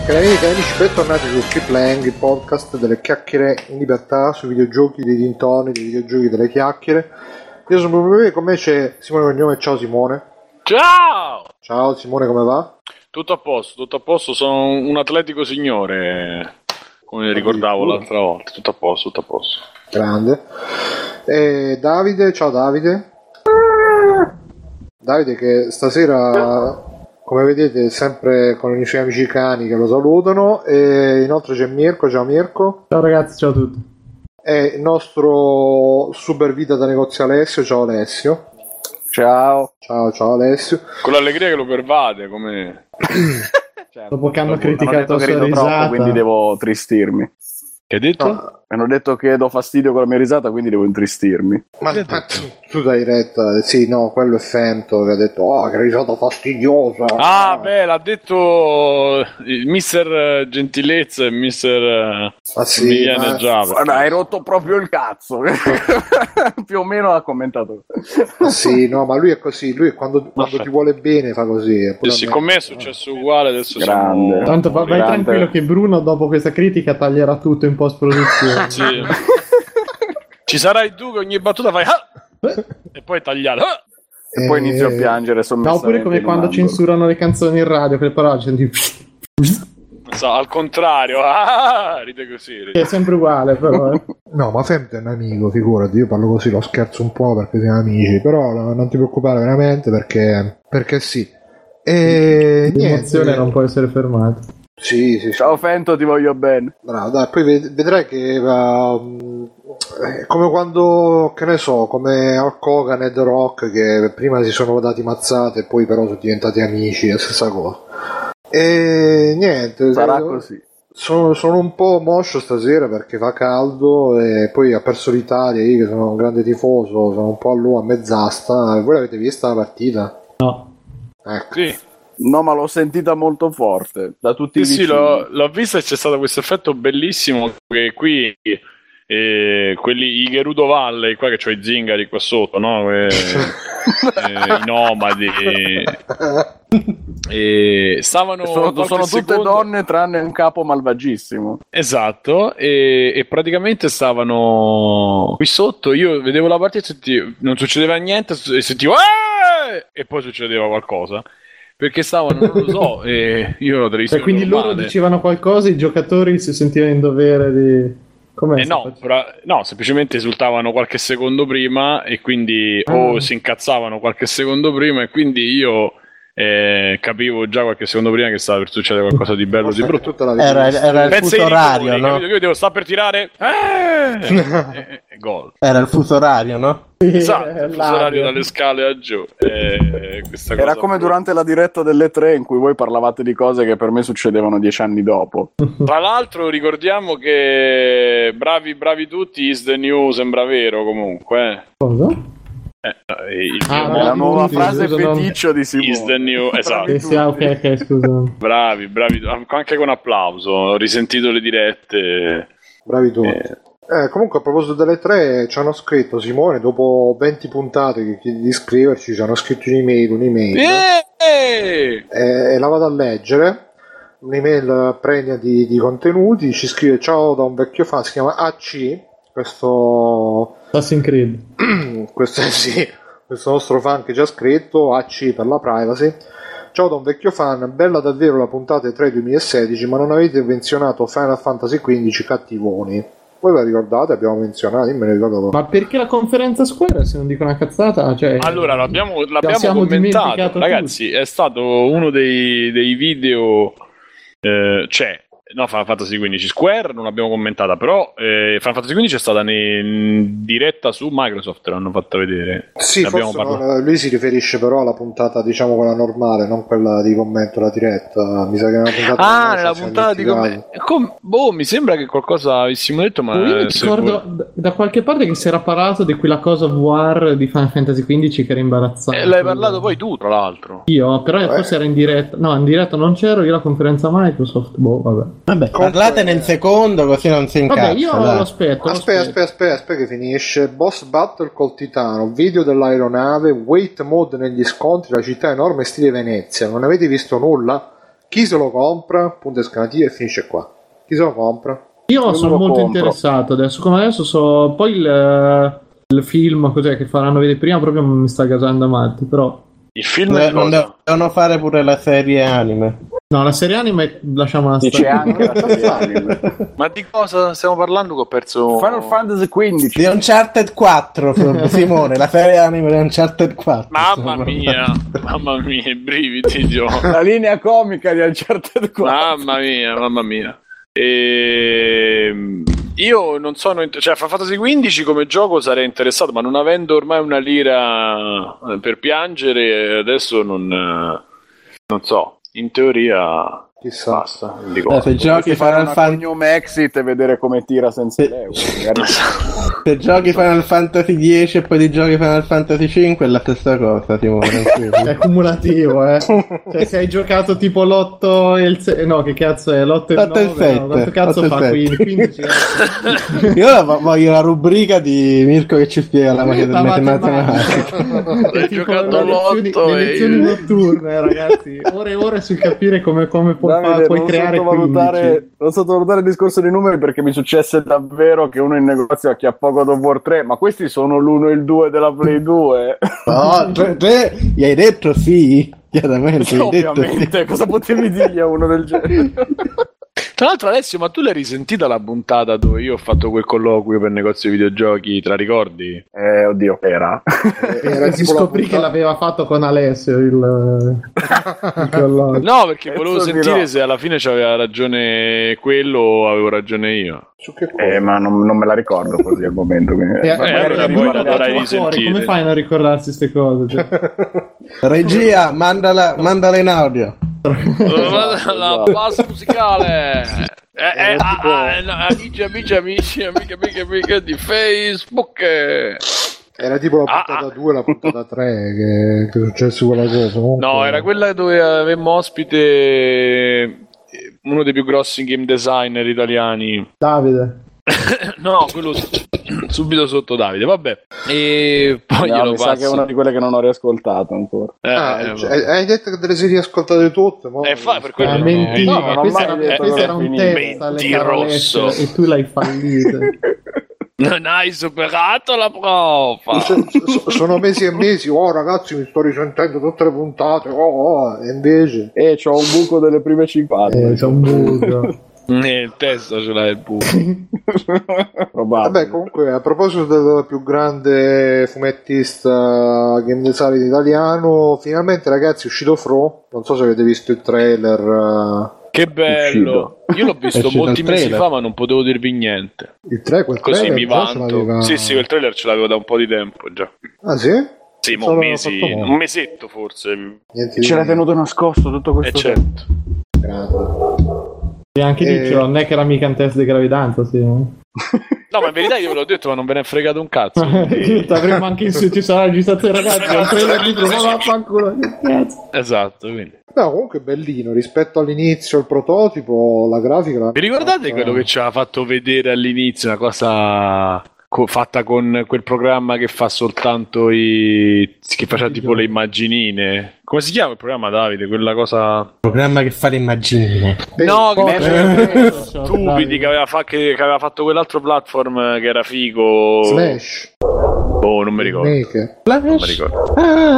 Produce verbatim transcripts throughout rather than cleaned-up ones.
Cari amici, bentornati su Keep Playing, il podcast delle chiacchiere in libertà sui videogiochi, dei dintorni, dei videogiochi, delle chiacchiere. Io sono Bruno, con me c'è Simone Cognome. Ciao Simone. Ciao! Ciao Simone, come va? Tutto a posto, tutto a posto, sono un atletico signore, come ricordavo l'altra volta. Tutto a posto, tutto a posto. Grande. E Davide, ciao Davide. Davide che stasera, come vedete, è sempre con i suoi amici cani che lo salutano. E inoltre c'è Mirko. Ciao Mirko. Ciao ragazzi, ciao a tutti. E il nostro super vita da negozio Alessio. Ciao Alessio. Ciao. Ciao, ciao Alessio. Con l'allegria che lo pervade, come... Certo, dopo che hanno dopo, criticato hanno detto che rido risata, troppo, quindi devo tristirmi. Che hai detto? No. Hanno detto che do fastidio con la mia risata, quindi devo intristirmi. Ma, ma tu, tu dai retta, sì, no, quello è Fento che ha detto, oh, che risata fastidiosa. Ah, beh, l'ha detto il mister Gentilezza e il mister Ma sì, Emiliano ma... Giava. Guarda, hai rotto proprio il cazzo. Più o meno ha commentato. Ma sì, no, ma lui è così, lui quando, quando ti vuole bene fa così. Sì, sì, con me è successo uguale, adesso Grande. siamo... tanto vai Grande. tranquillo che Bruno dopo questa critica taglierà tutto in post produzione. Sì. Ci sarai tu che ogni battuta fai ah! E poi tagliare ah! E poi inizio a piangere No, sommessamente. oppure come in un quando angolo. censurano le canzoni in radio, che però senti So, al contrario, ah! Ride così. Ride. è sempre uguale, però eh. No, ma Fento è un amico, figurati, io parlo così, lo scherzo un po' perché siamo amici, però no, non ti preoccupare veramente perché, perché sì. E L'emozione niente. non può essere fermata. Sì, sì, sì. Ciao Fento, ti voglio bene. Bravo, dai, poi ved- vedrai che uh, è come quando, che ne so, come Hulk Hogan e The Rock che prima si sono dati mazzate e poi però sono diventati amici, è la stessa cosa. E niente, Sarà io- così. Sono, sono un po' moscio stasera perché fa caldo e poi ha perso l'Italia, io che sono un grande tifoso, sono un po' all'u a mezz'asta. Voi l'avete vista la partita? No. Ecco. Sì. No, ma l'ho sentita molto forte da tutti Sì, i sì, vicini. l'ho, l'ho vista e c'è stato questo effetto bellissimo che qui eh, quelli i Gerudo Valley qua che c'ho i zingari qua sotto, no? Eh, eh, i nomadi e stavano Sono, qualche sono tutte secondo- donne tranne un capo malvagissimo. esatto, e, e praticamente stavano qui sotto, io vedevo la partita e sentivo, non succedeva niente e sentivo "Eh!" e poi succedeva qualcosa perché stavano, non lo so, e io l'ho Cioè, quindi loro dicevano qualcosa, i giocatori si sentivano in dovere di... Com'è Eh sta no, facendo? però- no, semplicemente esultavano qualche secondo prima e quindi Ah. o si incazzavano qualche secondo prima e quindi io eh, capivo già qualche secondo prima che stava per succedere qualcosa di bello, di Forse brutto. tutta la vita. Era, era il Pensa fuso ai rigori, orario, no? capito? Io devo sta per tirare eh! e, e gol. Era il fuso orario, no? Esatto, Eh, il fuso orario l'aria. dalle scale a giù. Eh, questa Era cosa come brutta. durante la diretta delle tre in cui voi parlavate di cose che per me succedevano dieci anni dopo. Tra l'altro ricordiamo che bravi bravi tutti is the new sembra vero comunque. eh. Cosa? Eh, il Ah, mio È la bravi nuova tutti, frase scusa, non- feticcio di Simone. is the new, esatto. Sì, sì, ah, ok, ok, scusa. Bravi, bravi, anche con applauso. Ho risentito le dirette. Bravi tutti. Eh, Eh, comunque a proposito delle tre ci hanno scritto Simone dopo venti puntate che chiedi di iscriverci, ci hanno scritto un'email, un'email eh! e, e la vado a leggere. Un'email pregna di, di contenuti, ci scrive ciao da un vecchio fan, si chiama A C, questo Assassin's Creed. questo, sì, questo nostro fan che ci ha scritto A C per la privacy. Ciao da un vecchio fan, bella davvero la puntata tre duemilasedici, ma non avete menzionato Final Fantasy quindici cattivoni. Voi ve la ricordate? Abbiamo menzionato, io me ne ricordo. Ma perché la conferenza Square, se non dico una cazzata? Cioè, Allora, l'abbiamo, l'abbiamo siamo commentato. dimenticato Ragazzi, è stato uno dei, dei video. Eh, c'è. No, Final Fantasy quindici Square non l'abbiamo commentata, però eh, Final Fantasy quindici è stata ne- in diretta su Microsoft, l'hanno fatta vedere. Sì, Ne abbiamo forse parlato. non- lui si riferisce però alla puntata, diciamo quella normale, non quella di commento, la diretta. Mi sa che è una puntata Ah, normale, nella ci siamo puntata di dimenticato. come. Com- boh, mi sembra che qualcosa avessimo detto, ma. io mi se ricordo vuoi- da- da qualche parte che si era parlato di quella cosa V R di Final Fantasy quindici che era imbarazzante. Eh, l'hai parlato poi tu, tra l'altro. Io, però Eh. forse era in diretta. No, in diretta non c'ero, io la conferenza Microsoft. Boh, vabbè. Vabbè, Comunque- parlate nel secondo così non si incazza. Vabbè, io dai. lo aspetto. lo Aspetta, aspetta, aspetta, aspetta che finisce. Boss battle col titano, video dell'aeronave, wait mode negli scontri, la città enorme stile Venezia. Non avete visto nulla? Chi se lo compra? Punto esclamativo e finisce qua. Chi se lo compra? Io Io sono me lo molto compro. interessato adesso, come adesso so, poi il, il film cos'è che faranno vedere prima proprio mi sta gasando a matti, però Il film Eh, è non cosa? devono fare pure la serie anime. no, la serie anime lasciamola Dice stare. anche la serie anime. Ma di cosa stiamo parlando che ho perso... Final Fantasy quindici. Di Uncharted quattro, Simone, la serie anime di Uncharted quattro. Mamma mia, mamma mia, i brividi, Dio. La linea comica di Uncharted quattro. Mamma mia, mamma mia. E... Io non sono... int- cioè, Final Fantasy quindici come gioco sarei interessato, ma non avendo ormai una lira per piangere, adesso non... Non so, in teoria... Chissà. Basta, non dico Eh, se altro. giochi Potresti fare Final una Fantasy cognome exit e vedere come tira senza Sì. l'euro. Magari- se giochi Final Fantasy dieci e poi ti giochi Final Fantasy cinque è la stessa cosa, Simone. tranquillo. È cumulativo, eh. Cioè, se hai giocato tipo l'otto e il sei, no, che cazzo è? L'otto e il L'otto e il nove, no, sette, quanto cazzo l'otto e fa? il Quindi, sette. quindici, Io la- voglio la rubrica di Mirko che ci spiega la magia La del matematica. matematica. Hai Tipo giocato le lezioni, l'otto le e lezioni il- notturne, ragazzi. Ore e ore sul capire come, come puoi, fa- Davide, puoi non creare sottovalutare, quindici. non sottovalutare il discorso dei numeri, perché mi successe davvero che uno in negozio acchiappò God of War tre, ma questi sono l'uno e il due della Play due. No, tre, tre, gli hai detto sì? Chiaramente, Sì, gli hai detto ovviamente, cosa potevi dirgli a uno del genere? Tra l'altro, Alessio, ma tu l'hai risentita la puntata dove io ho fatto quel colloquio per negozio di videogiochi? Te la ricordi? Eh, oddio, era. Era Si tipo la scoprì che puntata- l'aveva fatto con Alessio il, il colloquio. No, perché Penso volevo di sentire no. se alla fine c'aveva ragione quello o avevo ragione io. Su che cosa? Eh, ma non, non me la ricordo così al momento. Quindi... Eh, magari allora la poi ricordo. la dovrai fuori, risentire. come fai a non ricordarsi queste cose? Cioè, regia, mandala, mandala in audio. la, la base musicale. Eh, eh, Era ah, tipo- ah, eh, no, amici, amici, amici, amiche, amiche, amiche di Facebook. Era tipo la Ah, puntata ah. due, la puntata tre che, che è successo quella cosa. Comunque- No, era quella dove avevamo ospite eh, uno dei più grossi game designer italiani. Davide. No, quello su- subito sotto Davide, vabbè. E poi No, glielo mi sa che è passo. una di quelle che non ho riascoltato ancora. Eh, Ah, eh, cioè, hai detto che te le sei riascoltate tutte? Mo- Eh, fa- per quello Ah, no. mentira, No, non ho questo mai era, detto questo che era è un finito. test alle Mentiroso. parolette e tu l'hai fallito. Non hai superato la prova. Se- so- sono mesi e mesi, oh ragazzi, mi sto risentendo tutte le puntate, oh, oh, e invece... E c'ho un buco delle prime cinquanta. Eh, c'è un buco. Nel testo ce l'hai il buco. Probabile. Vabbè, comunque, a proposito del più grande fumettista game designer italiano, finalmente ragazzi è uscito Fro, non so se avete visto il trailer. eh, Che bello. Io l'ho È visto uscito molti il mesi trailer. fa, ma non potevo dirvi niente. Il tre, quel Così trailer mi già ce vanto. l'aveva- Sì, sì, quel trailer ce l'avevo da un po' di tempo già. Ah sì? Sì, mo Solo mesi, fatto mo. un mesetto forse. Niente Ce di- l'hai tenuto nascosto tutto E questo tempo. certo. Grande. E anche Eh. Diccio, non è che era mica un test di gravidanza, sì. No, ma in verità io ve l'ho detto, ma non ve ne è fregato un cazzo. Avremo anche in ci sarà la registrazione, ragazzi. È un trailer di ma vaffanculo, che cazzo. Esatto, quindi. No, comunque bellino, rispetto all'inizio, il prototipo, la grafica... l'hanno Vi ricordate fatta- quello che ci aveva fatto vedere all'inizio? Una cosa co- fatta con quel programma che fa soltanto i. Che faceva tipo le immaginine. Come si chiama il programma, Davide? Quella cosa. Programma che fa le immagini. No, che Eh, stupidi che aveva, fa- che, che aveva fatto quell'altro platform che era figo. Slash, Oh, non mi ricordo. Maker. Non mi ricordo.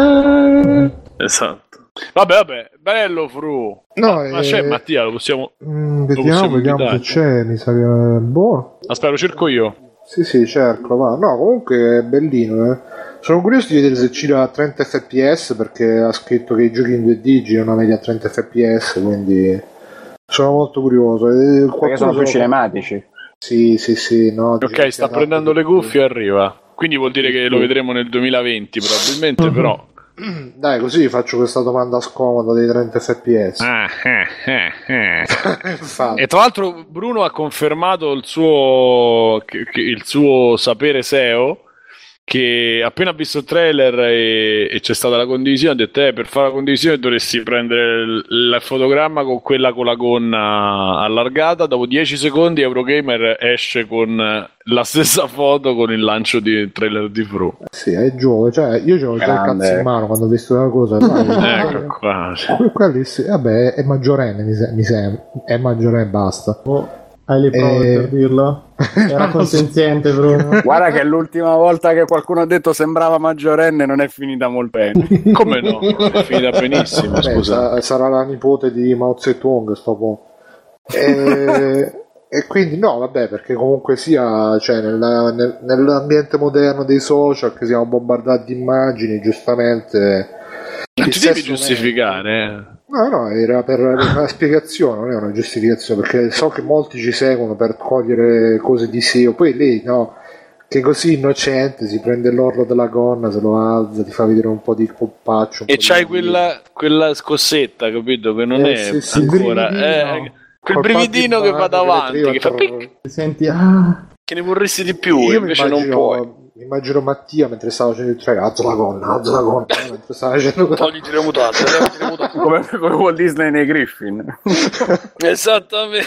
Esatto. Vabbè, vabbè, bello Fru. No, Ma, ma eh, c'è Mattia, lo possiamo. mm, lo vediamo, possiamo vediamo invitare. se c'è, mi sa che è buono. Aspetta, lo cerco io. Sì, sì, cerco, va. No, comunque è bellino, eh. Sono curioso di vedere se gira a trenta F P S, perché ha scritto che i giochi in due D girano a media a trenta F P S, quindi sono molto curioso. E Perché qualcuno sono se più lo- cinematici. Sì, sì, sì, no. Ok, sta prendendo le cuffie e arriva. Quindi vuol dire che lo vedremo nel duemilaventi probabilmente, però. Dai, così faccio questa domanda scomoda dei trenta F P S. Ah, eh, eh, eh. Infatti. E tra l'altro Bruno ha confermato il suo, che- che- il suo sapere S E O che appena ha visto il trailer e, e c'è stata la condivisione, ha detto eh, per fare la condivisione dovresti prendere il, il fotogramma con quella con la gonna allargata, dopo dieci secondi Eurogamer esce con la stessa foto con il lancio di trailer di Fro. Sì, è giovane, cioè io c'avevo già il cazzo in mano quando ho visto la cosa. Dai, ecco qua. Quelli sì, vabbè, è maggiorenne, mi, se- mi sembra, è maggiorenne, basta. Oh, hai le prove Eh, per dirlo? Era consenziente, Bruno. Guarda che l'ultima volta che qualcuno ha detto sembrava maggiorenne non è finita molto bene. Come no? È finita benissimo, Vabbè, scusa. sa- sarà la nipote di Mao Zedong, sto po'. E, e quindi no, vabbè, perché comunque sia, cioè, nella- nel- nell'ambiente moderno dei social che siamo bombardati di immagini, giustamente. Non il ti devi sesso giustificare, eh. No, no, era per una spiegazione, non è una giustificazione, perché so che molti ci seguono per cogliere cose di sé, poi lei, no, che così innocente si prende l'orlo della gonna, se lo alza, ti fa vedere un po' di poppaccio. un E po' c'hai di- quella, quella scossetta, capito? Che non Eh, è sì, sì, ancora... il eh, brividino. quel col brividino che va patibano davanti, che che fa arriva pic, Ti senti, ah, che ne vorresti di più, Io e mi invece non immagino, puoi. mi immagino Mattia mentre stava facendo il trailer, alza la gonna, alza la gonna, mentre stava facendo Togliti le mutande, levati le mutande. Come, come Walt Disney nei Griffin. Esattamente.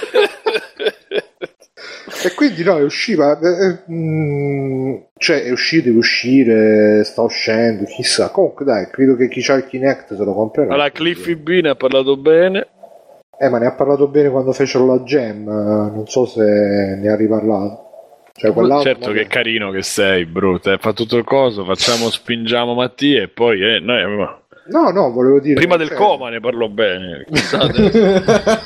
E quindi no, è usciva, eh, eh, mm, cioè è uscito, deve uscire, sta uscendo, chissà. Comunque dai, credo che chi c'ha il Kinect se lo comprerà. Allora, Cliffy B ne ha parlato bene. Eh, ma ne ha parlato bene quando fecero la Jam, eh, non so se ne ha riparlato. Cioè, quell'altro, Certo vabbè. che carino che sei, brutto. Eh, fa tutto il coso, facciamo, spingiamo Mattia e poi eh, noi avevamo- No, no, volevo dire... prima del cioè, coma ne parlò bene. Chissà adesso.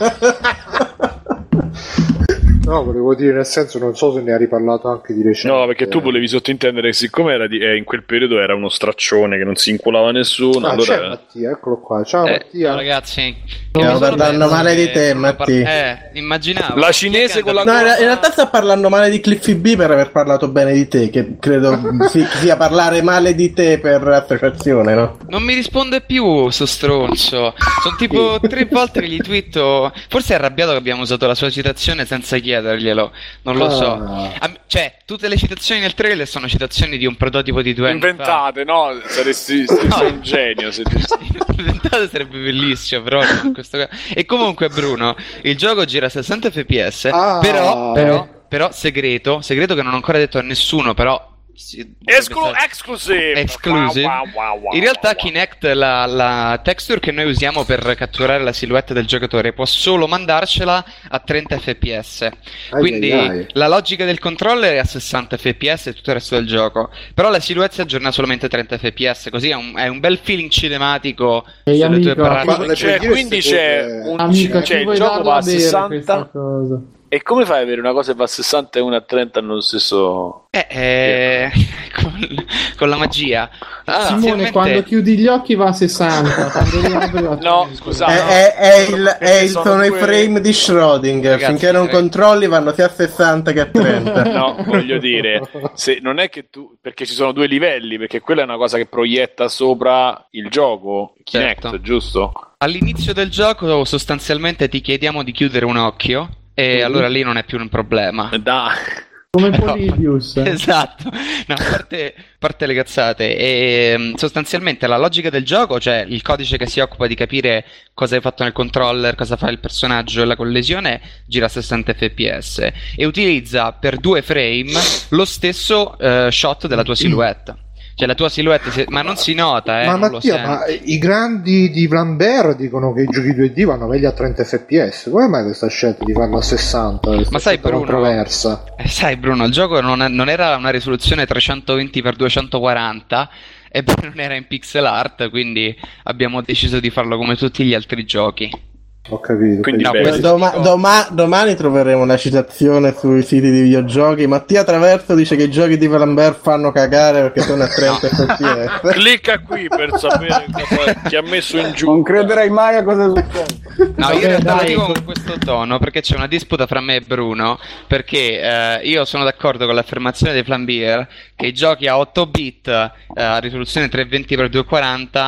No, volevo dire nel senso, non so se ne ha riparlato anche di recente. No, perché tu volevi sottintendere che siccome era di, eh, in quel periodo era uno straccione che non si inculava nessuno, Ah, c'è allora Mattia, eccolo qua. Ciao Eh, Mattia. ciao ragazzi. Stiamo Mi sono parlando perso male di che- te, par- Matti. Eh, immaginavo. La cinese Chi è che con la è No, in, andato- in realtà sta parlando male di Cliffy B per aver parlato bene di te, che credo si- sia parlare male di te per associazione, no? Non mi risponde più, sto stronzo. Sono tipo tre volte che gli twitto. Forse è arrabbiato che abbiamo usato la sua citazione senza chiederglielo. Non lo so. Ah. Am- cioè, tutte le citazioni nel trailer sono citazioni di un prototipo di due anni fa. inventate, no? Saresti, saresti un genio se ti... Inventate sarebbe bellissimo, però in questo caso. E comunque, Bruno, il gioco gira a sessanta F P S. Ah. però, però, Eh. però, segreto, segreto che non ho ancora detto a nessuno, però. si- Esclu- dovrebbe- exclusive. Exclusive. Wow, wow, wow, In realtà wow, wow. Kinect, la, la texture che noi usiamo per catturare la silhouette del giocatore, può solo mandarcela a trenta F P S. Quindi ai, ai. la logica del controller è a sessanta F P S e tutto il resto del gioco. Però la silhouette si aggiorna solamente a trenta F P S, così è un, è un bel feeling cinematico Ehi, sulle amico, tue parate. ma le Cioè, per dire quindi ste c'è cose- un amica, cioè, ci il vuoi gioco darla va a a bere questa sessanta. cosa? E come fai ad avere una cosa che va a sessanta e una a trenta nello stesso... Eh, eh, con, con la magia. Ah, Simone, Essenzialmente- quando chiudi gli occhi va a sessanta. Quando riapri va a No, trenta. scusa. È, no. è- è il, è Perché il- sono sono i due- frame di Schrödinger, Ragazzi, finché non eh. controlli vanno sia a sessanta che a trenta. No, voglio dire, se non è che tu, perché ci sono due livelli, perché quella è una cosa che proietta sopra il gioco, Kinect, Certo. giusto? All'inizio del gioco sostanzialmente ti chiediamo di chiudere un occhio e allora lì non è più un problema. Da. Come No. Polybius. Esatto, no, a parte, a parte le cazzate, e, mm, sostanzialmente la logica del gioco, cioè il codice che si occupa di capire cosa hai fatto nel controller, cosa fa il personaggio e la collisione, gira a sessanta F P S e utilizza per due frame lo stesso eh, shot della tua silhouette. Cioè la tua silhouette, si- ma non si nota, eh, ma non Mattia, lo ma senti. i grandi di Lambert dicono che i giochi due D vanno meglio a trenta F P S. Come mai questa scelta di farlo a sessanta? Questa Ma sai, scelta Bruno, controversa. Eh, sai Bruno, il gioco non, è- non era una risoluzione trecentoventi per duecentoquaranta e poi non era in pixel art, quindi abbiamo deciso di farlo come tutti gli altri giochi. Ho capito. Quindi No, beh, questo- Doma- doma- domani troveremo una citazione sui siti di videogiochi. Mattia Traverso dice che i giochi di Lambert fanno cagare perché sono a trenta F P S. Clicca qui per sapere cosa- chi ha messo in giù. Non crederai mai a cosa succede. No, io Vabbè, in realtà lo dai. dico con questo tono perché c'è una disputa fra me e Bruno, perché eh, io sono d'accordo con l'affermazione dei Flambier che i giochi a otto bit eh, a risoluzione trecentoventi per duecentoquaranta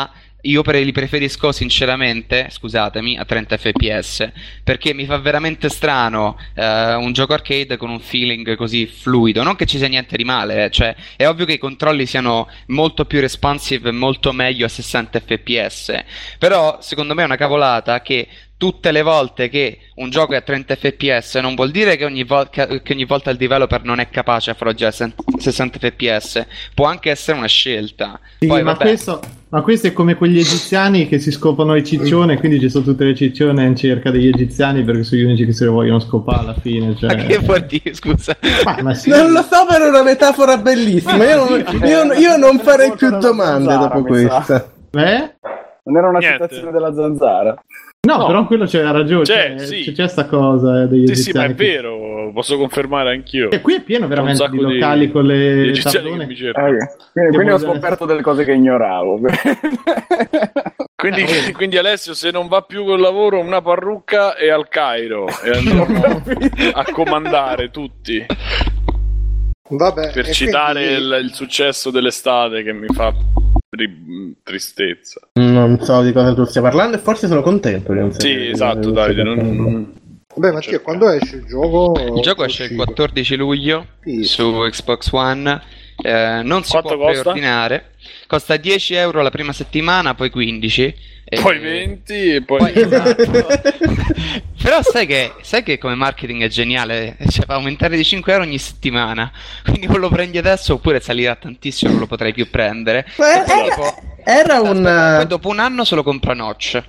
io pre- li preferisco sinceramente, scusatemi, a trenta effe pi esse, perché mi fa veramente strano eh, un gioco arcade con un feeling così fluido. Non che ci sia niente di male, eh, cioè è ovvio che i controlli siano molto più responsive e molto meglio a sessanta effe pi esse, però secondo me è una cavolata che tutte le volte che un gioco è a trenta effe pi esse non vuol dire che ogni, vo- che ogni volta il developer non è capace a farlo già a sessanta effe pi esse, può anche essere una scelta. Sì, Poi, ma, vabbè. questo, ma questo è come quegli egiziani che si scopano i ciccione, quindi ci sono tutte le ciccione in cerca degli egiziani perché sono gli unici che se lo vogliono scopare alla fine. Cioè... Ma che vuol dire, scusa? Ma, ma sì. Non lo so, per una metafora bellissima. Io non, io, io non farei più domande dopo questa. Eh? Non era una Niente. citazione della zanzara? No, No. però quello c'era ragione. C'è, cioè, sì. c'è sta cosa eh, degli Sì, sì, ma è egiziani che- vero, posso confermare anch'io. E qui è pieno veramente Un di sacco di- locali con Gli le egiziani che tavolone. mi cercano. Eh, quindi quindi ho vuol dire- scoperto delle cose che ignoravo. Quindi, quindi Alessio, se non va più col lavoro, una parrucca e al Cairo e andiamo a comandare tutti Vabbè, per e citare quindi- il, il successo dell'estate che mi fa tri- tristezza. Non so di cosa tu stia parlando e forse sono contento. Che non Sì, sia- esatto, non Davide. sia Non, parlando. non- Vabbè, Mattia, quando esce il gioco? Il gioco esce il quattordici luglio Sì. su Xbox One. Eh, non si Quanto può costa? preordinare. Costa dieci euro la prima settimana, poi quindici. e- Poi venti e poi... Poi- esatto. Però sai che, sai che come marketing è geniale? Cioè, fa aumentare di cinque euro ogni settimana. Quindi o lo prendi adesso oppure salirà tantissimo, non lo potrai più prendere. Eh, E poi era- dopo- Era aspetta, un. poi dopo un anno se lo compra Notch.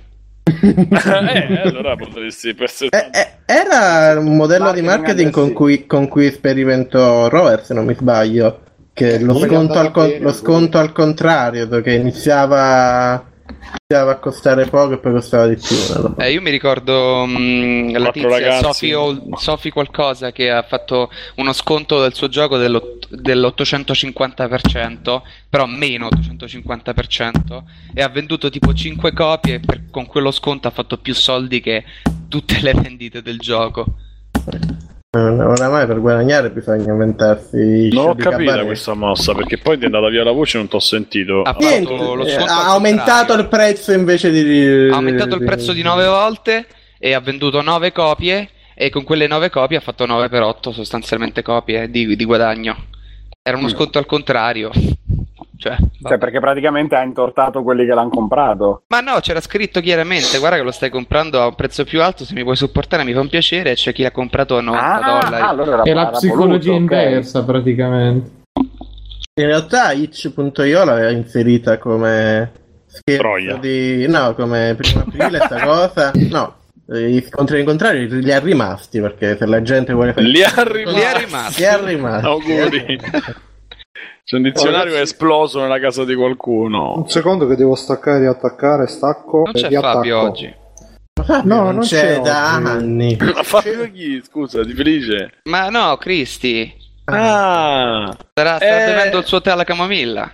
eh, allora potresti per eh, eh, Era un modello di marketing con cui, con cui sperimentò Rover, se non mi sbaglio. Che lo Come sconto, al, con- bene, lo sconto al contrario, che iniziava, iniziava a costare poco e poi costava di più. non lo so. Eh, io mi ricordo mh, la Quattro tizia ragazzi. Sophie, Ol- Sophie qualcosa che ha fatto uno sconto del suo gioco dell'ott- dell'ottocentocinquanta per cento, però meno ottocentocinquanta per cento, e ha venduto tipo cinque copie e per- con quello sconto ha fatto più soldi che tutte le vendite del gioco. Eh, Oramai per guadagnare bisogna inventarsi i Non ho show di capito cabaret. questa mossa perché poi ti è andata via la voce e non ti ho sentito. Ha Ah, fatto Niente, lo eh, sconto ha al aumentato contrario. il prezzo invece di. Ha aumentato il prezzo di nove volte e ha venduto nove copie, e con quelle nove copie ha fatto nove per otto sostanzialmente copie di, di guadagno. Era uno sconto al contrario. Cioè, Cioè, perché praticamente ha intortato quelli che l'hanno comprato. ma no, c'era scritto chiaramente: guarda che lo stai comprando a un prezzo più alto, se mi puoi supportare mi fa un piacere. E c'è chi l'ha comprato a novanta dollari. allora era, È la era psicologia voluto, ok. inversa praticamente. In realtà itch punto io l'aveva inserita come scherzo Troia. di. No, come primo aprile sta cosa. No, i scontri in contrario li ha rimasti perché se la gente vuole fare. Li ha rimasti. Li ha rimasti. Li ha rimasti. Auguri. C'è un dizionario che è esploso nella casa di qualcuno. Un secondo che devo staccare e riattaccare, stacco Non e c'è riattacco. Fabio oggi. Fabio No, non, non c'è, c'è da oggi. anni. Ma Fabio chi? Scusa, ti felice? Ma no, Cristi. Ah, Starà, sta Eh. bevendo il suo tè alla camomilla.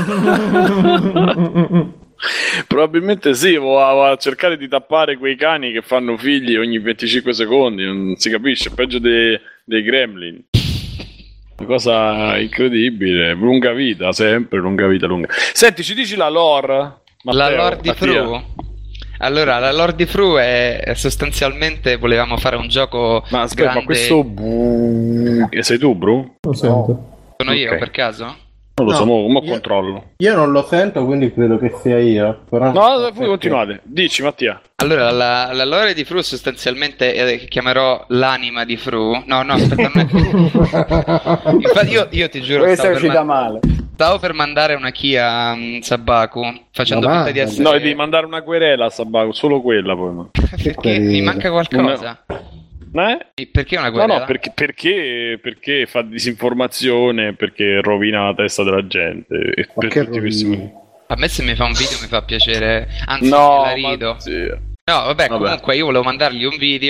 probabilmente sì, va a cercare di tappare quei cani che fanno figli ogni venticinque secondi, non si capisce, peggio dei, dei gremlin. Una cosa incredibile, lunga vita, sempre lunga vita, lunga. Senti, ci dici la lore? La Matteo, lore di Mattia? Fru? Allora, la lore di Fru è, è sostanzialmente volevamo fare un gioco Ma aspetta, grande. ma questo... bu- Che sei tu, Bru? Lo sento. Sono io Ok. per caso? Non lo No, so, mo, mo io- controllo. Io non lo sento, quindi credo che sia io. Però... No, voi continuate. Dici, Mattia. Allora, la, la lore di Fru sostanzialmente eh, che chiamerò l'anima di Fru. No, no, aspetta, non è... Infatti io, io ti giuro, Questa è stavo per, uscita ma- male. stavo per mandare una key a mm, Sabaku, facendo Ma finta di va, essere... No, devi mandare una querela a Sabaku, solo quella poi. ma- Perché querela. mi manca qualcosa. Eh? Perché una No, querela? no, perché, perché, perché fa disinformazione, perché rovina la testa della gente. E Ma per che tutti questi rovina? motivi. A me se mi fa un video mi fa piacere, anzi No, me la rido. ma sì. No, vabbè, Vabbè. comunque io volevo mandargli un video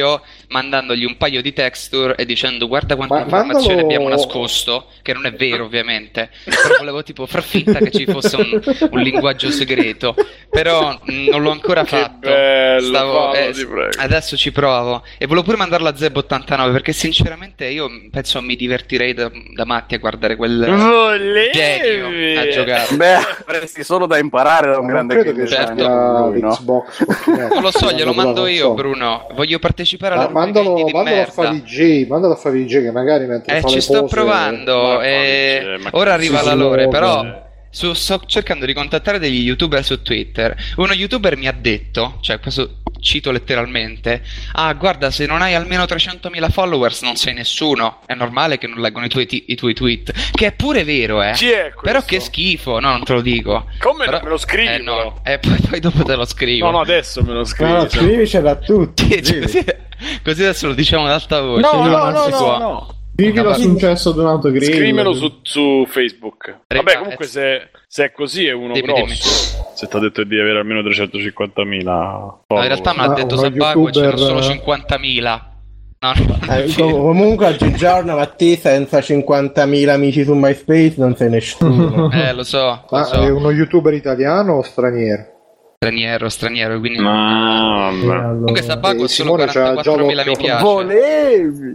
mandandogli un paio di texture e dicendo guarda quanta Ma- informazione mandalo- abbiamo nascosto, che non è vero ovviamente, però volevo tipo far finta che ci fosse un, un linguaggio segreto, però mh, non l'ho ancora Che fatto. bello, Stavo- fallo, eh, ti prego. adesso ci provo e volevo pure mandarlo a Zeb ottantanove perché sinceramente io penso mi divertirei da, da matti a guardare quel genio a giocare. Beh, avresti solo da imparare da un Ma non grande credo che game certo. designer sia come lui, no? Xbox con Kinect. Non lo so, glielo Mando mando la io, console. Bruno. Voglio partecipare alla Ma rubrica mandalo, indie di mandalo a merda. fare i J, mandalo a fare i J che magari mentre Eh, fa ci le sto pose- provando. Ma e porca, ma ora che arriva si la lore, muove. però su- sto cercando di contattare degli youtuber su Twitter. Uno youtuber mi ha detto, cioè questo cito letteralmente: ah, guarda, se non hai almeno trecentomila followers non sei nessuno. È normale che non leggono i tuoi, ti- i tuoi tweet. Che è pure vero, eh. Chi è questo? Però che schifo, no, non te lo dico. Come Però- non me lo scrivi? Eh no, però? e poi, poi dopo te lo scrivo. No, no, adesso me lo scrivi. No, no, cioè. scrivicela a tutti. Cioè, così, così adesso lo diciamo ad alta voce. No, Io no, non no, si no, può. no. Scrivilo Vabbè. su un cesso di un autogrill. Scrivimelo su, su Facebook. Rega- Vabbè, comunque se, se è così è uno Dimmi, grosso. Se ti ha detto di avere almeno trecentocinquantamila No, in realtà me l'ha Ah, detto uno Sabaco e ce ne youtuber- sono cinquantamila. No, no, non è Eh, vero. com- comunque oggigiorno Mattia senza cinquantamila amici su MySpace non sei nessuno. Eh, lo so, lo Ma so. è uno youtuber italiano o straniero? Straniero, straniero, quindi... No, Eh, vabbè. allora. Comunque Sabaco Eh, ha solo Simone c'ha già quarantaquattromila mi l'occhio- piace. Volevi!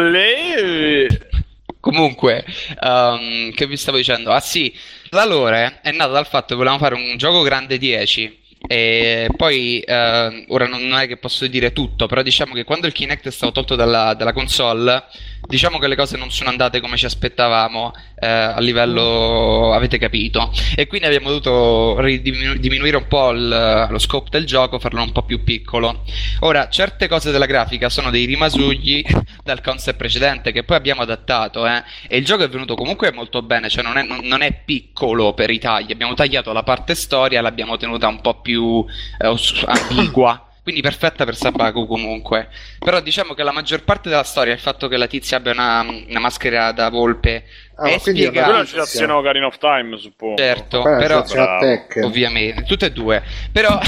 Volevi. Comunque, ehm, che vi stavo dicendo? Ah sì, la lore è nata dal fatto che volevamo fare un gioco grande dieci. E poi ehm, ora non, non è che posso dire tutto, però diciamo che quando il Kinect è stato tolto dalla, dalla console, diciamo che le cose non sono andate come ci aspettavamo eh, a livello, avete capito, e quindi abbiamo dovuto ridiminu- diminuire un po' il- lo scope del gioco, farlo un po' più piccolo. Ora, certe cose della grafica sono dei rimasugli dal concept precedente che poi abbiamo adattato, eh, e il gioco è venuto comunque molto bene, cioè non è, non- non è piccolo per i tagli, abbiamo tagliato la parte storia, l'abbiamo tenuta un po' più eh, os- ambigua. Quindi perfetta per Sabaku comunque. Però diciamo che la maggior parte della storia, il fatto che la tizia abbia una, una maschera da volpe, Ah, è quindi è una Quella spiegato. ci citazione Ocarina of Time, suppongo. Certo, Poi la però citazione a Tekken. ovviamente, tutte e due. Però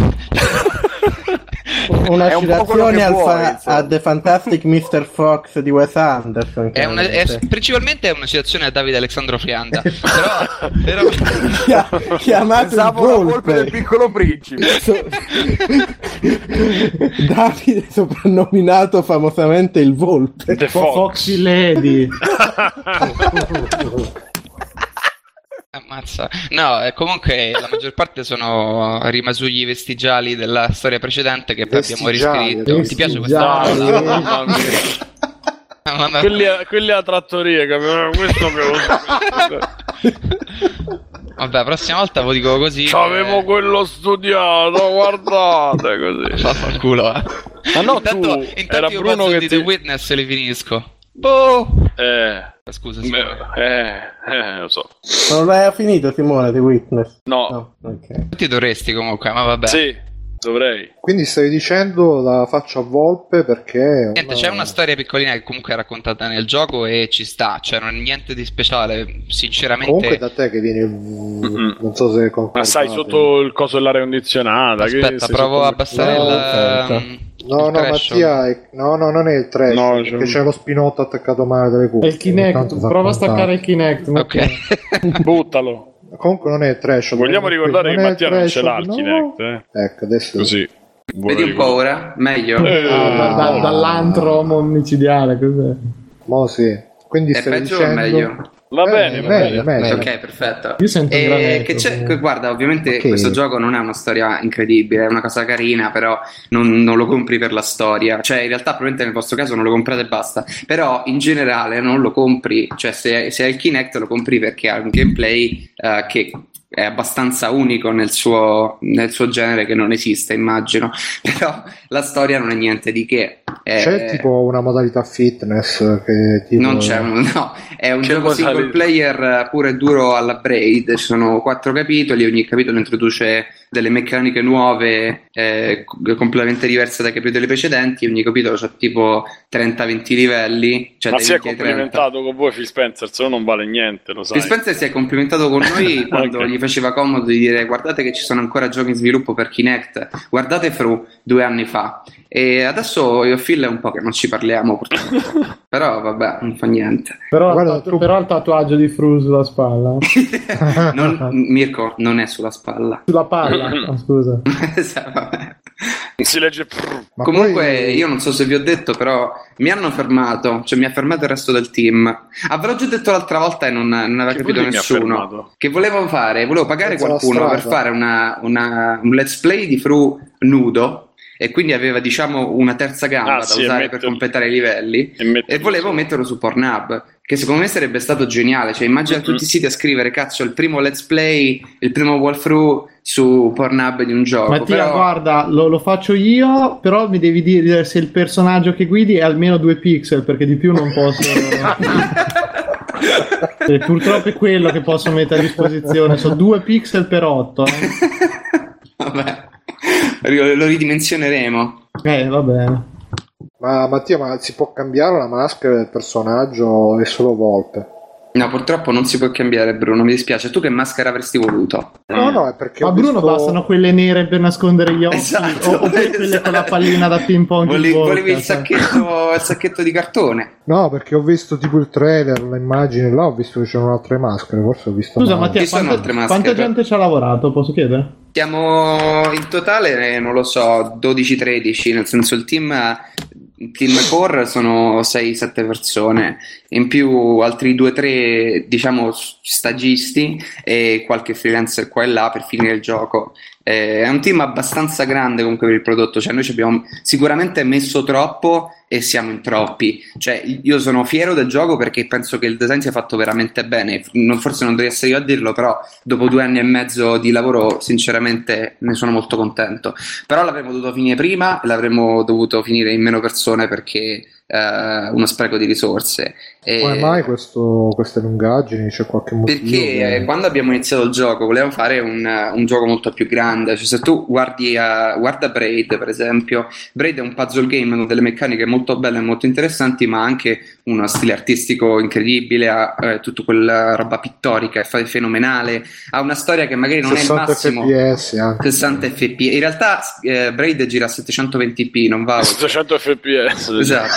Una È un po' quello citazione che al vuoi, fa- insomma. a The Fantastic mister Fox di Wes Anderson. è una, è, chiaramente. principalmente è una citazione a Davide Alessandro Frianda. Però, però Chia- chiamato il Pensavo la volpe del volpe. piccolo principe. So- Davide soprannominato famosamente il volpe. The Fo- Fox. Foxy Lady. Ammazza. No, eh, comunque la maggior parte sono rimasugli vestigiali della storia precedente che poi abbiamo Vestigiali, riscritto. Ti piace questa vestigiali. parola? No, mamma mia. Mamma mia. quelli, a, quelli a trattoria, capito? Questo avevo Vabbè, la prossima volta ve lo dico così. C'avevo eh, quello studiato, guardate così. Vaffanculo, eh. Ma no, Intanto, tu, intanto era io Bruno penso che di ti... The Witness e li finisco. Boh. Eh, Scusa, beh, Simone. eh, eh, lo so. Non l'hai finito Simone The Witness? No, No, ok. Tutti dovresti comunque, ma vabbè. sì, dovrei. Quindi stavi dicendo la faccio a volpe perché è Niente, c'è una storia piccolina che comunque è raccontata nel gioco e ci sta, cioè non è niente di speciale, sinceramente. Comunque da te che viene il Mm-mm. non so se Ma sai, sotto il coso dell'aria condizionata. che Aspetta, sei provo a sotto- abbassare No, il, aspetta. um, No, il no, threshold. Mattia, è... no, no, non è il trash, No, perché c'è- c'è lo spinotto attaccato male delle È cuffie. il Kinect. Tanto fa Prova a contare. staccare il Kinect. ma- Ok. Buttalo. Comunque non è il trash. Vogliamo ricordare che è il Mattia non ce l'ha il no. Kinect, eh? Ecco, adesso Così. vuole Vedi un po' ricordare. ora? Meglio? Eh, Ah, da- da- no. dall'antro omicidiale, cos'è? Mo sì. Quindi È stai peggio o dicendo meglio? Va Eh, bene, va meglio, bene. meglio. Ok, perfetto. Io sento un E granetto, che c'è, comunque. che guarda, ovviamente Ok. questo gioco non è una storia incredibile, è una cosa carina, però non, non lo compri per la storia. Cioè, in realtà, probabilmente nel vostro caso non lo comprate e basta. Però in generale non lo compri, cioè se, se hai il Kinect lo compri perché ha un gameplay eh, che è abbastanza unico nel suo, nel suo genere, che non esiste, immagino. Però la storia non è niente di che. È- c'è tipo una modalità fitness che tipo Non c'è, un- no, è un Che gioco modalità? single player eh, pure duro alla Braid. Ci sono quattro capitoli, ogni capitolo introduce delle meccaniche nuove, eh, co- completamente diverse dai capitoli precedenti. Ogni capitolo ha tipo trenta venti livelli. Cioè Ma dai si è venti ai trenta. complimentato con voi Phil Spencer, se no non vale niente, lo sai. Phil Spencer si è complimentato con noi quando Ok. gli faceva comodo di dire: guardate che ci sono ancora giochi in sviluppo per Kinect, guardate Fru due anni fa. E adesso io e Phil è un po' che non ci parliamo purtroppo. Però vabbè, non fa niente. Però, Guarda, il, tatu- tu- però il tatuaggio di Fru sulla spalla. Non- Mirko non è sulla spalla. Sulla palla, oh, scusa. Vabbè. Si legge prrr. Ma Comunque poi- io non so se vi ho detto, però mi hanno fermato, cioè mi ha fermato il resto del team. Ah, ve l'ho già detto l'altra volta e non, non aveva Che capito vuol dire mi ha nessuno. fermato? Che volevo fare, volevo pagare Senza la qualcuno per strada. fare una, una- un let's play di Fru nudo, e quindi aveva diciamo una terza gamba Ah, da sì, e usare metterlo- per completare i livelli. E, metterlo E volevo su. metterlo su Pornhub, che secondo me sarebbe stato geniale. Cioè, immagina Mhm. tutti i siti a scrivere: cazzo, il primo let's play, il primo walkthrough su Pornhub di un gioco. Mattia, Però... guarda, lo, lo faccio io, però mi devi dire se il personaggio che guidi è almeno due pixel, perché di più non posso. E purtroppo è quello che posso mettere a disposizione. Sono due pixel per otto. Eh, Vabbè, lo, lo ridimensioneremo. eh va bene. Ma Mattia, ma si può cambiare la maschera del personaggio o è solo volpe? No, purtroppo non si può cambiare, Bruno, mi dispiace. Tu che maschera avresti voluto? No, no, è perché Ma ho Bruno visto- bastano quelle nere per nascondere gli occhi, Esatto, o, oppure quelle esatto. con la pallina da ping pong. in Volevi, bocca, volevi il, sai? sacchetto, il sacchetto di cartone? No, perché ho visto tipo il trailer, l'immagine là, ho visto che c'erano altre maschere, forse ho visto Scusa male. Mattia, Ci sono quanta, altre maschere. quanta gente ci ha lavorato? Posso chiedere? Siamo in totale, eh, non lo so, dodici tredici, nel senso il team, il team core sono sei sette persone, in più altri due tre diciamo stagisti e qualche freelancer qua e là per finire il gioco. Eh, è un team abbastanza grande comunque per il prodotto, cioè noi ci abbiamo sicuramente messo troppo e siamo in troppi. Cioè io sono fiero del gioco perché penso che il design sia fatto veramente bene. Non, forse non dovrei essere io a dirlo, però dopo due anni e mezzo di lavoro sinceramente ne sono molto contento. Però l'avremmo dovuto finire prima e l'avremmo dovuto finire in meno persone perché eh, uno spreco di risorse. E- Come mai questo, queste lungaggini? C'è qualche motivo? perché eh, quando abbiamo iniziato il gioco volevamo fare un, un gioco molto più grande. Cioè, se tu guardi a, guarda Braid per esempio, Braid è un puzzle game con delle meccaniche molto belle e molto interessanti, ma anche uno stile artistico incredibile, ha eh, tutta quella roba pittorica, è fa- fenomenale, ha una storia che magari non è il sessanta massimo. F P S anche. sessanta F P S, in realtà eh, Braid gira a settecentoventi p, non va oltre. settecento F P S.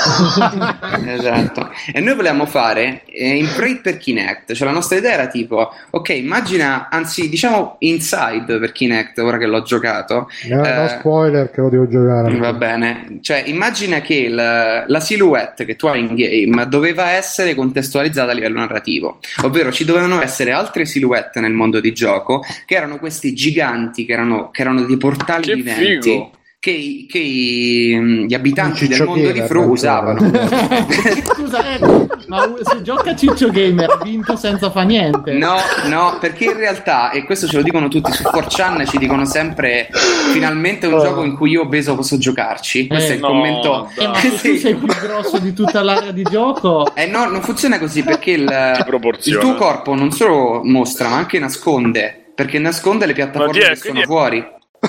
Esatto. Esatto. E noi volevamo fare eh, in Braid per Kinect, cioè la nostra idea era tipo, ok, immagina, anzi diciamo Inside per Kinect, ora che l'ho giocato. No, no Eh, spoiler che lo devo giocare. Va bene, cioè immagina che la, la silhouette che tu hai in game doveva essere contestualizzata a livello narrativo, ovvero ci dovevano essere altre silhouette nel mondo di gioco che erano questi giganti, che erano, che erano dei portali Che viventi. figo! Che, i- che i- gli abitanti del Ciccio mondo di Gamer, Fru non usavano. Scusa, eh, ma se gioca Ciccio Gamer ha vinto senza fa niente. No, no, perché in realtà, e questo ce lo dicono tutti su four chan, ci dicono sempre finalmente un Oh. gioco in cui io obeso posso giocarci. Questo Eh, è il no, commento. Eh, ma Sì. se tu sei più grosso di tutta l'area di gioco, Eh no, non funziona così perché il, il proporziona. tuo corpo non solo mostra, ma anche nasconde, perché nasconde le piattaforme Ma chi è? che sono Quindi è- fuori.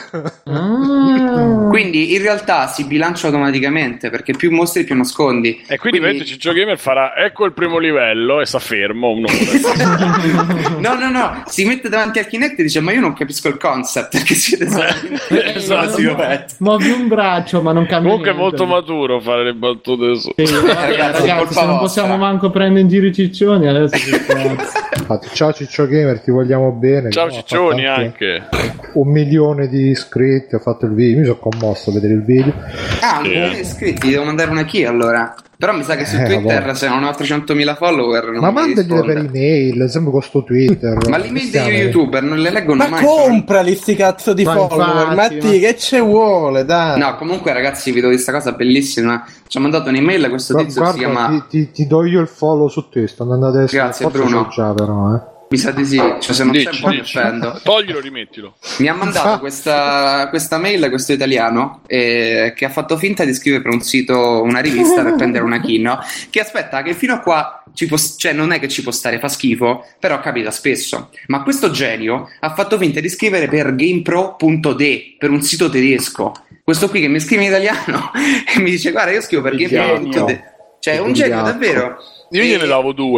ah, Quindi in realtà si bilancia automaticamente perché più mostri più nascondi. E quindi, mentre Ciccio Gamer farà ecco il primo livello e sta fermo un'ora. No, no, no, si mette davanti al Kinect e dice ma io non capisco il concept perché siete solamente Esatto. una silhouette. muovi un braccio ma non cambia Comunque è niente. molto maturo fare le battute su. Sì, vabbè, Ragazzi, ragazzi, colpa se non vostra. possiamo manco prendere in giro i ciccioni adesso che cazzo. Infatti, ciao Ciccio Gamer, ti vogliamo bene. Ciao No, ha Ciccioni fatto anche. un milione di iscritti, ho fatto il video, mi sono commosso a vedere il video. Ah, un Sì. milione di iscritti, devo mandare una key allora. Però mi sa che su Eh, Twitter vabbè. se non ho trecentomila follower non Ma mi mandagliele per risponde. email, sempre con sto Twitter. Ma l'email Stiamo- degli youtuber non le leggono Ma mai. comprali sti cazzo di Ma follower, infatti, Matti, ma- che ci vuole, dai. No, comunque ragazzi vi do questa cosa bellissima. Ci ha mandato un'email a questo Gu- tizio che si Guarda, chiama... ti, ti- ti do io il follow su te, sto andando adesso. Grazie, forse Bruno. c'è già però, eh. Mi sa di sì, cioè se non c'è un Dici, po' mi dici. offendo. Toglilo, rimettilo. Mi ha mandato questa, questa mail, questo italiano, eh, che ha fatto finta di scrivere per un sito, una rivista per prendere una key, no? Che aspetta, che fino a qua ci può, cioè non è che ci può stare, fa schifo, però capita spesso. Ma questo genio ha fatto finta di scrivere per gamepro punto de, per un sito tedesco. Questo qui che mi scrive in italiano e mi dice guarda io scrivo per Genio. gamepro punto de. Cioè un genio Vigliacco. davvero. Io E- gliene davo due.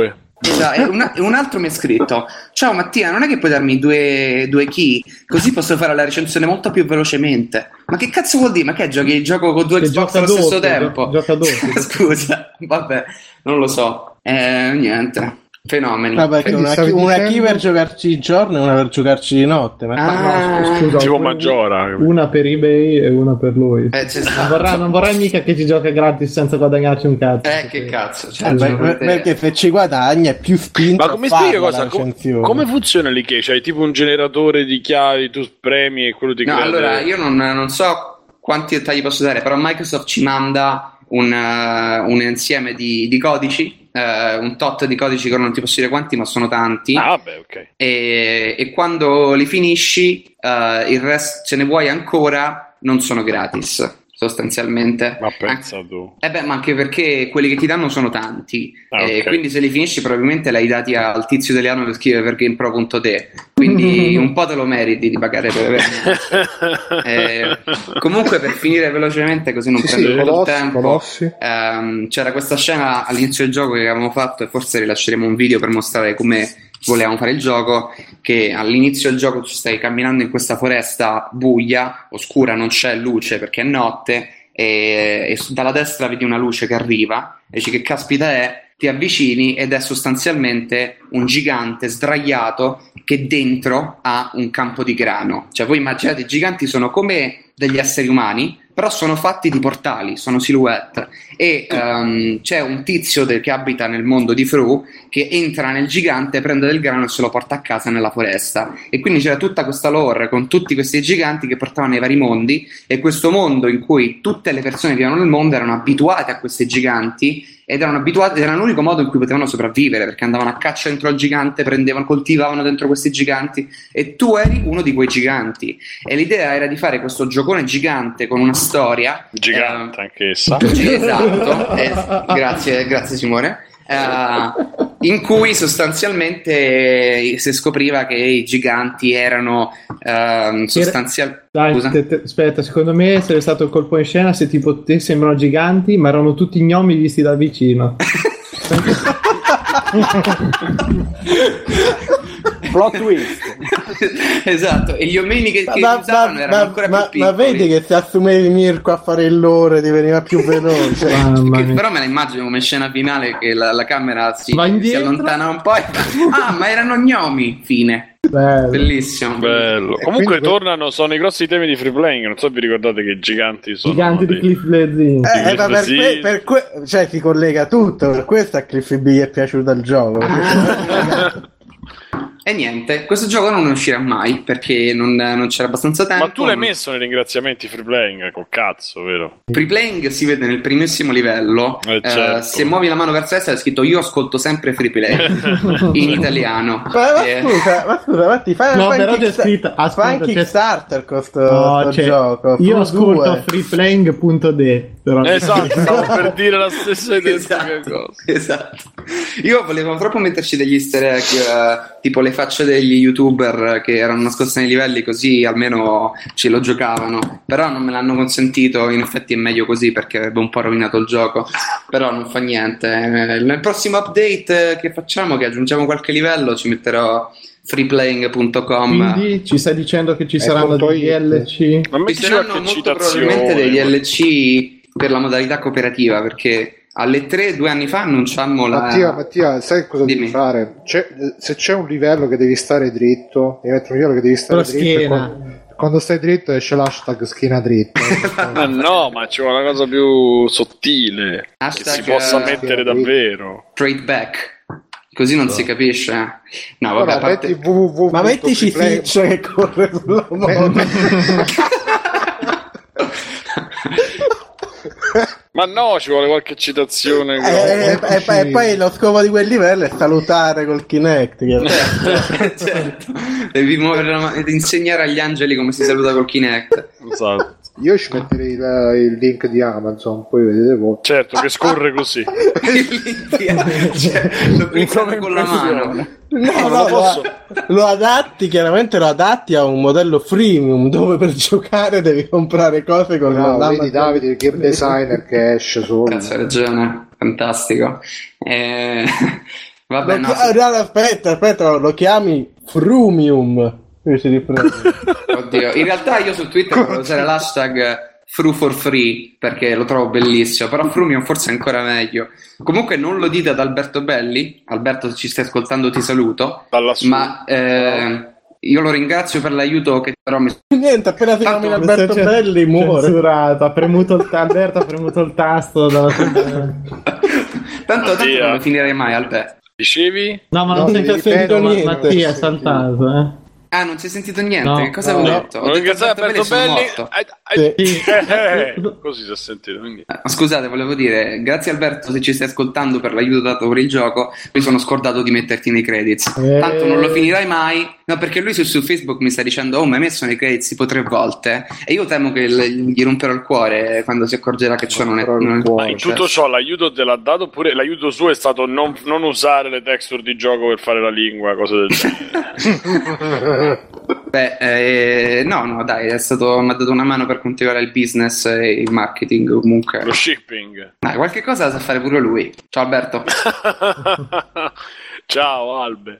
Esatto, e una- e un altro mi ha scritto: ciao Mattia, non è che puoi darmi due, due key? Così posso fare la recensione molto più velocemente. Ma che cazzo vuol dire? Ma che giochi il gioco con due Che Xbox gioca allo stesso doppio, tempo? gio- gioca doppio. Scusa, vabbè, non lo so. Eh, niente, fenomeni. Vabbè, che Quindi una, stavi una dicendo- key per giocarci di giorno e una per giocarci di notte. Ma Ah, No, scusa, Tipo un- Maggiora. una per eBay e una per lui. eh, c'è Non stato. vorrà, non vorrai mica che ci gioca gratis senza guadagnarci un cazzo. Eh, che cazzo. Cioè, Eh, beh, veramente- perché se ci guadagni è più spinto Ma a come farla spiega la cosa? Com- recensione. come funziona lì che c'hai tipo un generatore di chiavi, tu premi e quello ti No, crea allora delle- io non, non so quanti dettagli posso dare, però Microsoft ci manda un, eh, un insieme di, di codici, eh, un tot di codici che non ti posso dire quanti, ma sono tanti. Ah, vabbè, ok. E, e quando li finisci, eh, il resto, se ne vuoi ancora, non sono gratis, sostanzialmente. Ma pensa tu. Eh beh, ma anche perché quelli che ti danno sono tanti, Ah, e ok. quindi se li finisci probabilmente l'hai dati al tizio italiano che scrive per GamePro punto it, quindi un po' te lo meriti di pagare per averlo. Eh, comunque, per finire velocemente, così non Sì, prendo sì, tutto il colossi, tempo, colossi. ehm, c'era questa scena all'inizio del gioco che avevamo fatto, e forse rilasceremo un video per mostrare come volevamo fare il gioco, che all'inizio del gioco tu stai camminando in questa foresta buia, oscura, non c'è luce perché è notte, e, e dalla destra vedi una luce che arriva e dici che caspita è, ti avvicini ed è sostanzialmente un gigante sdraiato che dentro ha un campo di grano. Cioè voi immaginate, i giganti sono come degli esseri umani, però sono fatti di portali, sono silhouette, e um, c'è un tizio del- che abita nel mondo di Fru che entra nel gigante, prende del grano e se lo porta a casa nella foresta, e quindi c'era tutta questa lore con tutti questi giganti che portavano ai vari mondi, e questo mondo in cui tutte le persone che vivono nel mondo erano abituate a questi giganti ed erano abituati, era l'unico modo in cui potevano sopravvivere, perché andavano a caccia dentro il gigante, prendevano, coltivavano dentro questi giganti, e tu eri uno di quei giganti, e l'idea era di fare questo giocone gigante con una storia Gigante anch'essa. eh, sì, esatto, eh, grazie, grazie Simone. Eh, in cui sostanzialmente si scopriva che i giganti erano ehm, sostanzialmente Dai, Scusa? te- te- aspetta, secondo me sarebbe stato il colpo in scena se tipo te sembrano giganti, ma erano tutti gnomi visti da vicino. Plot twist. esatto, e gli omini che, che Ma, usavano ma- erano ma- ancora ma- più ma piccoli. vedi che se assumevi Mirko a fare il lore diveniva più veloce. Mamma Che mia. però me la immagino come scena finale che la, la camera si, Va si indietro. allontana un po' e fa, ah, ma erano gnomi, fine. Bello. Bellissimo. Bello. E Comunque quindi- tornano, sono i grossi temi di free playing. Non so se vi ricordate che i giganti sono Giganti di dei- Cliff Blazing. Eh, eh, ma per, Sì. que- per que- cioè si collega tutto, per questo a Cliffy B è piaciuto il gioco. E niente, questo gioco non uscirà mai perché non, non c'era abbastanza tempo. Ma tu l'hai messo nei ringraziamenti free playing col cazzo, vero? Free playing si vede nel primissimo livello. Eh, certo. Eh, se muovi la mano verso destra è scritto io ascolto sempre free playing in italiano. Ma, ma Eh, scusa, ma scusa, ma ti fai No, fai però un c'è Kicksta- scritto- fai aspetta, un c'è- Kickstarter con sto, No, sto cioè, gioco. io Fu ascolto due. freeplaying punto de però. Esatto, stavo per dire la stessa identica Esatto, cosa. esatto. Io volevo proprio metterci degli easter egg, eh, tipo le facce degli youtuber che erano nascosti nei livelli, così almeno ce lo giocavano. Però non me l'hanno consentito, in effetti è meglio così perché avrebbe un po' rovinato il gioco. Però non fa niente. Eh, Nel prossimo update eh, che facciamo, che aggiungiamo qualche livello, ci metterò freeplaying punto com. Quindi ci stai dicendo che ci È saranno punto dei it. D L C? Ma Ci mettici saranno qualche molto citazione. probabilmente dei D L C per la modalità cooperativa, perché alle tre, due anni fa annunciammo la... Mattia, Mattia, sai cosa Dimmi. devi fare? C'è- se c'è un livello che devi stare dritto, devi mettere un livello che devi stare Con la dritto, e schiena. quando, quando stai dritto esce l'hashtag schiena dritta. Ma no, ma c'è una cosa più sottile Hashtag, che si possa eh, mettere sì, davvero. straight back, così non si capisce. No, vabbè, Però a parte... metti www. Ma mettici freeplay- Fitch che corre sulla Me- moto. me- Ma no, ci vuole qualche citazione. E, e- e- e poi lo scopo di quel livello è salutare col Kinect. che- certo. Devi muovere la mano ed insegnare agli angeli come si saluta col Kinect. Esatto. Io ci metterei il, il link di Amazon, poi vedete voi. Certo, che scorre così. cioè, lo cliccano con la mano. No, non no, lo posso. lo, lo adatti, chiaramente lo adatti a un modello freemium dove per giocare devi comprare cose con No, la vedi Davide, il game designer che esce solo. Cazzo, hai ragione, fantastico. Eh, Vabbè, Lo no, chi- ah, no, aspetta, aspetta, lo chiami Frumium. Invece di Premium. oddio. In realtà io su Twitter volevo usare l'hashtag Fru for free perché lo trovo bellissimo, però Frumium forse è ancora meglio. Comunque non lo dite ad Alberto Belli. Alberto, se ci stai ascoltando ti saluto, Dalla sua. ma eh, io lo ringrazio per l'aiuto che però mi... Niente, appena si Tanto- nomina Alberto Cioè, Belli muore. Censurato, ha premuto il ta- Alberto ha premuto il tasto dalla tanto, tanto non lo finirei mai, Alberto. Dicevi? No, ma No, non si è non sentito sento ma- niente. Mattia è saltato, eh. Ah, non si è sentito niente? No, Che cosa no, avevo no. detto? Ho Non detto ringraziare Alberto Alberto Belli, sono Belli. morto. Ai- ai- Sì. eh, eh, Così si è sentito. Quindi. Eh, Scusate, volevo dire, grazie Alberto se ci stai ascoltando per l'aiuto dato per il gioco, mi sono scordato di metterti nei credits. Eh. Tanto non lo finirai mai, no, perché lui su, su Facebook mi sta dicendo, oh, mi hai messo nei credits tipo tre volte, e io temo che l- gli romperò il cuore quando si accorgerà che ciò non è... Romperò il non è- cuore. Ma in tutto ciò l'aiuto te l'ha dato oppure l'aiuto suo è stato non, non usare le texture di gioco per fare la lingua, cose del genere. Beh, eh, no, no, dai, è stato, mi ha dato una mano per continuare il business e il marketing comunque. Lo shipping. Dai, qualche cosa la sa fare pure lui. Ciao Alberto. Ciao Albe.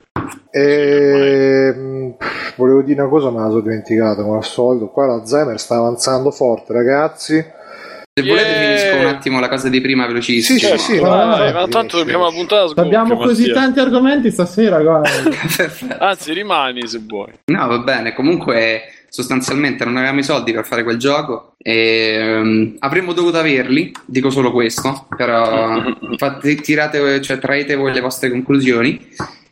E, mh, volevo dire una cosa ma la sono dimenticato come al solito. Qua l'Alzheimer sta avanzando forte, ragazzi. Se volete Yeah. finisco un attimo la cosa di prima velocissimo. Sì, sì, sì. Vai, no, ma tanto dobbiamo la puntata sgonfia, Abbiamo così Mattia. tanti argomenti stasera, guarda. Perfetto. Anzi, rimani se vuoi. No, va bene, comunque sostanzialmente non avevamo i soldi per fare quel gioco e ehm, avremmo dovuto averli, dico solo questo, però fate, tirate, cioè traete voi le vostre conclusioni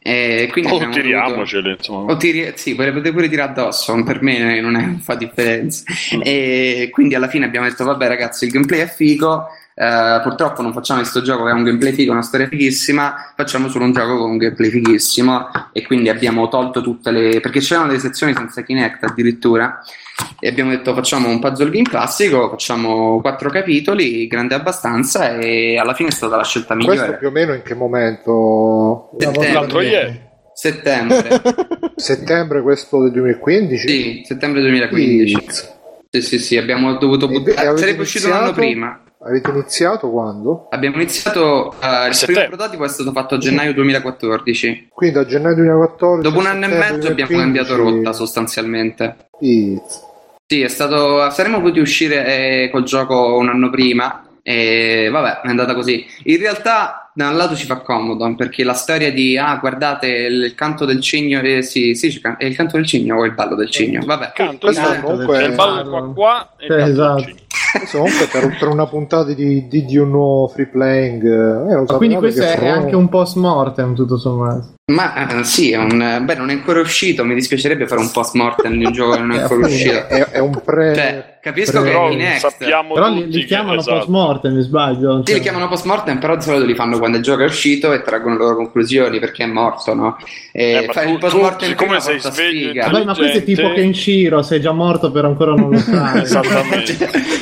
e quindi O abbiamo tiriamocele, dovuto- insomma. o tiri- sì, poi le potete pure tirare addosso, per me non, è, non fa differenza. E quindi alla fine abbiamo detto vabbè ragazzi, il gameplay è figo. Uh, purtroppo non facciamo questo gioco che ha un gameplay figo, una storia fighissima, facciamo solo un gioco con un gameplay fighissimo e quindi abbiamo tolto tutte le... perché c'erano delle sezioni senza Kinect addirittura e abbiamo detto facciamo un puzzle game classico, facciamo quattro capitoli, grande abbastanza e alla fine è stata la scelta Questo migliore. più o meno in che momento? Settembre. L'altro ieri. Settembre, Settembre questo del duemilaquindici? sì, settembre duemilaquindici. Sì, sì, sì, abbiamo dovuto E- e buttare, avete sarebbe uscito un anno iniziato? prima. Avete iniziato quando? Abbiamo iniziato, uh, il primo settembre. prototipo è stato fatto a gennaio duemilaquattordici. Quindi a gennaio duemilaquattordici. Dopo un anno e mezzo abbiamo cambiato rotta sostanzialmente. Sì. Sì, è stato. Saremmo potuti uscire eh, col gioco un anno prima e vabbè, è andata così. In realtà, da un lato ci fa comodo perché la storia di ah, guardate il, il canto del cigno, eh, sì, sì, è il canto del cigno o il ballo del cigno. Vabbè, Canto, Questo il è comunque- c'è il ballo qua qua e il Sì, canto esatto. del cigno. Questo comunque per, per una puntata di Did You Know Free Playing. Eh, non Ma quindi sapevate questo che è fra- anche un post mortem tutto sommato. ma eh, sì, è un. Beh, non è ancora uscito. Mi dispiacerebbe fare un post mortem di un gioco che non è Eh, ancora appunto. uscito. È, è un pre. Cioè, capisco pre- che Però è Kinect. sappiamo Però tutti li, li che- chiamano esatto. post mortem, mi sbaglio. Sì, Cioè, li chiamano post mortem, però di solito li fanno quando il gioco è uscito e traggono le loro conclusioni perché è morto, no? E Eh, ma fare tu- il post tu, mortem siccome prima sei porta sveglio sfiga. Vabbè, ma questo è tipo intelligente. Kenshiro, sei già morto però ancora non lo sai. Esattamente.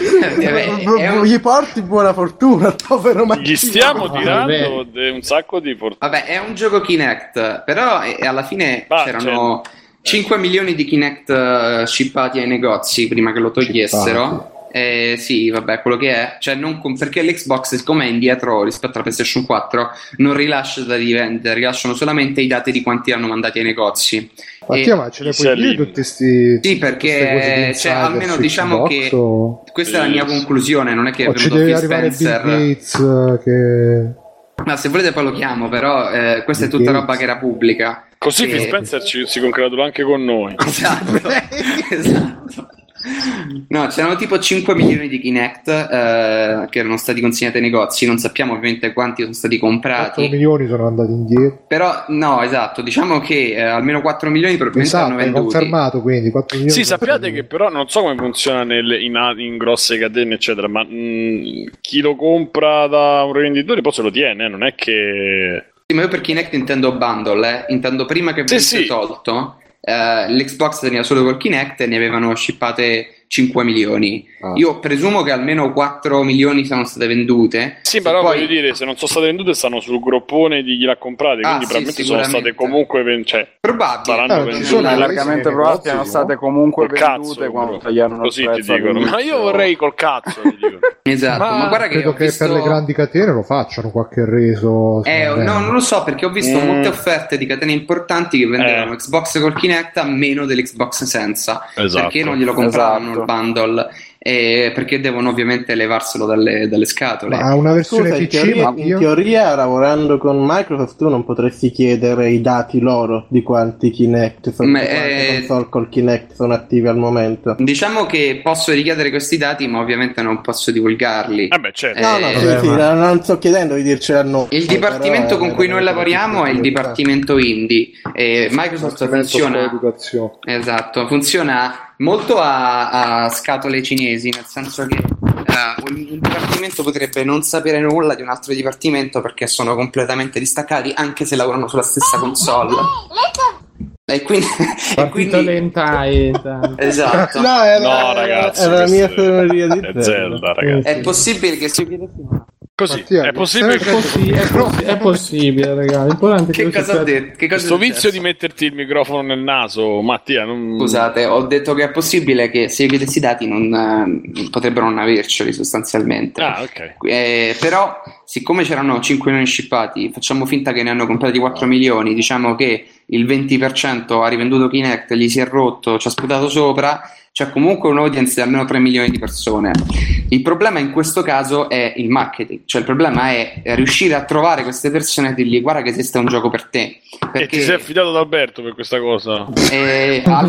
È- è un- Gli porti buona fortuna al povero Gli Mattino. stiamo Ah, tirando vabbè. de- un sacco di fortuna. Vabbè, è un gioco Kinect, però eh, alla fine Ah, c'erano cinque milioni di Kinect eh, shippati ai negozi prima che lo togliessero. Eh, sì, vabbè, quello che è, cioè non com- perché l'Xbox, siccome è indietro rispetto alla PlayStation quattro, non rilascia da rivendere, rilasciano solamente i dati di quanti hanno mandati ai negozi. Mattia, E- ma ce ne i puoi dire selling. tutti sti Sì, perché, queste cose di cioè, insider almeno su diciamo Xbox, che- o, questa è la mia Yes. conclusione, non è che è o ci venuto deve Phil arrivare Bill Spencer. Gates eh, che Ma se volete poi lo chiamo, però eh, questa è Bill tutta Gates. roba che era pubblica. Così E- Phil Spencer ci- si congratula anche con noi. Esatto, esatto. No, c'erano tipo cinque milioni di Kinect eh, che erano stati consegnati ai negozi, non sappiamo ovviamente quanti sono stati quattro comprati, milioni sono andati indietro. però no, esatto, diciamo che eh, almeno quattro milioni probabilmente Esatto, hanno hai venduti. confermato quindi quattro milioni. Sì, sono sappiate stati- che però non so come funziona nel- in, in grosse catene, eccetera, ma mh, chi lo compra da un rivenditore poi se lo tiene, eh, non è che... Sì, ma io per Kinect intendo bundle, eh. Intendo prima che Sì, venisse sì. tolto, eh, l'Xbox teniva solo col Kinect e ne avevano shippate cinque milioni. Ah. Io presumo che almeno quattro milioni siano state vendute. Sì, Se però poi- voglio dire, se non sono state vendute stanno sul groppone di chi l'ha comprate, Ah, quindi sì, probabilmente sono sicuramente. state comunque ven- cioè, Probabile. saranno Eh, vendute. ci sono È i largamente nei probabile negozi, siano no? state comunque Col vendute cazzo, quando bro. tagliarono il Così ti prezzo dicono. all'inizio. Ma io vorrei col cazzo, ti dicono. Esatto, ma, Ma guarda che Credo ho che visto... per le grandi catene lo facciano qualche reso. Eh, secondo me. no, non lo so perché ho visto Mm. molte offerte di catene importanti che vendevano Eh. Xbox col Kinect a meno dell'Xbox senza. Esatto. Perché non glielo compravano Esatto. il bundle? Eh, perché devono ovviamente levarselo dalle, dalle scatole. Ma una versione Scusa, in P C, teoria, Mattia? in teoria, lavorando con Microsoft tu non potresti chiedere i dati loro di quanti Kinect sono, Ma, di quante eh, console col Kinect sono attive al momento. Diciamo che posso richiedere questi dati, ma ovviamente non posso divulgarli. Eh beh, certo. No, no, Eh, sì, vabbè, sì, ma- no, non sto chiedendo di dircelo a noi. Il però dipartimento è con cui noi veramente lavoriamo è il difficile. dipartimento indie. E Microsoft Dipartimento funziona, Educazione. esatto, funziona molto a, a scatole cinesi, nel senso che eh, un, un dipartimento potrebbe non sapere nulla di un altro dipartimento perché sono completamente distaccati, anche se lavorano sulla stessa console. E quindi, e Partita quindi lenta e tanto. esatto. No, era, No, ragazzi, era la mia questo è- teoria di È Zelda, ragazzi. È possibile che si Così, Mattia, è possibile è che È, possi- è possi- è possibile, ragazzi. L'importante è Che lo cosa ho succeda. detto? Che cosa questo è vizio successo? di metterti il microfono nel naso, Mattia, non... Scusate, ho detto che è possibile che se io chiedessi i dati non eh, potrebbero non averceli sostanzialmente. Ah, ok. Eh, però, siccome c'erano cinque milioni shippati, facciamo finta che ne hanno comprati quattro milioni, diciamo che il venti per cento ha rivenduto Kinect, gli si è rotto, ci ha sputato sopra, c'è comunque un'audience di almeno tre milioni di persone. Il problema in questo caso è il marketing, cioè il problema è riuscire a trovare queste persone e dirgli guarda che esiste un gioco per te. E Perché ti sei affidato ad Alberto per questa cosa? eh, Al-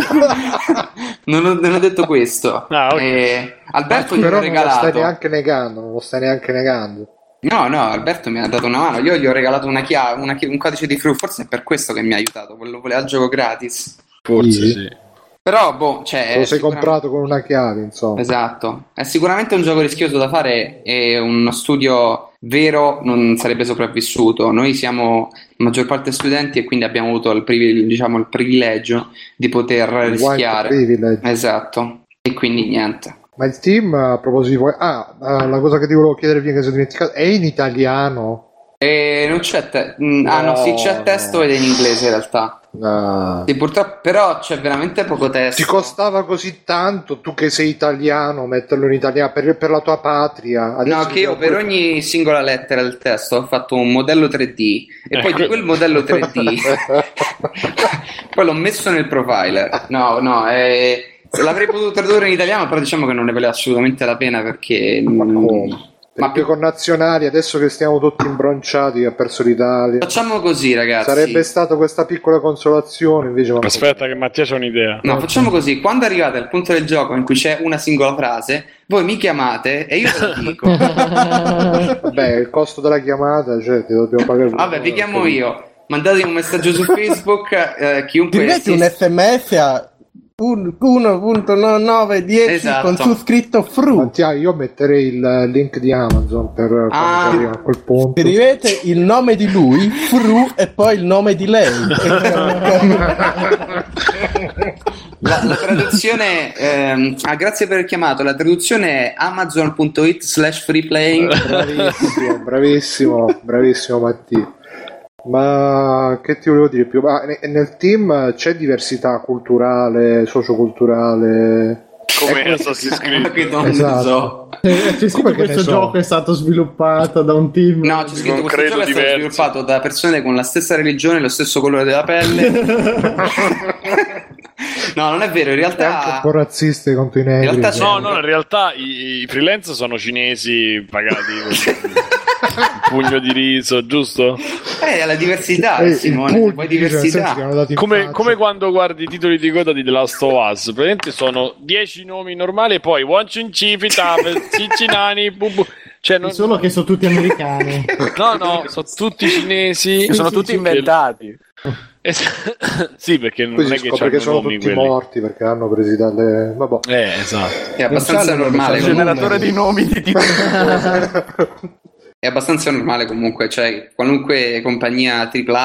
non, ho, non ho detto questo. Ah, ok. Eh, Alberto gli Però ho non lo stai regalato. neanche negando, non lo stai neanche negando. No, no, Alberto mi ha dato una mano. Io gli ho regalato una chiave, una chi- un codice di free. Forse è per questo che mi ha aiutato. Quello voleva il gioco gratis. Forse Sì. sì. Però, boh, cioè. Te lo è sei sicuramente- comprato con una chiave, insomma. Esatto. È sicuramente un gioco rischioso da fare e uno studio vero non sarebbe sopravvissuto. Noi siamo la maggior parte studenti e quindi abbiamo avuto il, privil- diciamo, il privilegio di poter White rischiare. privilege. Esatto. E quindi niente. Ma il team, a proposito di... Ah, ah, la cosa che ti volevo chiedere prima che si è dimenticato, è in italiano? E non c'è te- mm, ah no, sì, c'è testo ed è in inglese in realtà. Ah. Sì, purtroppo, però c'è veramente poco testo. Ti costava così tanto, tu che sei italiano, metterlo in italiano per, per la tua patria? Adesso No, che io per ogni singola lettera del testo ho fatto un modello tre D e poi di quel modello tre D poi l'ho messo nel profiler. No, no, eh, l'avrei potuto tradurre in italiano, però diciamo che non ne valeva assolutamente la pena perché... Ma mm, come? Per ma i tuoi connazionali, adesso che stiamo tutti imbronciati che ha perso l'Italia, facciamo così, ragazzi. sarebbe stata questa piccola consolazione, invece ma- Aspetta che Mattia c'ha un'idea. No, facciamo così, quando arrivate al punto del gioco in cui c'è una singola frase, voi mi chiamate e io ve la dico. Vabbè, il costo della chiamata, cioè, ti dobbiamo pagare. Vabbè, vi chiamo io. Mandatemi un messaggio su Facebook, eh, chiunque Scrivete un assist- sms a uno punto nove dieci Esatto. con su scritto fru. Mattia, io metterei il link di Amazon per quando Ah. si arriva a quel punto. Scrivete il nome di lui, fru, e poi il nome di lei. La, la traduzione, ehm, ah, grazie per il chiamato. La traduzione è amazon.it slash freeplaying. Bravissimo, bravissimo, bravissimo Mattia. Ma che ti volevo dire più? Ma ne- nel team c'è diversità culturale, socioculturale? Come Ecco- Assassin's Creed. Che non Esatto. so. Eh, c'è scritto Come che questo ne so? gioco è stato sviluppato da un team. No, c'è scritto Non questo credo gioco è stato diversi. sviluppato da persone con la stessa religione e lo stesso colore della pelle. No, non è vero, in È anche un realtà po' razziste contro i negri. realtà cioè. No, no, in realtà i, i freelance sono cinesi pagati con un pugno di riso, giusto? è la diversità, Eh, il Simone, pugno, poi cioè, nel senso che diversità. hanno dato in Come, faccia. come quando guardi i titoli di coda di The Last of Us, praticamente sono dieci nomi normali e poi Wanchin Cifita, Ciccinani, Bubu. Cioè, non... Solo che sono tutti americani. No, no, sono tutti cinesi. sono sì, tutti sì. inventati. Es- sì, perché non Poi è si che scopre che c'hanno sono nomi tutti quelli. morti perché hanno presi dalle... Vabbè. Eh, esatto. È abbastanza Non sanno normale. cosa comunque. Generatore di nomi di titoli. È abbastanza normale comunque, cioè qualunque compagnia tripla A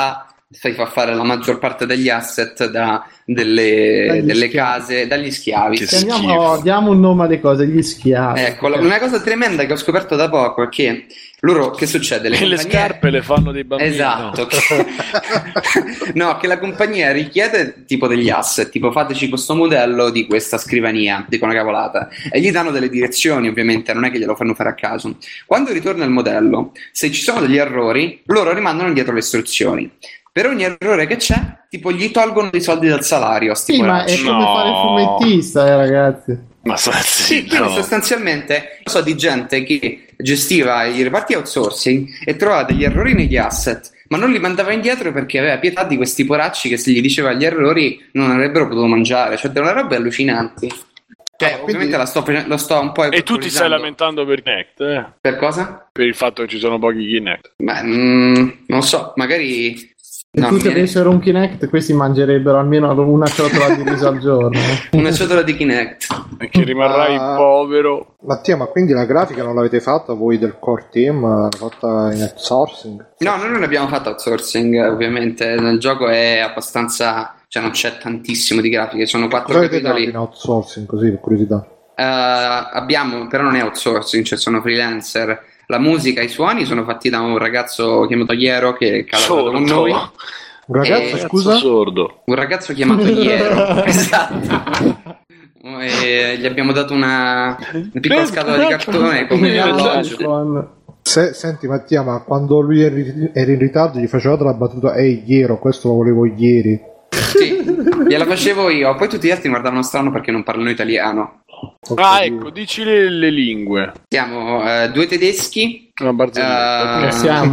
si fa fare la maggior parte degli asset da delle, Dagli delle schiavi. case, dagli schiavi. Che Sì. Chiamiamo- schifo. oh, diamo un nome alle cose, gli schiavi. Ecco, la- una cosa tremenda che ho scoperto da poco è che loro, che succede? Che le compagnie- scarpe le fanno dei bambini. Esatto, no? che... no, che la compagnia richiede tipo degli asset, tipo fateci questo modello di questa scrivania, dico una cavolata, e gli danno delle direzioni, ovviamente, non è che glielo fanno fare a caso. Quando ritorna il modello, se ci sono degli errori, loro rimandano indietro le istruzioni. Per ogni errore che c'è, tipo gli tolgono dei soldi dal salario a sti Sì, ma è poracci. come No. fare il fumettista, eh, ragazzi. Ma so- sì, Sì, quindi no. sostanzialmente so di gente che gestiva i reparti outsourcing e trovava degli errori negli asset, ma non li mandava indietro perché aveva pietà di questi poracci che se gli diceva gli errori non avrebbero potuto mangiare. Cioè, delle robe allucinanti. Cioè, Ah, quindi- ovviamente la sto, face- lo sto un po' E tu ti stai ipotizzando. lamentando per Kinect, eh? Per cosa? Per il fatto che ci sono pochi Kinect. Beh, mm, non lo so, magari... Se no, tutti mi viene- avessero un Kinect, questi mangerebbero almeno una ciotola di riso al giorno. una ciotola di Kinect. Perché rimarrai Ah. povero. Mattia, ma quindi la grafica non l'avete fatta voi del core team? L'avete fatta in outsourcing? No, noi non abbiamo fatto outsourcing, ovviamente. Nel gioco è abbastanza... Cioè, non c'è tantissimo di grafiche, sono quattro Cosa avete dato capitoli. in outsourcing, così per curiosità? Eh, abbiamo, però non è outsourcing, cioè sono freelancer. La musica, i suoni sono fatti da un ragazzo chiamato Iero che ha lavorato con noi. Un ragazzo, Eh, scusa? sordo. Un ragazzo chiamato Iero, esatto. E gli abbiamo dato una, una piccola scatola di cartone come Esatto. alloggio. Con- Se- senti Mattia, ma quando lui eri, eri in ritardo gli facevate la battuta ehi iero, questo lo volevo ieri. Sì, gliela facevo io. Poi tutti gli altri mi guardavano strano perché non parlano italiano. Ho Ah, capito. ecco, dici le, le lingue. Siamo eh, due tedeschi. Una barzelletta. Eh, ok. Siamo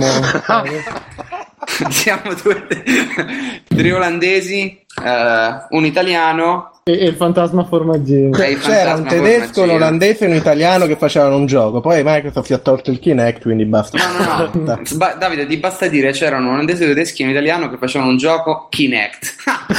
Siamo due tre olandesi, eh, un italiano e, e il fantasma formaggino. e il C'era un fantasma tedesco, un formaggino. olandese e un italiano che facevano un gioco. Poi Microsoft gli ha tolto il Kinect, quindi basta. No, no, no. Ba- Davide, ti basta dire c'erano un olandese, due tedeschi e un italiano che facevano un gioco Kinect.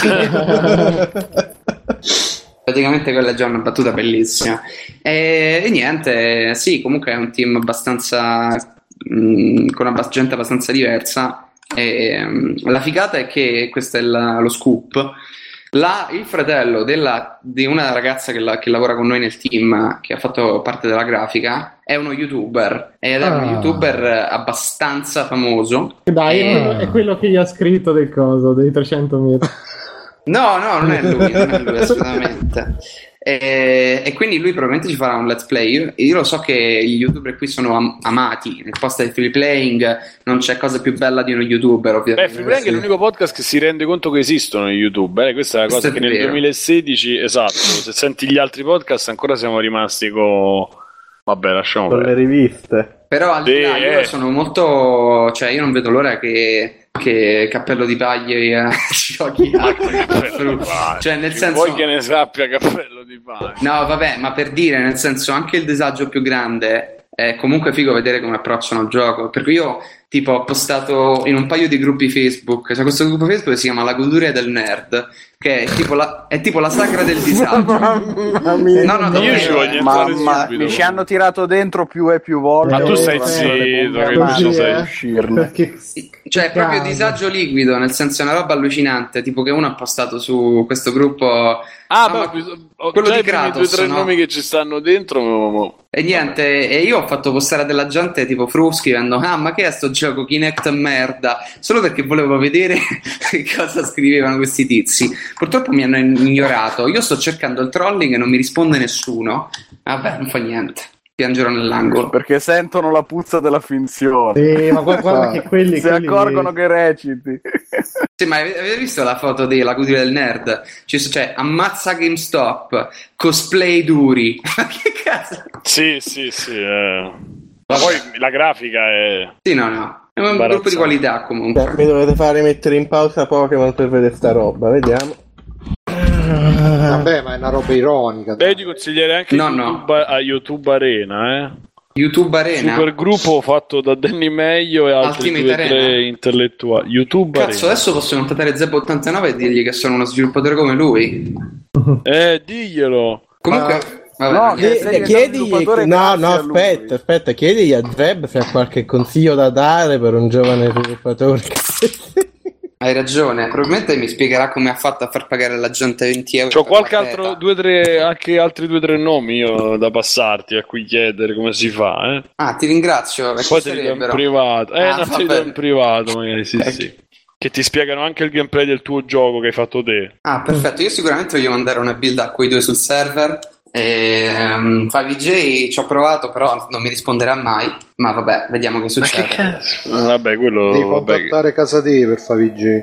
Praticamente quella è già una battuta bellissima. E, e niente, sì, comunque è un team abbastanza mh, con una gente abbastanza diversa. E, mh, la figata è che questo è la- lo scoop. La- il fratello della- di una ragazza che, la- che lavora con noi nel team, che ha fatto parte della grafica, è uno youtuber ed è Ah. un youtuber abbastanza famoso. Dai, Eh. è quello- è quello che gli ha scritto del coso, dei trecento metri. No, no, non è lui, non è lui assolutamente. E, e quindi lui probabilmente ci farà un let's play. Io, io lo so che gli youtuber qui sono am- amati. Nel posto del free playing non c'è cosa più bella di uno youtuber, Beh, ovviamente. Freeplaying è l'unico podcast che si rende conto che esistono in YouTube. Eh? Questa è la cosa Questo che è nel vero. duemilasedici, esatto, se senti gli altri podcast ancora siamo rimasti con... Vabbè, lasciamo Con le perdere. riviste. Però al di Sì, là io eh. sono molto, cioè io non vedo l'ora che, che Cappello di Paglia ci giochi a- Cappello di Paglia. cioè nel Chi senso vuoi che ne sappia Cappello di Paglia? no vabbè, ma per dire, nel senso anche il disagio più grande è comunque figo vedere come approcciano il gioco, per cui io tipo ho postato in un paio di gruppi Facebook, c'è questo gruppo Facebook che si chiama La Cultura del Nerd, che è tipo la, è tipo la sagra del disagio. Mamma mia. No, no, Io davvero, ci voglio eh. entrare Mamma, subito. mi ci hanno tirato dentro più e più volte. Ma tu Ora sei sono zitto, le che bombe non armate ci sei. per uscirne. Perché Cioè, è proprio Calma. disagio liquido, nel senso è una roba allucinante. Tipo che uno ha postato su questo gruppo. Ah, "Ah, beh, ma bisog- ho quello già di i primi Kratos, due o tre no?" nomi che ci stanno dentro. mo- mo- E niente, e io ho fatto postare della gente tipo Fru scrivendo: ah, ma che è sto gioco Kinect merda? Solo perché volevo vedere che cosa scrivevano questi tizi. Purtroppo mi hanno ignorato. Io sto cercando il trolling e non mi risponde nessuno. Vabbè, non fa niente. Piangerò nell'angolo. Perché sentono la puzza della finzione. Sì, ma guarda, guarda che quelli, Si quelli- accorgono che reciti. Sì, ma avete avete visto la foto della cultura del nerd? C'è, c'è ammazza GameStop, cosplay duri. Ma che cazzo? Sì, sì, sì. eh. Ma poi la grafica è... Sì, no, no. È un Imbarazzante. gruppo di qualità Cioè, comunque. mi dovete fare mettere in pausa Pokémon per vedere sta roba, vediamo. Vabbè, ma è una roba ironica. Beh, io ti consiglierei anche No, YouTube, a YouTube Arena, eh. YouTube Arena. Super gruppo fatto da Danny Meglio e altri Ultimate due o Arena. tre intellettuali. YouTube Cazzo, Arena. adesso posso contattare Zeb ottantanove e dirgli che sono uno sviluppatore come lui. Eh, diglielo. Comunque, vabbè, no, niente. che- sei Chiedi- Chiedigli, sviluppatore no, grazie no, a lui. aspetta, aspetta, chiedigli a Zeb se ha qualche consiglio da dare per un giovane sviluppatore. Hai ragione, probabilmente mi spiegherà come ha fatto a far pagare alla gente venti euro. C'ho per qualche la altro, beta. due, tre, anche altri due o tre nomi io da passarti a cui chiedere come si fa, eh. Ah, ti ringrazio. e Poi chi te li do in sarebbero? privato. Eh, Ah, no, te li vabbè. do in privato, magari, sì, sì. Che ti spiegano anche il gameplay del tuo gioco che hai fatto te. Ah, perfetto. Io sicuramente voglio mandare una build a quei due sul server. E, um, five J ci ho provato, però non mi risponderà mai. Ma vabbè, vediamo che succede. cazzo? Vabbè, quello... Devi vabbè. contattare casa te per fare V J.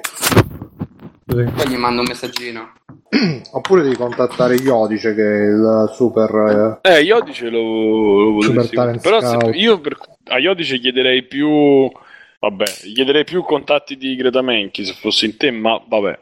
Poi gli mando un messaggino. Oppure devi contattare Iodice, che è il super... Eh, Iodice lo, lo Super potresti- talent Però scout. se- io per, a Iodice chiederei più... Vabbè, gli chiederei più contatti di Greta Menchi se fossi in te, ma vabbè.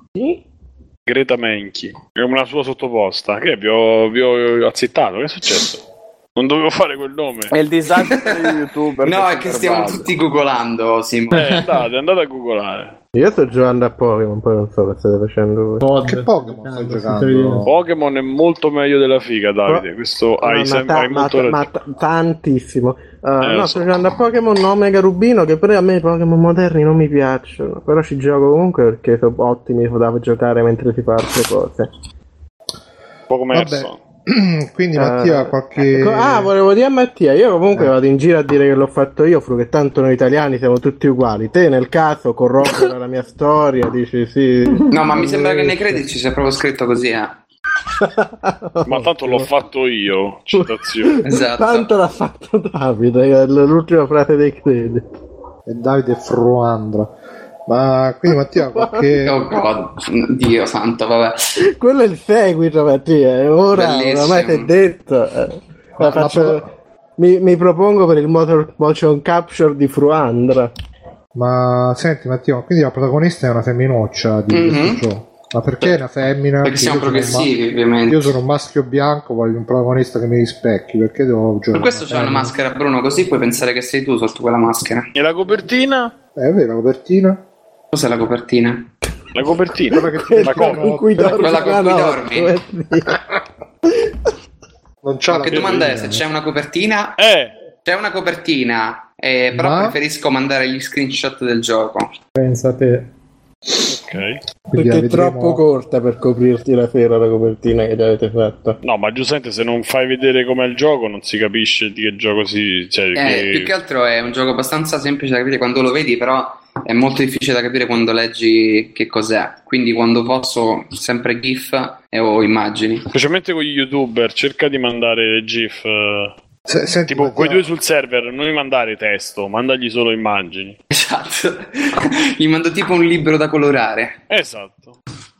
Greta Menchi, è una sua sottoposta. Che vi ho, vi ho azzittato, che è successo? Non dovevo fare quel nome. È il disastro degli youtuber. No, è si che stiamo pervade. tutti googolando, Simo. Eh, andate, andate a googolare. Io sto giocando a Pokémon, poi non so che state facendo voi. Pod. Che Pokémon stai Cazzo, giocando? si trova. Pokémon è molto meglio della figa, Davide. Questo Ma- hai, ma sem- ta- hai ma, molto ta- ragione. ma ta- tantissimo. Uh, Eh, lo no, so. sto giocando a Pokémon Omega Rubino, che però a me i Pokémon moderni non mi piacciono. Però ci gioco comunque perché sono ottimi da giocare mentre si fa altre cose. Poco Vabbè. messo. Quindi Mattia Eh, qualche... ecco, ah, volevo dire a Mattia, io comunque Eh. vado in giro a dire che l'ho fatto io, Fru, che tanto noi italiani siamo tutti uguali. Te nel caso corrobora la mia storia, dici sì. No, ma mi sembra che nei credit ci sia proprio scritto così, eh. Ma tanto l'ho fatto io. Citazione. Esatto. Tanto l'ha fatto Davide, è l'ultima frase dei credit. E Davide Fruandra. Ma quindi Mattia qualche... Oh god, Dio santo, vabbè. Quello è il seguito, Mattia. e Ora Bellissimo. ormai ti è detto. eh, Ma- la faccio- ma- mi, mi propongo per il motor, motion capture di Fruandra. Ma senti Mattia, ma quindi la protagonista è una femminuccia di Mhm. questo gioco? Ma perché è una femmina? Perché siamo io sono un progressivi, ma- ovviamente. Io sono un maschio bianco, voglio un protagonista che mi rispecchi, perché devo giocare? Per questo c'è una femmina? maschera, Bruno, così puoi pensare che sei tu sotto quella maschera. E la copertina? Eh, è vero, la copertina? Cos'è la copertina? La copertina. Quella che ti Ma dicono- come? in cui dormi Quella con la cui notte, dormi. Non c'ha Ma la che domanda è? Se copertina. c'è una copertina? Eh, C'è una copertina, eh, però Ma? preferisco mandare gli screenshot del gioco. Pensa a te. ok. Quindi Perché la è vedremo- troppo corta per coprirti la sera la copertina che gli avete fatto. No, ma giustamente se non fai vedere com'è il gioco non si capisce di che gioco si... Cioè, Eh, che... più che altro è un gioco abbastanza semplice da capire quando lo vedi, però è molto difficile da capire quando leggi che cos'è. Quindi quando posso sempre GIF e o immagini. Specialmente con gli youtuber, cerca di mandare le GIF. eh, Se- senti, tipo, Mattia, quei due sul server, non mi mandare testo, mandagli solo immagini. Esatto. Gli mando tipo un libro da colorare. Esatto.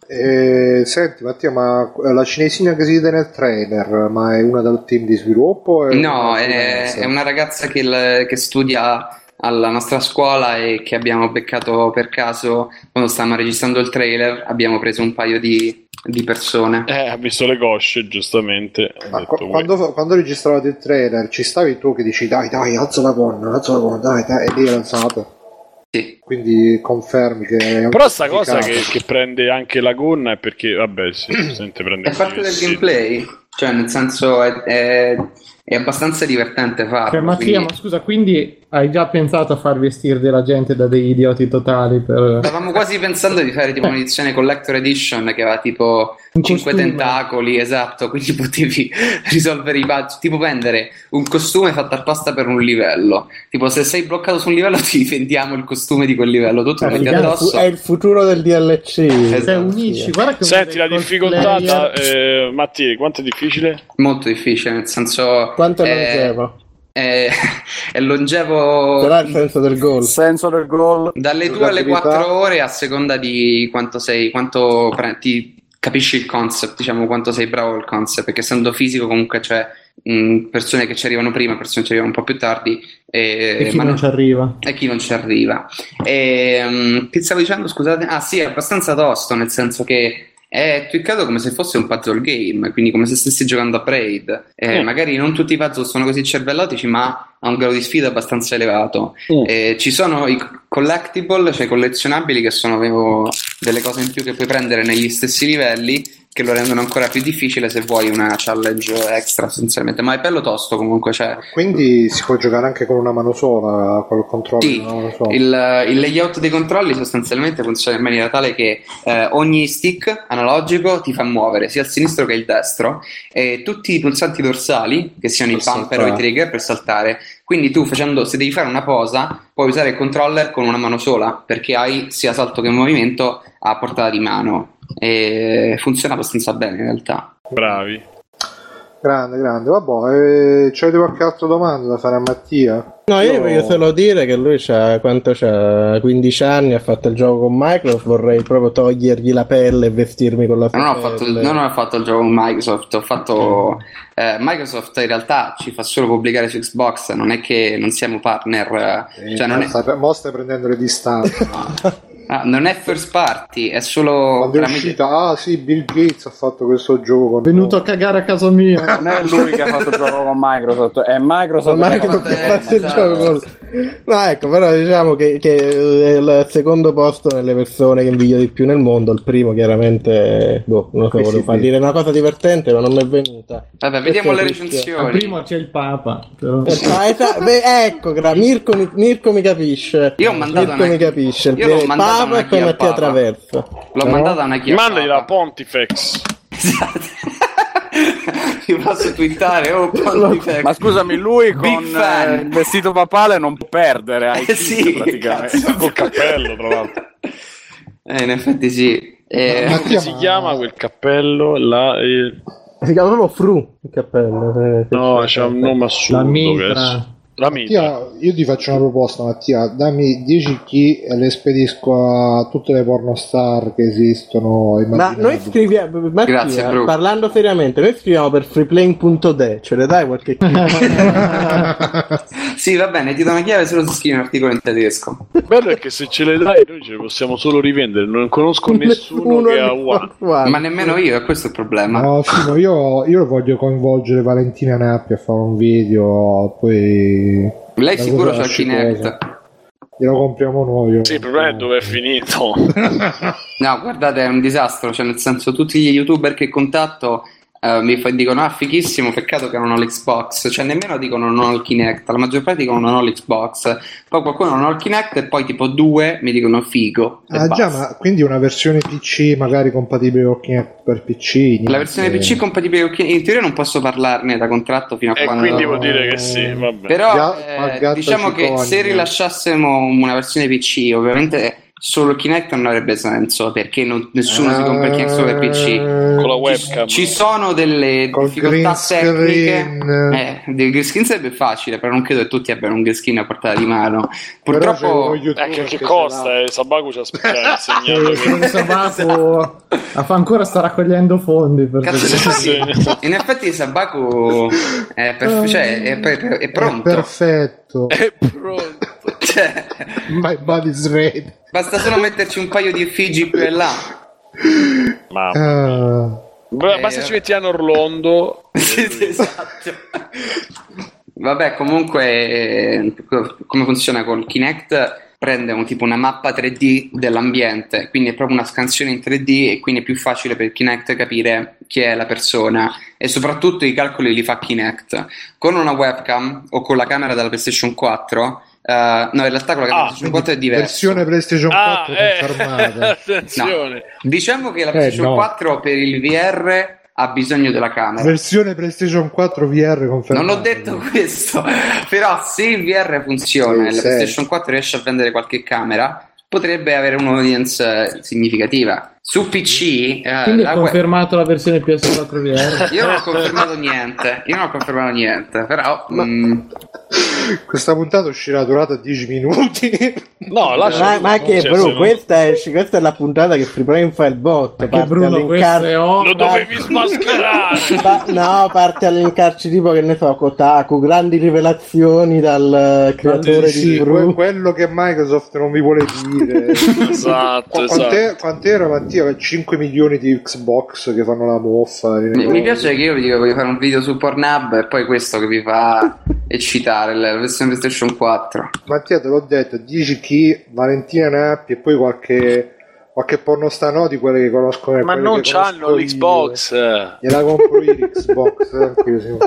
eh, senti Mattia, ma la cinesina che si vede nel trailer, ma è una del team di sviluppo? È No, una è, freelancer? è una ragazza che, il- che studia alla nostra scuola e che abbiamo beccato per caso quando stavamo registrando il trailer. Abbiamo preso un paio di, di persone. Eh, ha visto le cosce, giustamente. Ha Ma detto, qu- quando, quando registravate il trailer ci stavi tu che dici dai dai alza la gonna, alza la gonna, dai dai, e lì è alzato. Sì. Quindi confermi che è Però sta cosa giustificato. che, che prende anche la gonna è perché, vabbè, sì, giustamente prende È parte sì, del sì. gameplay, cioè nel senso è, è, è abbastanza divertente farlo. Cioè, Mattia, quindi- ma scusa, quindi hai già pensato a far vestire della gente da degli idioti totali per... Stavamo quasi pensando di fare tipo un'edizione collector edition che aveva tipo Un cinque costume. tentacoli, esatto, quindi potevi risolvere i budget, tipo vendere un costume fatto apposta per un livello. Tipo se sei bloccato su un livello ti vendiamo il costume di quel livello, tu te lo Eh, metti figata, addosso. È il futuro del D L C. Esatto. Cioè, unisci, guarda che Senti, la uno dei difficoltà, cosplayer- da, eh, Mattia, quanto è difficile? Molto difficile, nel senso Quanto è eh, longevo? è, è longevo Però il senso del Il gol. senso del gol. dalle due alle Giocabilità. quattro ore a seconda di quanto sei, quanto pre- ti capisci il concept, diciamo quanto sei bravo al concept, perché essendo fisico comunque c'è mh, persone che ci arrivano prima, persone che ci arrivano un po' più tardi e, E chi ma non non- ci arriva. e chi non ci arriva. E, mh, che stavo dicendo, scusate? Ah sì, è abbastanza tosto, nel senso che è twiccato come se fosse un puzzle game, quindi come se stessi giocando a Braid. Eh, Mm. Magari non tutti i puzzle sono così cervellotici, ma ha un grado di sfida abbastanza elevato. Mm. Eh, ci sono i collectible, cioè i collezionabili, che sono avevo, delle cose in più che puoi prendere negli stessi livelli, che lo rendono ancora più difficile se vuoi una challenge extra sostanzialmente, ma è bello tosto comunque, cioè. Quindi si può giocare anche con una mano sola, col controllo sì, di una mano sola. il, il layout dei controlli sostanzialmente funziona in maniera tale che eh, ogni stick analogico ti fa muovere sia il sinistro che il destro, e tutti i pulsanti dorsali, che siano Per i bumper saltare. o i trigger, per saltare. Quindi tu, facendo, se devi fare una posa, puoi usare il controller con una mano sola, perché hai sia salto che movimento a portata di mano, e funziona abbastanza bene in realtà. Bravi. Grande, grande. Vabbè, eh, c'è qualche altra domanda da fare a Mattia? No, io voglio solo dire che lui c'ha quanto c'ha quindici anni, ha fatto il gioco con Microsoft, vorrei proprio togliergli la pelle e vestirmi con la sua Non ho, fatto, pelle. non ho fatto il gioco con Microsoft, ho fatto eh, Microsoft in realtà ci fa solo pubblicare su Xbox, non è che non siamo partner, Eh, cioè non è, stai, mo stai prendendo le distanze. ah, non è first party, è solo Quando è tramite- uscita, ah sì, Bill Gates ha fatto questo gioco con Venuto a cagare a casa mia. Non è lui che ha fatto il gioco con Microsoft, è Microsoft, Ma che ha Microsoft fatto- ha fatto il esatto. gioco con- No, ecco, però diciamo che, che è il secondo posto nelle persone che invidio di più nel mondo. Il primo chiaramente, boh, non so, Sì, volevo sì, far sì. dire una cosa divertente, ma non mi è venuta. Vabbè, vediamo le Questo è Al recensioni. primo c'è il Papa. Però. Eh, ah, esa- beh, ecco, gra- Mirko, mi- Mirko mi capisce. Io ho mandato Mirko una- mi capisce. Il io l'ho primo mandata Papa una e poi chi al Mattia Papa. Traverso. L'ho mandata una chiamata. Mandagli la Pontifex. Ti posso twittare, oh Pontifex. Ma scusami, lui Big con fan. eh, il vestito papale non può perdere, hai Eh sì, praticamente. cazzo. Col cappello, tra l'altro. Eh, in effetti sì. Eh, Ma- Come si ma- chiama quel cappello? La, eh, Si chiama proprio Fru il cappello. eh, no, che c'è un nome assurdo. La che mitra. è- La mitra. Mattia, io ti faccio una proposta, Mattia, dammi dieci key e le spedisco a tutte le pornostar che esistono. Ma immaginabili. noi scriviamo, Mattia, Grazie, Bru. parlando seriamente, noi scriviamo per freeplaying punto de, ce le dai qualche sì, va bene, ti do una chiave solo se scrivi un articolo in tedesco. Il bello è che se ce le dai noi ce le possiamo solo rivendere. Non conosco nessuno che ha One. One. Ma nemmeno io, è questo il problema. No, Fimo, io, io voglio coinvolgere Valentina Nappi a fare un video, poi Lei la sicuro cosa c'ha il Kinect. scicosa. Glielo compriamo noi. Sì, il problema è dove è finito. No, guardate, è un disastro, cioè nel senso tutti gli youtuber che contatto eh, mi fa- dicono ah fighissimo, peccato che non ho l'Xbox, cioè nemmeno dicono non ho il Kinect, la maggior parte dicono non ho l'Xbox, poi qualcuno non ho il Kinect e poi tipo due mi dicono figo e Ah già, basta. ma quindi una versione P C magari compatibile con Kinect per P C? niente. La versione P C compatibile con Kinect, in teoria non posso parlarne da contratto fino a E quando... quindi vuol dire che sì, vabbè. Però Ga- eh, ma gatto diciamo che cicogna. se rilasciassimo una versione P C, ovviamente solo il Kinect non avrebbe senso, perché non- nessuno si compra il Kinect solo per P C. Con la Eh, webcam. Ci sono delle Col difficoltà green tecniche. screen. Eh, del green screen sarebbe facile, però non credo che tutti abbiano un green screen a portata di mano. Però c'è Purtroppo uno youtuber Eh, che, che ce costa? l'ha. Eh, Sabaku ci ha ci ha insegnato Eh, quello che... di Sabaku a fa ancora sta raccogliendo fondi per Cazzo, Sì. in effetti Sabaku è, perf- cioè, è, è- è È pronto. perfetto. È pronto. Cioè, My body's ready. basta solo metterci un paio di effigi qui e là. Ma Ah. Beh, basta Eh, ci mettiamo Orlando. Sì, sì, esatto. Vabbè, comunque eh, come funziona col Kinect? Prende un, tipo una mappa tre D dell'ambiente, quindi è proprio una scansione in tre D e quindi è più facile per Kinect capire chi è la persona e soprattutto i calcoli li fa Kinect. Con una webcam o con la camera della PlayStation quattro, eh, no, in realtà con la camera Ah, PlayStation quattro è diverso. Versione PlayStation Ah, quattro eh, confermata. attenzione. Diciamo che la PlayStation no. quattro per il V R ha bisogno della camera. Versione PlayStation quattro V R confermata. Non ho detto questo, però se il V R funziona Sì, e la sì. PlayStation quattro riesce a vendere qualche camera, potrebbe avere un'audience eh, significativa. Su P C, eh, Quindi la è web- confermato la versione P S quattro V R. io non ho confermato niente, io non ho confermato niente, però mm, Questa puntata uscirà durata dieci minuti. No, lascia. Ma, ma che cioè, bro, se no- questa è, questa è la puntata che Freeplane fa il bot. Che parte Bruno, all'incar- queste ho. Lo dovevi smascherare. Pa- no, parte all'incarci tipo che ne so, Kotaku, grandi rivelazioni dal eh, creatore Sì, di que- Bru. quello che Microsoft non vi vuole dire. Esatto, Qu- esatto. quant'è- Quant'era Mattia? cinque milioni di Xbox che fanno la moffa. mi, mi piace che io vi dico voglio fare un video su Pornhub e poi questo che vi fa eccitare la versione PlayStation quattro. Mattia, te l'ho detto, dieci key, Valentina Nappi e poi qualche qualche pornostar, no, di quelle che conoscono. Ma quelle non che c'hanno conosco l'Xbox. io. Gliela compro io l'Xbox, anche io, sì.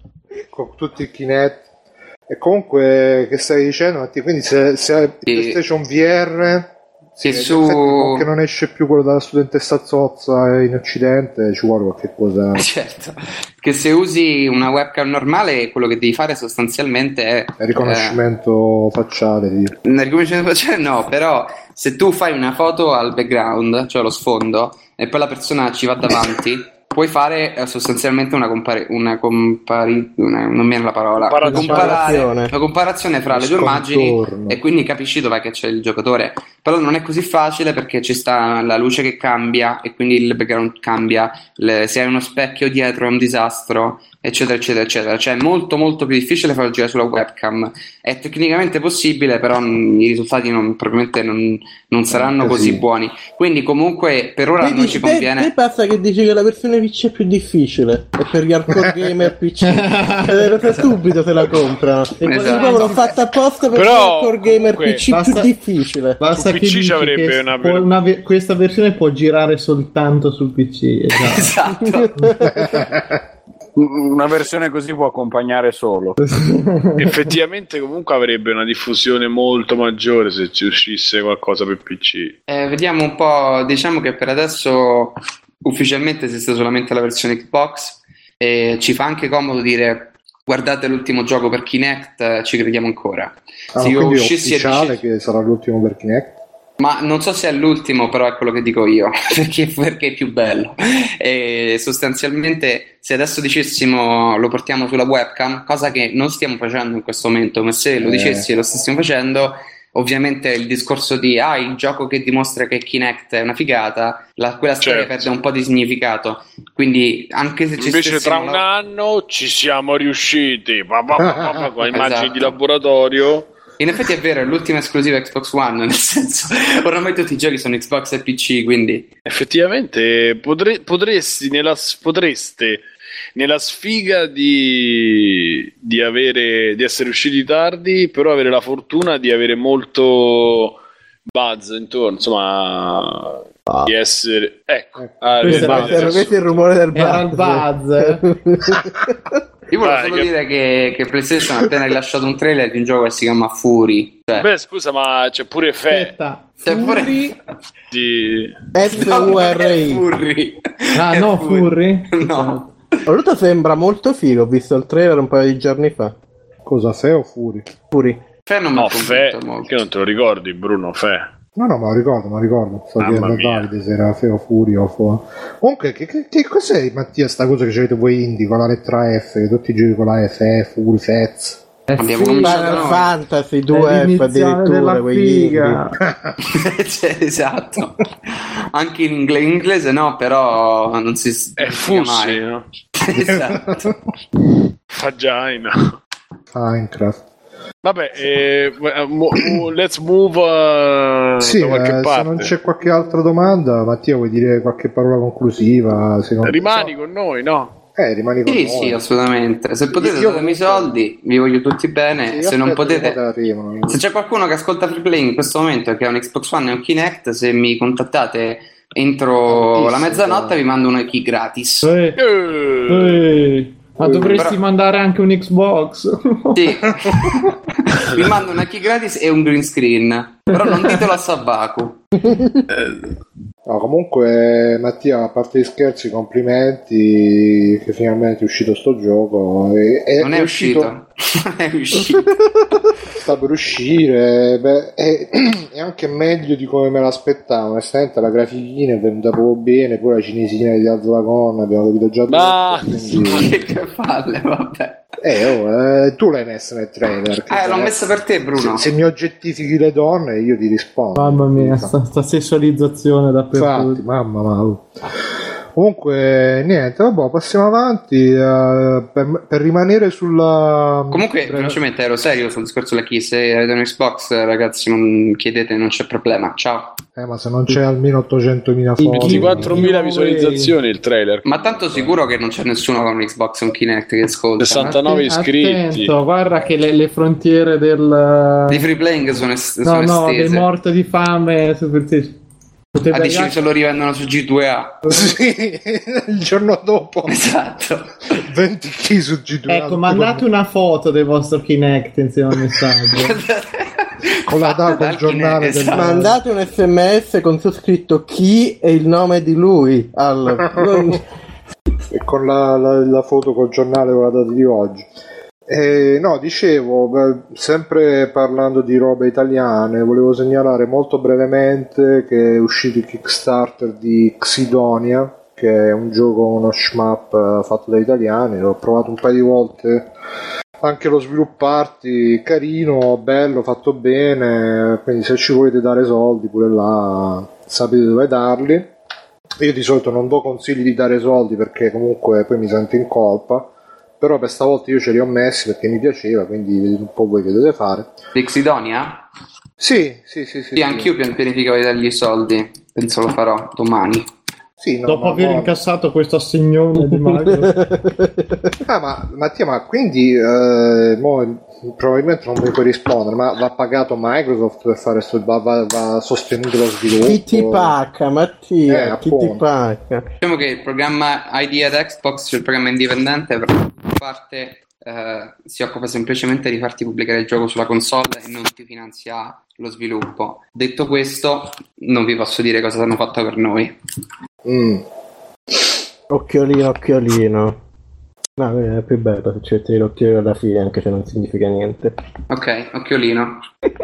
Con tutti i Kinect. E comunque, che stai dicendo? Matti? Quindi se, se PlayStation V R, sì, e su... che non esce più quello della studentessa zozza in occidente, ci vuole qualche cosa. Certo, che se usi una webcam normale, quello che devi fare sostanzialmente è il riconoscimento eh, facciale. Di... Il riconoscimento facciale no, però se tu fai una foto al background, cioè allo sfondo, e poi la persona ci va davanti, puoi fare eh, sostanzialmente una compari- una compari- una, non mi viene la parola, comparare, una comparazione fra le due immagini e quindi capisci dov'è che c'è il giocatore. Però non è così facile perché ci sta la luce che cambia e quindi il background cambia, le, se hai uno specchio dietro è un disastro, eccetera eccetera eccetera. Cioè è molto molto più difficile farlo girare sulla webcam. È tecnicamente possibile, però mh, i risultati non, probabilmente non, non saranno eh, così sì. buoni. Quindi comunque per ora non ci conviene. Te basta che dici che la versione P C è più difficile e per gli hardcore gamer P C eh, subito se la comprano. E esatto. L'ho fatta apposta per però, gli hardcore gamer comunque, P C basta, più difficile. Basta P C ci avrebbe una... Può, una questa versione può girare soltanto sul P C. Esatto. esatto. Una versione così può accompagnare solo. Effettivamente comunque avrebbe una diffusione molto maggiore se ci uscisse qualcosa per P C. Eh, vediamo un po', diciamo che per adesso ufficialmente esiste solamente la versione Xbox e ci fa anche comodo dire guardate l'ultimo gioco per Kinect, ci crediamo ancora. Ah, se io uscissi è ufficiale dici... che sarà l'ultimo per Kinect? Ma non so se è l'ultimo, però è quello che dico io, perché, perché è più bello. E sostanzialmente, se adesso dicessimo lo portiamo sulla webcam, cosa che non stiamo facendo in questo momento, ma se lo dicessi e lo stessimo facendo, ovviamente il discorso di ah, il gioco che dimostra che Kinect è una figata, la, quella storia certo. perde un po' di significato. Quindi, anche se ci invece tra un la... anno ci siamo riusciti, pa, pa, pa, pa, pa, con immagini esatto. di laboratorio. In effetti è vero, è l'ultima esclusiva Xbox One, nel senso, oramai tutti i giochi sono Xbox e P C, quindi... Effettivamente potre, potresti, nella, potreste, nella sfiga di, di, avere, di essere usciti tardi, però avere la fortuna di avere molto buzz intorno, insomma... Ah. Di essere... Ecco, ah, questo, era, era, questo è il rumore del buzz. Era il buzz. Io volevo solo che... dire che, che PlayStation ha appena rilasciato un trailer di un gioco che si chiama Fury. Cioè... Beh, scusa, ma c'è pure Fe. C'è pure di F U R I. Furry. Ah, no, Furry? No. Allora sembra molto figo, ho visto il trailer un paio di giorni fa. Cosa, Fe o Fury? Fury. Fe non no, mi Fe, che non te lo ricordi, Bruno, Fe. No, no, ma lo ricordo, ma ricordo. So che era Davide, se era Feo Furio o Fo... Comunque, che, che, che cos'è, Mattia, sta cosa che avete voi indie con la lettera F, che tutti i giochi con la F, F, Fury, Fez. Abbiamo Final Fantasy due F addirittura, quegli indie. Cioè, esatto. Anche in, ingle- in inglese no, però non si... È Fussi, no? Esatto. Vagina. Minecraft. Vabbè, eh, let's move uh, sì, da qualche eh, parte. Se non c'è qualche altra domanda, Mattia, vuoi dire qualche parola conclusiva? Se non... Rimani so. con noi, no? Eh, rimani con sì, noi. Sì, sì, assolutamente. Se potete io datemi i soldi, vi voglio tutti bene. Sì, se non potete, arrivano, se c'è qualcuno che ascolta Freeplay in questo momento che ha un Xbox One e un Kinect, se mi contattate entro la mezzanotte vi mando una key gratis. Eh. Eh. Ma dovresti Però... mandare anche un Xbox. Sì. Vi mando una key gratis e un green screen. Però non ditelo a Sabaku. No, comunque Mattia, a parte gli scherzi, complimenti che finalmente è uscito sto gioco. È, è non è, è uscito, uscito... non è uscito. Sta per uscire. Beh, è, è anche meglio di come me l'aspettavo. Onestamente la grafichina è venuta proprio bene. Poi la cinesina di Alzo la Gonna abbiamo capito già tutto. Ma quindi... che palle, vabbè. Eh, oh, eh, tu l'hai messa nel trailer. Eh, l'ho messa per te, Bruno. Se, se mi oggettifichi le donne, io ti rispondo. Mamma mia, sta, sta sessualizzazione dappertutto. Infatti, mamma mia. Comunque, niente, vabbè, passiamo avanti. Uh, per, per rimanere sulla. Comunque, velocemente, ero serio sul discorso della key. Se avete un Xbox, ragazzi, non chiedete, non c'è problema. Ciao. Eh, ma se non c'è almeno ottocentomila foto, ventiquattromila visualizzazioni il trailer. Ma tanto sicuro che non c'è nessuno con un Xbox o un Kinect che ascolta. sessantanove iscritti. Attento, guarda che le, le frontiere del di free playing sono, est- no, sono no, estese. del morto di fame. Potete a dici anche- se lo rivendono su G due A. Sì, il giorno dopo. Esatto. venti chili su G due A. Ecco, mandate una foto del vostro Kinect insieme al messaggio. Con la data, il giornale del- Esatto. Mandate un sms con su scritto chi e il nome di lui al... non- E con la, la- la foto col giornale con la data di oggi. Eh, no, dicevo, beh, sempre parlando di robe italiane, volevo segnalare molto brevemente che è uscito il Kickstarter di Xidonia, che è un gioco, uno shmup eh, fatto da italiani. L'ho provato un paio di volte, anche lo svilupparti, carino, bello, fatto bene, quindi se ci volete dare soldi pure là sapete dove darli. Io di solito non do consigli di dare soldi perché comunque poi mi sento in colpa, però per stavolta io ce li ho messi perché mi piaceva, quindi vedete un po' voi che dovete fare. Di Xidonia? Sì, sì, sì, sì. Sì, anch'io pian- pianificavo di dargli i soldi. Penso lo farò domani. Sì, no, Dopo ma- aver no. incassato questo assignone di Microsoft. Ah, ma Mattia, ma quindi eh, mo, probabilmente non mi puoi rispondere, ma va pagato Microsoft per fare sto, va, va, va sostenuto lo sviluppo? Chi ti pacca, Mattia? Eh, chi ti appunto. pacca? Diciamo che il programma I D at Xbox, cioè il programma indipendente, per la parte eh, si occupa semplicemente di farti pubblicare il gioco sulla console e non ti finanzia lo sviluppo. Detto questo, non vi posso dire cosa hanno fatto per noi. Mm. Occhiolino, occhiolino. No, è più bello se ci metti l'occhiolino alla fine, anche se non significa niente. Ok, occhiolino.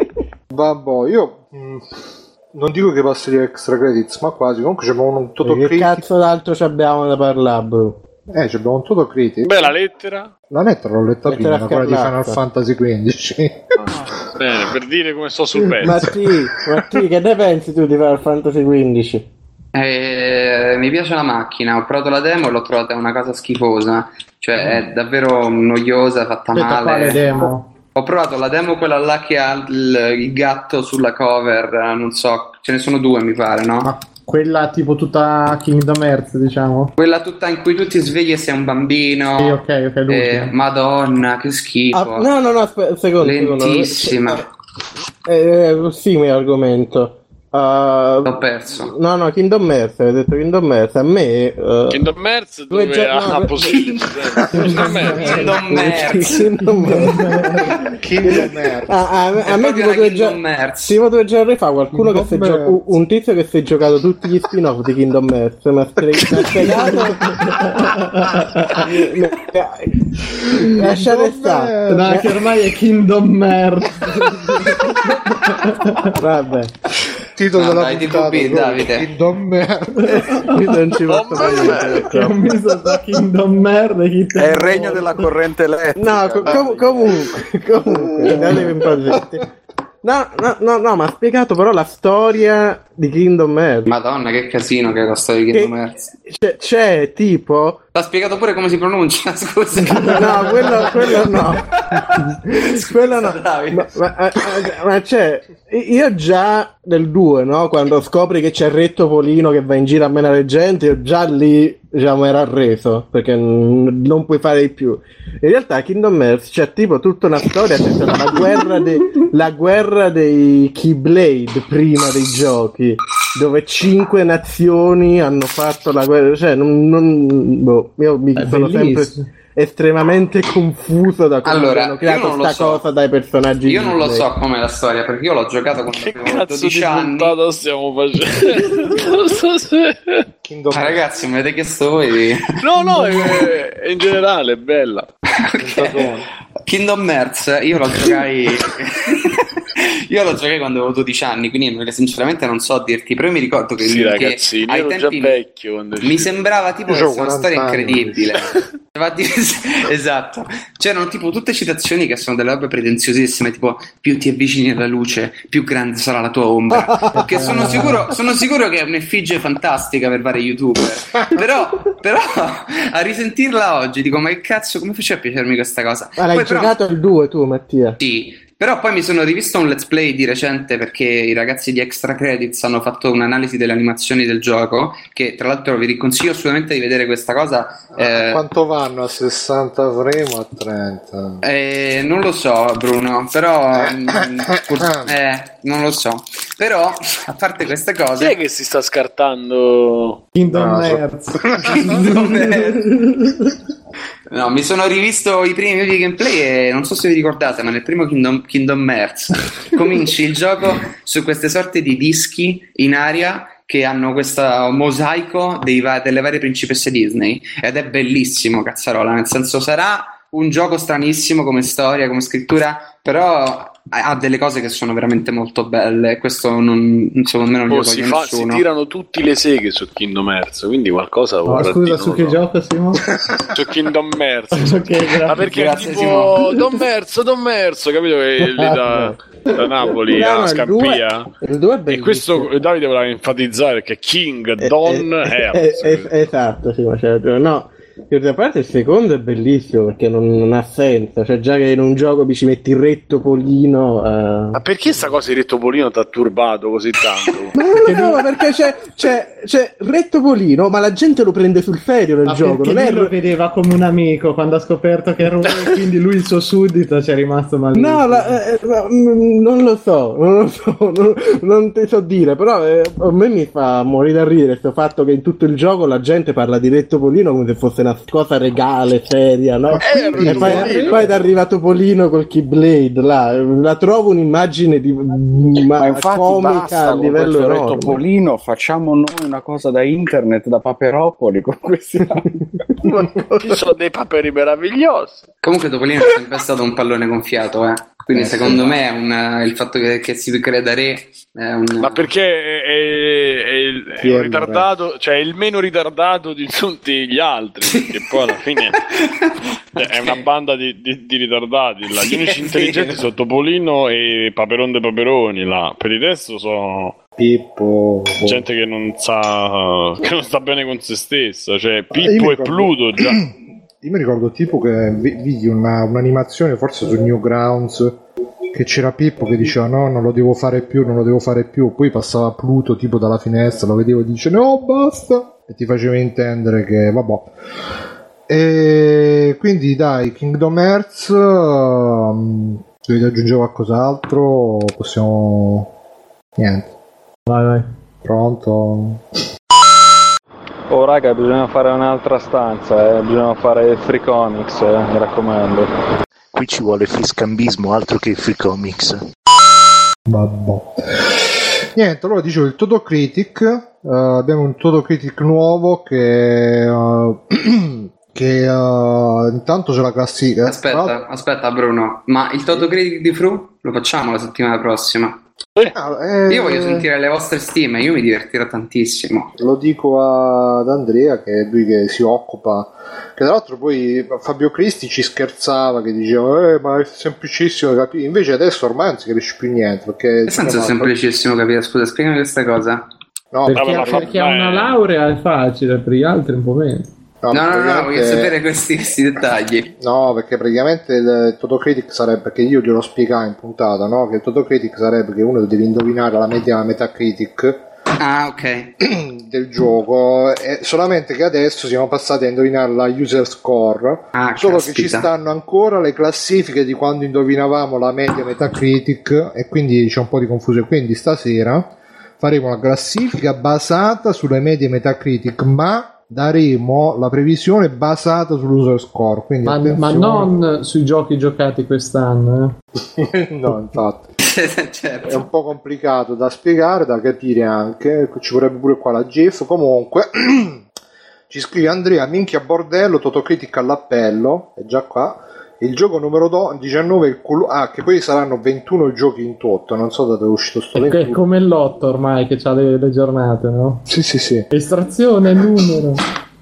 Vabbè, io mh, non dico che passi gli extra credits, ma quasi. Comunque c'è un Toto Che Critic. cazzo d'altro ci abbiamo da parlare, bro? Eh, c'è un Toto Critic. Beh, la lettera. La lettera l'ho letta Lettera prima, quella di scarlatta. Final Fantasy quindici. Bene, per dire come sto sul pezzo. Matti, Matti, che ne pensi tu di Final Fantasy quindici? Eh, mi piace la macchina, ho provato la demo e l'ho trovata una cosa schifosa, cioè è davvero noiosa, fatta Aspetta, quale male. demo? Ho provato la demo, quella là che ha il, il gatto sulla cover, non so, ce ne sono due mi pare, no? Ma quella tipo tutta Kingdom Hearts, diciamo? Quella tutta in cui tu ti svegli e sei un bambino. Sì, ok, ok, l'ultima. Eh, Madonna, che schifo. Ah, no, no, no, aspetta, secondo, secondo. Lentissima. Eh, eh, simile argomento. Uh, L'ho perso. No, no, Kingdom Hearts, avete detto Kingdom Hearts. A me... Uh, Kingdom Hearts due dove gio- ha no, posizione Kingdom Hearts. Kingdom Hearts. Kingdom Hearts. Kingdom Hearts. Ah, a, a È me proprio tipo una due, Kingdom gio- Hearts. tipo due giorni fa qualcuno che si è Kingdom gio- Hearts. un tizio che si è giocato tutti gli spin-off di Kingdom Hearts mi ha spie- mi ha spiegato lasciate stare. No, che ormai è Kingdom Hearts. Vabbè, Titolo No, della dai, tipo puntata, B, proprio, Davide. Kingdom Hearts. qui non ci posso fare Che ho niente. messo da Kingdom Hearts e chi È il regno della corrente elettrica. No, co- com- comunque, comunque, andatevi un po' zitti. No, no, no, no, ma ha spiegato però la storia di Kingdom Hearts. Madonna, che casino che è la storia di Kingdom Che- Hearts. C'è, c'è tipo L'ha spiegato pure come si pronuncia, scusa. no, quello, quello no. quello no. Davide. Ma, ma- ma- ma c'è. Io già nel due, no? Quando scopri che c'è il re Topolino che va in giro a menare gente, io già lì, diciamo, era arreso. Perché n- non puoi fare di più. In realtà, Kingdom Hearts c'è tipo tutta una storia. C'è stata la guerra, de- la guerra dei Keyblade prima dei giochi. Dove cinque nazioni hanno fatto la guerra. Cioè, non. non boh, io mi È sono bellissimo. sempre estremamente confuso da come Allora, hanno io creato non lo sta so. cosa dai personaggi Io non lo Disney. so com'è la storia, perché io l'ho giocato quando Che avevo cazzo di dodici anni. puntata stiamo facendo? Non so se... Kingdom Ma Hearts. ragazzi, mi avete chiesto voi di... No, no, è, è in generale è bella. Ok. Kingdom Hearts, io lo giocai... io lo giocai quando avevo dodici anni, quindi sinceramente non so dirti, però mi ricordo che, Sì, che ragazzini, ai io ero già tempi vecchio quando è mi uscito. sembrava tipo Io che c'ho fosse una storia quaranta anni, incredibile. Infatti, esatto, c'erano tipo tutte citazioni che sono delle robe pretenziosissime, tipo più ti avvicini alla luce, più grande sarà la tua ombra. Che sono sicuro, sono sicuro che è un'effigie fantastica per vari youtuber. Però, però a risentirla oggi dico: ma che cazzo, come faceva a piacermi questa cosa? Ma l'hai Poi però- giocato il due tu, Mattia? sì, però poi mi sono rivisto un let's play di recente perché i ragazzi di Extra Credits hanno fatto un'analisi delle animazioni del gioco, che tra l'altro vi consiglio assolutamente di vedere questa cosa. eh, Quanto vanno? A sessanta frame o a trenta? eh, non lo so, Bruno, però mm, pur- eh, non lo so. Però, a parte queste Chi è cose, che si sta scartando? Kingdom Ah, so- Hearts. no, mi sono rivisto i primi minuti di gameplay e non so se vi ricordate, ma nel primo Kingdom, Kingdom Hearts cominci il gioco su queste sorte di dischi in aria che hanno questo mosaico dei va- delle varie principesse Disney ed è bellissimo, cazzarola, nel senso sarà un gioco stranissimo come storia, come scrittura, però ha delle cose che sono veramente molto belle. Questo non, secondo me non Oh, glielo si, toglie fa, si nessuno. tirano tutti le seghe su Kingdom Hearts, quindi qualcosa Oh, vorrà scusa, dire, su non che lo so. gioco Simo? Su Kingdom Hearts. Ok, grazie. Ma perché Grazie, è tipo Simone. Don Merzo, Don Merzo, capito che è lì da, da Napoli No, a no, il Scampia. due- il due è E bellissimo. questo Davide voleva enfatizzare che King Eh, Don eh, Hearts. eh, eh, esatto, sì, ma certo. No, a parte il secondo è bellissimo perché non, non ha senso. Cioè, già che in un gioco mi ci metti il re Topolino. eh. Ma perché sta cosa di Re Topolino ti ha turbato così tanto? Ma non lo so, ma perché c'è, c'è, c'è re Topolino, ma la gente lo prende sul serio nel Ma gioco. perché Non è lui lo vedeva come un amico quando ha scoperto che era un re, quindi lui il suo suddito ci è rimasto male. No, la- eh, ma, mm, non lo so, non lo so, non, non ti so dire, però eh, a me mi fa morire da ridere questo fatto che in tutto il gioco la gente parla di Re Topolino come se fosse una cosa regale, seria, no? Eh, E poi, Topolino. poi è arrivato Topolino col Keyblade, là, la trovo un'immagine di, ma, Ma infatti comica basta a con livello questo re enorme. Topolino, facciamo noi una cosa da internet, da Paperopoli con questi Ci sono dei paperi meravigliosi. Comunque Topolino è sempre stato un pallone gonfiato, eh. Quindi Eh, secondo me è un- il fatto che, che si creda re è un... Ma perché è, è- è il- è Chi è un il ritardato, cioè è il meno ritardato di tutti gli altri, perché poi alla fine cioè, è una banda di, di- di ritardati là. Gli Sì, unici è intelligenti vero. sono Topolino e Paperon de Paperoni là. Per il resto sono Pippo. gente che non sa, che non sta bene con se stessa, cioè io Pippo mi e ricordo- Pluto già. Io mi ricordo tipo che vi- vidi una- un'animazione forse su Newgrounds che c'era Pippo che diceva no, non lo devo fare più, non lo devo fare più, poi passava Pluto tipo dalla finestra, lo vedevo e dice no, basta, e ti faceva intendere che vabbè. E quindi dai, Kingdom Hearts, um, dovete aggiungere qualcos'altro? Possiamo... niente, Vai, vai. pronto? Oh raga, bisogna fare un'altra stanza, eh. Bisogna fare free comics, eh, mi raccomando. Qui ci vuole free scambismo, altro che free comics. Vabbè. Niente, allora dicevo il Todo Critic, eh, abbiamo un Todo Critic nuovo che eh, che eh, intanto c'è la classifica. Aspetta, aspetta Bruno, ma il Toto Critic di Fru lo facciamo la settimana prossima? Ah, eh, Io voglio sentire le vostre stime, io mi divertirò tantissimo. Lo dico ad Andrea, che è lui che si occupa, che tra l'altro poi Fabio Cristi ci scherzava, che diceva eh, ma è semplicissimo capire, invece adesso ormai non si capisce più niente, perché Che senso è semplicissimo capire? Scusa, spiegami questa cosa. no, Perché, vabbè, ma fa- perché ha ma è- una laurea è facile, per gli altri un po' meno. no, No, no, no, no, praticamente- voglio sapere questi, questi dettagli. No, perché praticamente il Todo Critic sarebbe, che io glielo spiegavo in puntata, no? Che il Todo Critic sarebbe che uno deve indovinare la media Metacritic Ah, ok. del gioco, e solamente che adesso siamo passati a indovinare la user score, Ah, solo caspita. che ci stanno ancora le classifiche di quando indovinavamo la media Metacritic e quindi c'è un po' di confusione. Quindi stasera faremo una classifica basata sulle medie Metacritic, ma daremo la previsione basata sull'user score, quindi Ma, ma attenzione. non sui giochi giocati quest'anno. Eh. No, infatti è Certo. un po' complicato da spiegare, da capire anche, ci vorrebbe pure qua la GIF. Comunque ci scrive Andrea, minchia bordello, Totocritic all'appello, è già qua. Il gioco numero do- diciannove, il culo- ah, che poi saranno ventuno giochi in tutto, non so da dove è uscito sto È, è ventuno. come il lotto ormai che ha le, le giornate, no? Sì, sì, sì. Estrazione, numero.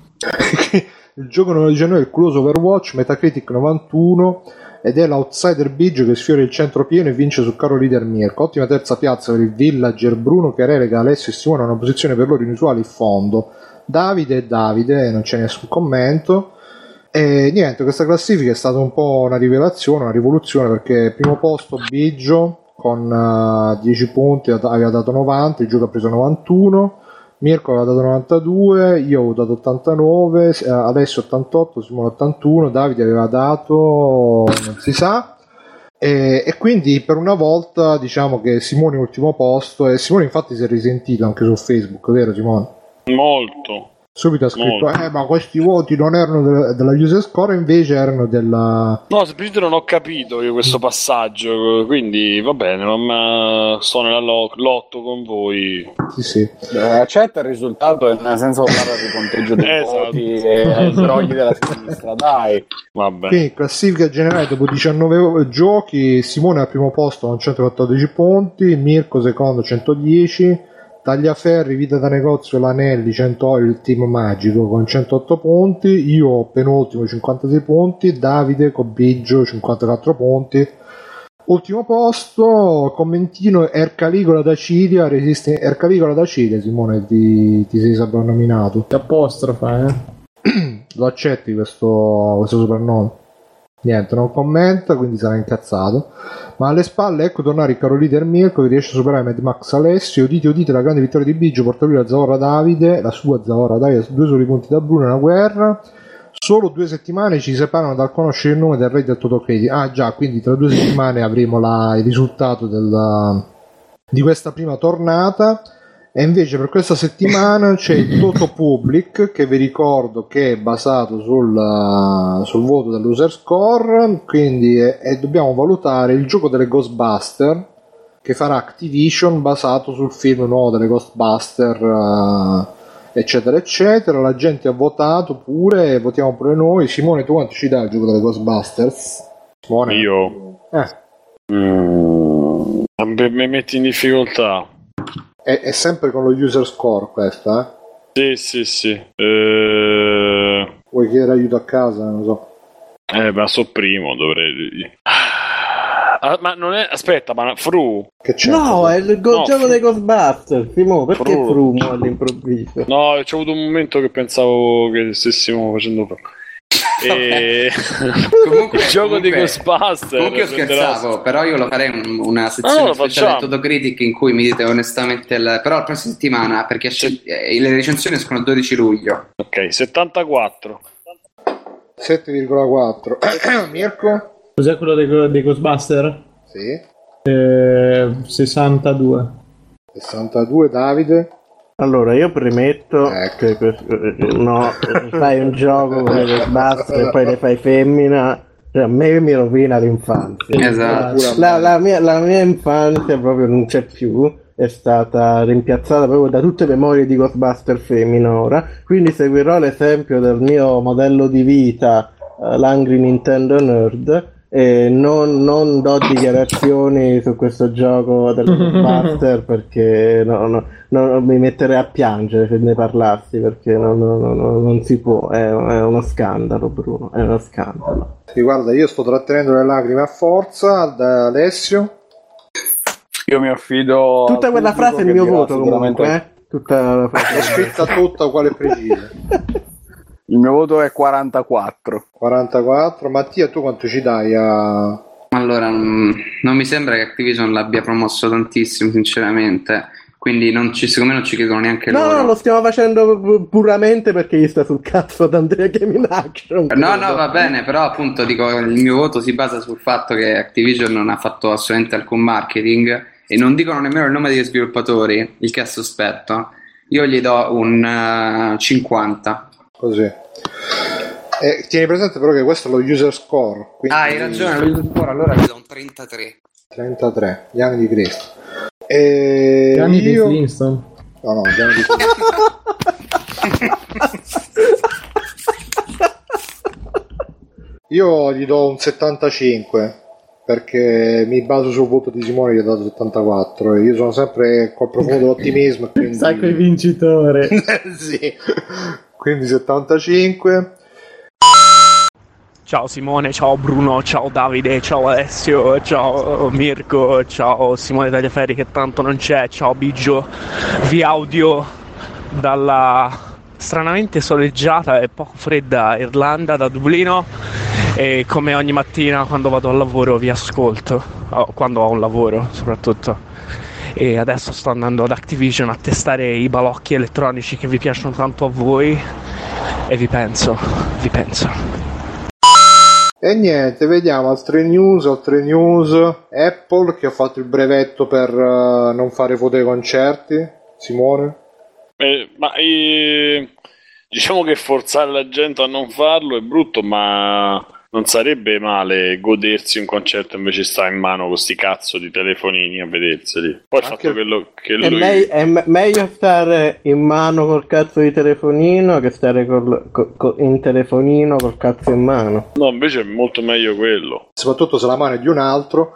Il gioco numero diciannove è il culoso Overwatch, Metacritic novantuno, ed è l'Outsider Beach che sfiora il centro pieno e vince sul caro leader Mirko. Ottima terza piazza per il Villager Bruno, che relega Alessio e Simone a una posizione per loro inusuale in fondo. Davide e Davide, non c'è nessun commento. E niente, questa classifica è stata un po' una rivelazione, una rivoluzione, perché primo posto Biggio con uh, dieci punti aveva dato novanta, il gioco ha preso novantuno, Mirko aveva dato novantadue, io avevo dato ottantanove, eh, Alessio ottantotto, Simone ottantuno, Davide aveva dato non si sa, E, e quindi per una volta diciamo che Simone è ultimo posto, e Simone infatti si è risentito anche su Facebook, vero Simone? Molto. Subito ha scritto Molto. eh ma questi voti non erano de- della user score, invece erano della... No, semplicemente non ho capito io questo passaggio, quindi va bene, ma sto nella lo- lotto con voi. Sì, sì. Eh, accetta il risultato e nel senso parla di conteggio dei Esatto. voti e i brogli della sinistra, dai. Vabbè. Quindi classifica generale dopo diciannove giochi, Simone al primo posto con centoquattordici punti, Mirko secondo centodieci, Tagliaferri, Vita da Negozio, Lanelli, cento il team magico con centootto punti, io penultimo cinquantasei punti, Davide Cobiggio cinquantaquattro punti, ultimo posto commentino Ercaligola da Cilia, resiste Ercaligola da Cilia. Simone, ti, ti sei soprannominato, Apostrofa, eh. lo accetti questo, questo soprannome? Niente, non commenta, quindi sarà incazzato. Ma alle spalle ecco tornare il caro leader Mirko che riesce a superare Mad Max Alessio. Udite udite, la grande vittoria di Biggio porta lui la Zavorra Davide, la sua Zavorra Davide, due soli punti da Bruno nella guerra. Solo due settimane ci separano dal conoscere il nome del re del Totocredi. Ah già, quindi tra due settimane avremo la, il risultato della, di questa prima tornata. E invece per questa settimana c'è il Toto Public, che vi ricordo che è basato sul, sul voto dell'user score, quindi è, è, dobbiamo valutare il gioco delle Ghostbuster che farà Activision, basato sul film nuovo delle Ghostbuster, uh, eccetera eccetera. La gente ha votato pure, votiamo pure noi. Simone, tu quanto ci dai il gioco delle Ghostbusters? Simone? Io? Eh. Mm, mi metti in difficoltà. È, è sempre con lo user score questa, eh? Sì, sì, sì. Eh... Vuoi chiedere aiuto a casa? Non lo so. Eh, ma so primo, dovrei... Ah, ma non è... Aspetta, ma Fru? Che c'è? No, è il go- No, gioco Fru. dei Ghostbusters. Fimo, perché Fru. Frumo all'improvviso? No, c'è avuto un momento che pensavo che stessimo facendo... E... Comunque, il gioco comunque, di Ghostbuster. Comunque io scherzavo, però io lo farei un- una sezione Ah, no, lo speciale facciamo. Totocritic in cui mi dite onestamente il... però la prossima settimana, perché esce- eh, le recensioni escono il dodici luglio. Ok, settantaquattro. sette virgola quattro. Mirko? Cos'è quello dei, dei Ghostbuster? Sì. Eh, sessantadue. sessantadue. Davide? Allora, io premetto Ecco. che questo, eh, no, eh, fai un gioco con le Ghostbusters e poi le fai femmina, cioè a me mi rovina l'infanzia. Esatto. La, la mia, la mia infanzia proprio non c'è più, è stata rimpiazzata proprio da tutte le memorie di Ghostbuster femmina ora, quindi seguirò l'esempio del mio modello di vita, uh, l'Angry Nintendo Nerd, e non, non do dichiarazioni su questo gioco del Ghostbuster perché no, no, no, mi metterei a piangere se ne parlassi, perché no, no, no, no, non si può, è, è uno scandalo, Bruno, è uno scandalo. Sì, guarda, io sto trattenendo le lacrime a forza. Da Alessio? Io mi affido... Tutta al quella pubblico frase è il che mio dirà voto sicuramente- comunque, eh? Tutta la L'ho frase. scritta tutta uguale e precisa. Il mio voto è quarantaquattro. quarantaquattro. Mattia, tu quanto ci dai a... Allora, mm, non mi sembra che Activision l'abbia promosso tantissimo, sinceramente. Quindi non ci, secondo me non ci credono neanche No, loro. no, lo stiamo facendo pu- puramente perché gli sta sul cazzo ad Andrea Gaming Action. No, no, va bene, però appunto dico, il mio voto si basa sul fatto che Activision non ha fatto assolutamente alcun marketing e non dicono nemmeno il nome degli sviluppatori, il che è sospetto. Io gli do un uh, cinquanta. Così. Eh, tieni presente però che questo è lo user score. Quindi Ah, hai ragione, lo uso ancora, allora gli do un trentatré. trentatré. Gli anni di Cristo. E Gli anni io... dei Flintstone. No, no, gli anni di Io gli do un settantacinque perché mi baso sul voto di Simone, gli ho dato settantaquattro e io sono sempre col profumo dell'ottimismo, quindi... Sacco il vincitore. Sì, quindi settantacinque. Ciao Simone, ciao Bruno, ciao Davide, ciao Alessio, ciao Mirko, ciao Simone Tagliaferri che tanto non c'è, ciao Biggio, vi audio dalla stranamente soleggiata e poco fredda Irlanda, da Dublino, e come ogni mattina quando vado al lavoro vi ascolto, oh, quando ho un lavoro soprattutto, e adesso sto andando ad Activision a testare i balocchi elettronici che vi piacciono tanto a voi e vi penso, vi penso. E niente, vediamo altre news, altre news. Apple che ha fatto il brevetto per uh, non fare foto ai concerti. Simone? Eh, ma eh, diciamo che forzare la gente a non farlo è brutto, ma non sarebbe male godersi un concerto invece sta in mano con sti cazzo di telefonini a vederseli. Poi il fatto che lo, che È, lui... me- è me- meglio stare in mano col cazzo di telefonino che stare col, co- co- in telefonino col cazzo in mano. No, invece è molto meglio quello. Soprattutto se la mano è di un altro.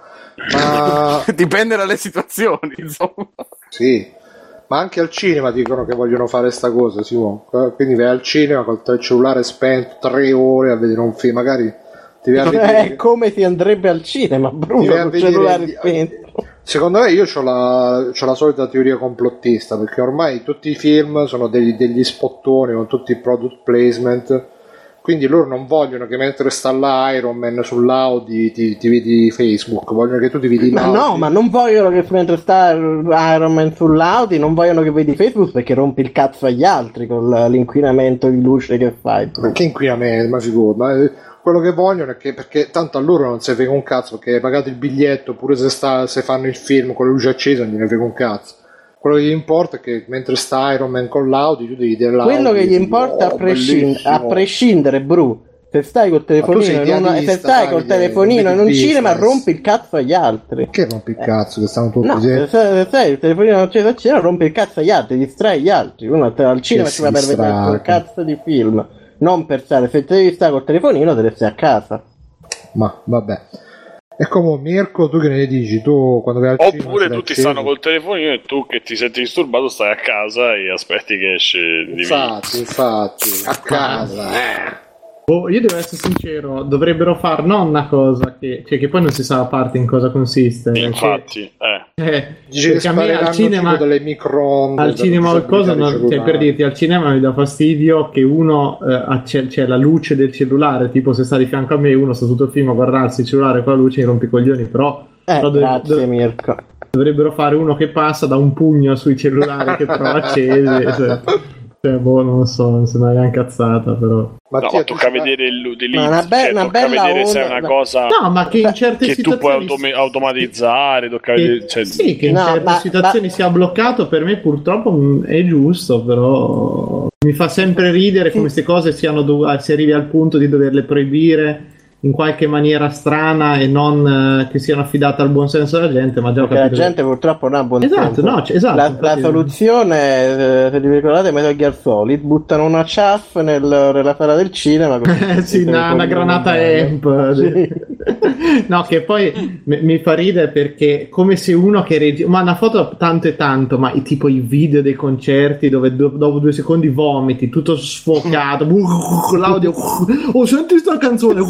Ma dipende dalle situazioni, insomma. Sì. Ma anche al cinema dicono che vogliono fare sta cosa, Simone. Quindi vai al cinema col t- cellulare spento tre ore a vedere un film, magari ti vai a vedere... È come si andrebbe al cinema, Bruno, Ti vai a col vedere- cellulare spento. Secondo me io ho la, c'ho la solita teoria complottista, perché ormai tutti i film sono degli, degli spottoni con tutti i product placement, quindi loro non vogliono che mentre sta là Iron Man sull'Audi ti, ti vedi Facebook, vogliono che tu ti vedi Ma l'Audi. no, ma non vogliono che mentre sta Iron Man sull'Audi, non vogliono che vedi Facebook perché rompi il cazzo agli altri con l'inquinamento di luce che fai. Ma che inquinamento, ma figurati, ma quello che vogliono è che, perché tanto a loro non si frega un cazzo, perché hai pagato il biglietto, pure se, sta, se fanno il film con le luci accese non gliene frega un cazzo. Quello che gli importa è che mentre sta Iron Man con l'Audi tu devi vedere l'Audi. Quello che gli importa oh, a, prescind- a prescindere, Bru, se stai col telefonino, sei in una- idealista, se stai col Davide, telefonino in un business. cinema, rompi il cazzo agli altri. Che rompi il cazzo che stanno tutti No, se stai, se stai il telefonino acceso al cinema, rompi il cazzo agli altri, distrai gli altri. Uno te- al cinema Che si va per si vedere distrae. quel cazzo di film, non per stare. Se te devi stare col telefonino, te ne stai a casa. Ma vabbè. E come Mirko, tu che ne dici? Tu quando vai al cinema Oppure stai tutti acceso? stanno col telefonino e tu che ti senti disturbato stai a casa e aspetti che esce di Infatti, infatti, a casa. Eh. Oh, io devo essere sincero, dovrebbero far non una cosa che, cioè che poi non si sa a parte in cosa consiste. Infatti, eh. Eh, Dici che perché a me spareranno al cinema, tipo delle microonde, al cinema qualcosa, non, cioè, per dirti, al cinema mi dà fastidio che uno eh, acce- c'è la luce del cellulare, tipo se sta di fianco a me uno sta tutto il film a guardarsi il cellulare con la luce e rompe i coglioni, però, Eh, però dov- grazie dov- Mirko. dovrebbero fare uno che passa da un pugno sui cellulari che trova accesi, cioè, cioè, boh, non lo so, non sembra neanche cazzata, però. No, ma tocca vedere l'utilizzo, Ma una be- cioè, una tocca bella vedere se è onda- una cosa No, ma che in certe che tu puoi situazioni automi- automatizzare, tocca Che- vedere, cioè, sì, che in No, certe ma- situazioni sia bloccato per me purtroppo mh, è giusto, però mi fa sempre ridere come queste cose siano dov- si arrivi al punto di doverle proibire in qualche maniera strana e non eh, che siano affidate al buon senso della gente, ma già ho Perché la capito che- gente purtroppo non ha buon Esatto, senso. no, c- esatto, La, infatti- la soluzione, eh, se vi ricordate, Metal Gear Solid, buttano una ciaff nel, nella sala del cinema. così Eh, sì, una, una granata E M P. Sì. No, che poi mi, mi fa ridere perché come se uno che regi- ma una foto tanto e tanto, ma i, tipo i video dei concerti dove do- dopo due secondi vomiti, tutto sfocato, l'audio, oh senti sta canzone.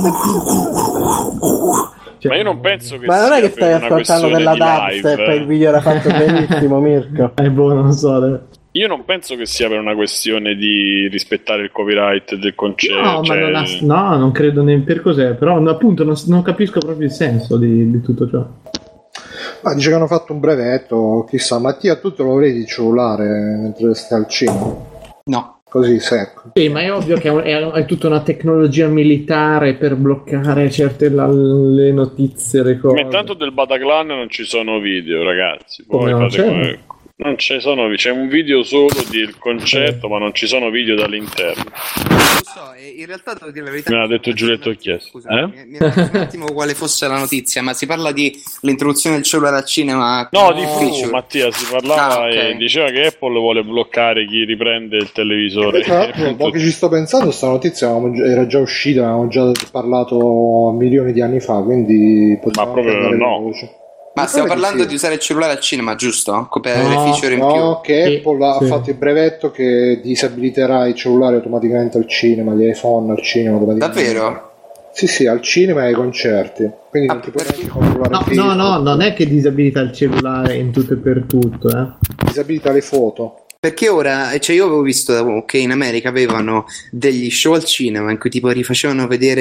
Cioè, ma io non penso che Ma non sia è che per stai una ascoltando questione della di dubstep live, e eh. il video era fatto benissimo, Mirko. Eh, boh, non so. dai. Io non penso che sia per una questione di rispettare il copyright del concerto. No, cioè, ma non ha, no, non credo neanche per cos'è, però appunto non, non capisco proprio il senso di, di tutto ciò. Ma dice che hanno fatto un brevetto, chissà. Mattia, tu te lo vedi il cellulare mentre stai al cinema? No. Così secco. Sì, ma è ovvio che è, è, è tutta una tecnologia militare per bloccare certe la, le notizie, le cose. Ma intanto del Bataclan non ci sono video, ragazzi. Come Poi non fate c'è? come- Non ci sono, c'è un video solo del concerto, ma non ci sono video dall'interno. Non lo so, e in realtà devo dire la verità. Me l'ha detto Giulietto Chiesa. Scusa, Eh? mi, mi era un attimo quale fosse la notizia, ma si parla di l'introduzione del cellulare al cinema. No, di feature. fu, Mattia, si parlava Ah, ok. e diceva che Apple vuole bloccare chi riprende il televisore. Tra l'altro, un po' che ci sto pensando, sta notizia avevamo gi- era già uscita, avevamo già parlato milioni di anni fa, quindi potevamo proprio andare no. veloce. Ma stiamo Come parlando sì. di usare il cellulare al cinema, giusto? Per avere No, feature in no, più. che Sì, Apple ha sì. fatto il brevetto che disabiliterà i cellulari automaticamente al cinema, gli iPhone al cinema automaticamente. Davvero? Sì, sì, al cinema e ai concerti. Quindi Ah, non ti puoi perché- neanche controllare No, no, Facebook, no, non è che disabilita il cellulare in tutto e per tutto, eh. disabilita le foto. Perché ora, cioè io avevo visto che in America avevano degli show al cinema in cui tipo rifacevano vedere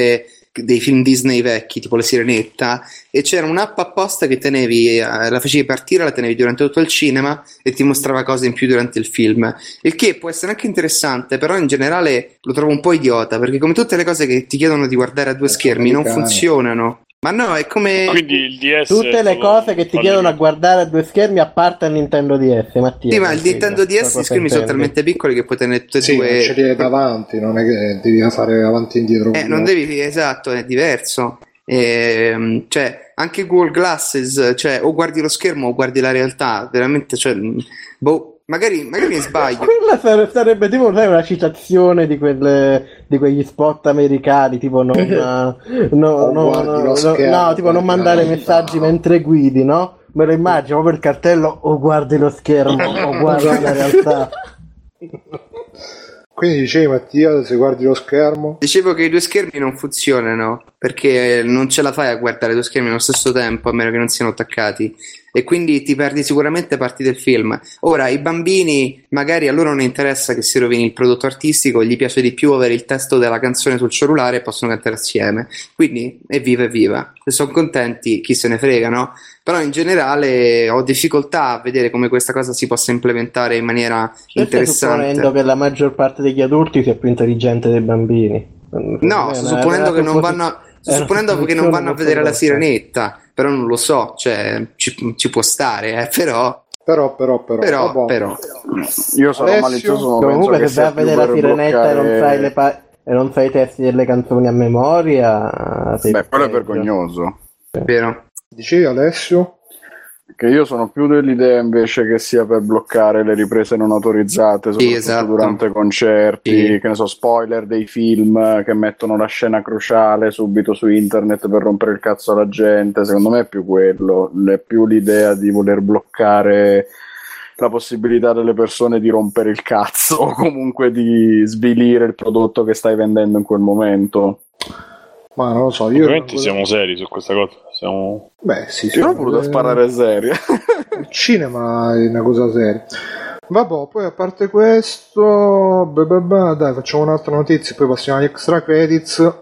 dei film Disney vecchi, tipo La Sirenetta, e c'era un'app apposta che tenevi, eh, la facevi partire, la tenevi durante tutto il cinema e ti mostrava cose in più durante il film, il che può essere anche interessante, però in generale lo trovo un po' idiota, perché come tutte le cose che ti chiedono di guardare a due schermi non funzionano. Ma no, è come quindi il D S tutte le cose che ti chiedono a guardare a due schermi a parte il Nintendo D S, Mattia. Sì, ma il Nintendo D S i schermi sono talmente piccoli che puoi tenere tutte e sì, due. Non ce li hai davanti, non è che devi fare avanti e indietro. Eh, non devi, esatto, è diverso. E, cioè, anche Google Glasses, cioè, o guardi lo schermo o guardi la realtà, veramente, cioè, boh. Magari, magari mi sbaglio. Quella sarebbe, sarebbe tipo sai, una citazione di, quelle, di quegli spot americani, tipo non, no, no, no, no, schermo, no, tipo non mandare messaggi no. mentre guidi, no? Me lo immagino proprio il cartello o guardi lo schermo o guardi la realtà. Quindi dicevi Mattia, se guardi lo schermo? Dicevo che i due schermi non funzionano perché non ce la fai a guardare due schermi allo stesso tempo a meno che non siano attaccati e quindi ti perdi sicuramente parti del film. Ora i bambini magari a loro non interessa che si rovini il prodotto artistico, gli piace di più avere il testo della canzone sul cellulare e possono cantare assieme, quindi evviva evviva, se sono contenti chi se ne frega, no? Però in generale ho difficoltà a vedere come questa cosa si possa implementare in maniera Stai interessante. supponendo che la maggior parte degli adulti sia più intelligente dei bambini? No, sto supponendo che non vanno a, sto supponendo che non vanno a vedere La Sirenetta, però non lo so, cioè ci, ci può stare, eh, però però però però però, oh, però. Io sono Alessio, malizioso, comunque penso se vai a vedere La Sirenetta bloccare... e non sai le pa- e non sai i testi delle canzoni a memoria, beh, quello è vergognoso. Vero. Dicevi Alessio? Che io sono più dell'idea invece che sia per bloccare le riprese non autorizzate, soprattutto sì, esatto. durante concerti, sì. che ne so, spoiler dei film che mettono la scena cruciale subito su internet per rompere il cazzo alla gente. Secondo me è più quello, è più l'idea di voler bloccare la possibilità delle persone di rompere il cazzo o comunque di svilire il prodotto che stai vendendo in quel momento. Ma non lo so, io ovviamente siamo seri su questa cosa. Siamo... Beh, sì, io ho voluto eh... sparare seria. Il cinema è una cosa seria. Vabbè, poi a parte questo, beh, beh, beh, dai, facciamo un'altra notizia, poi passiamo agli extra credits.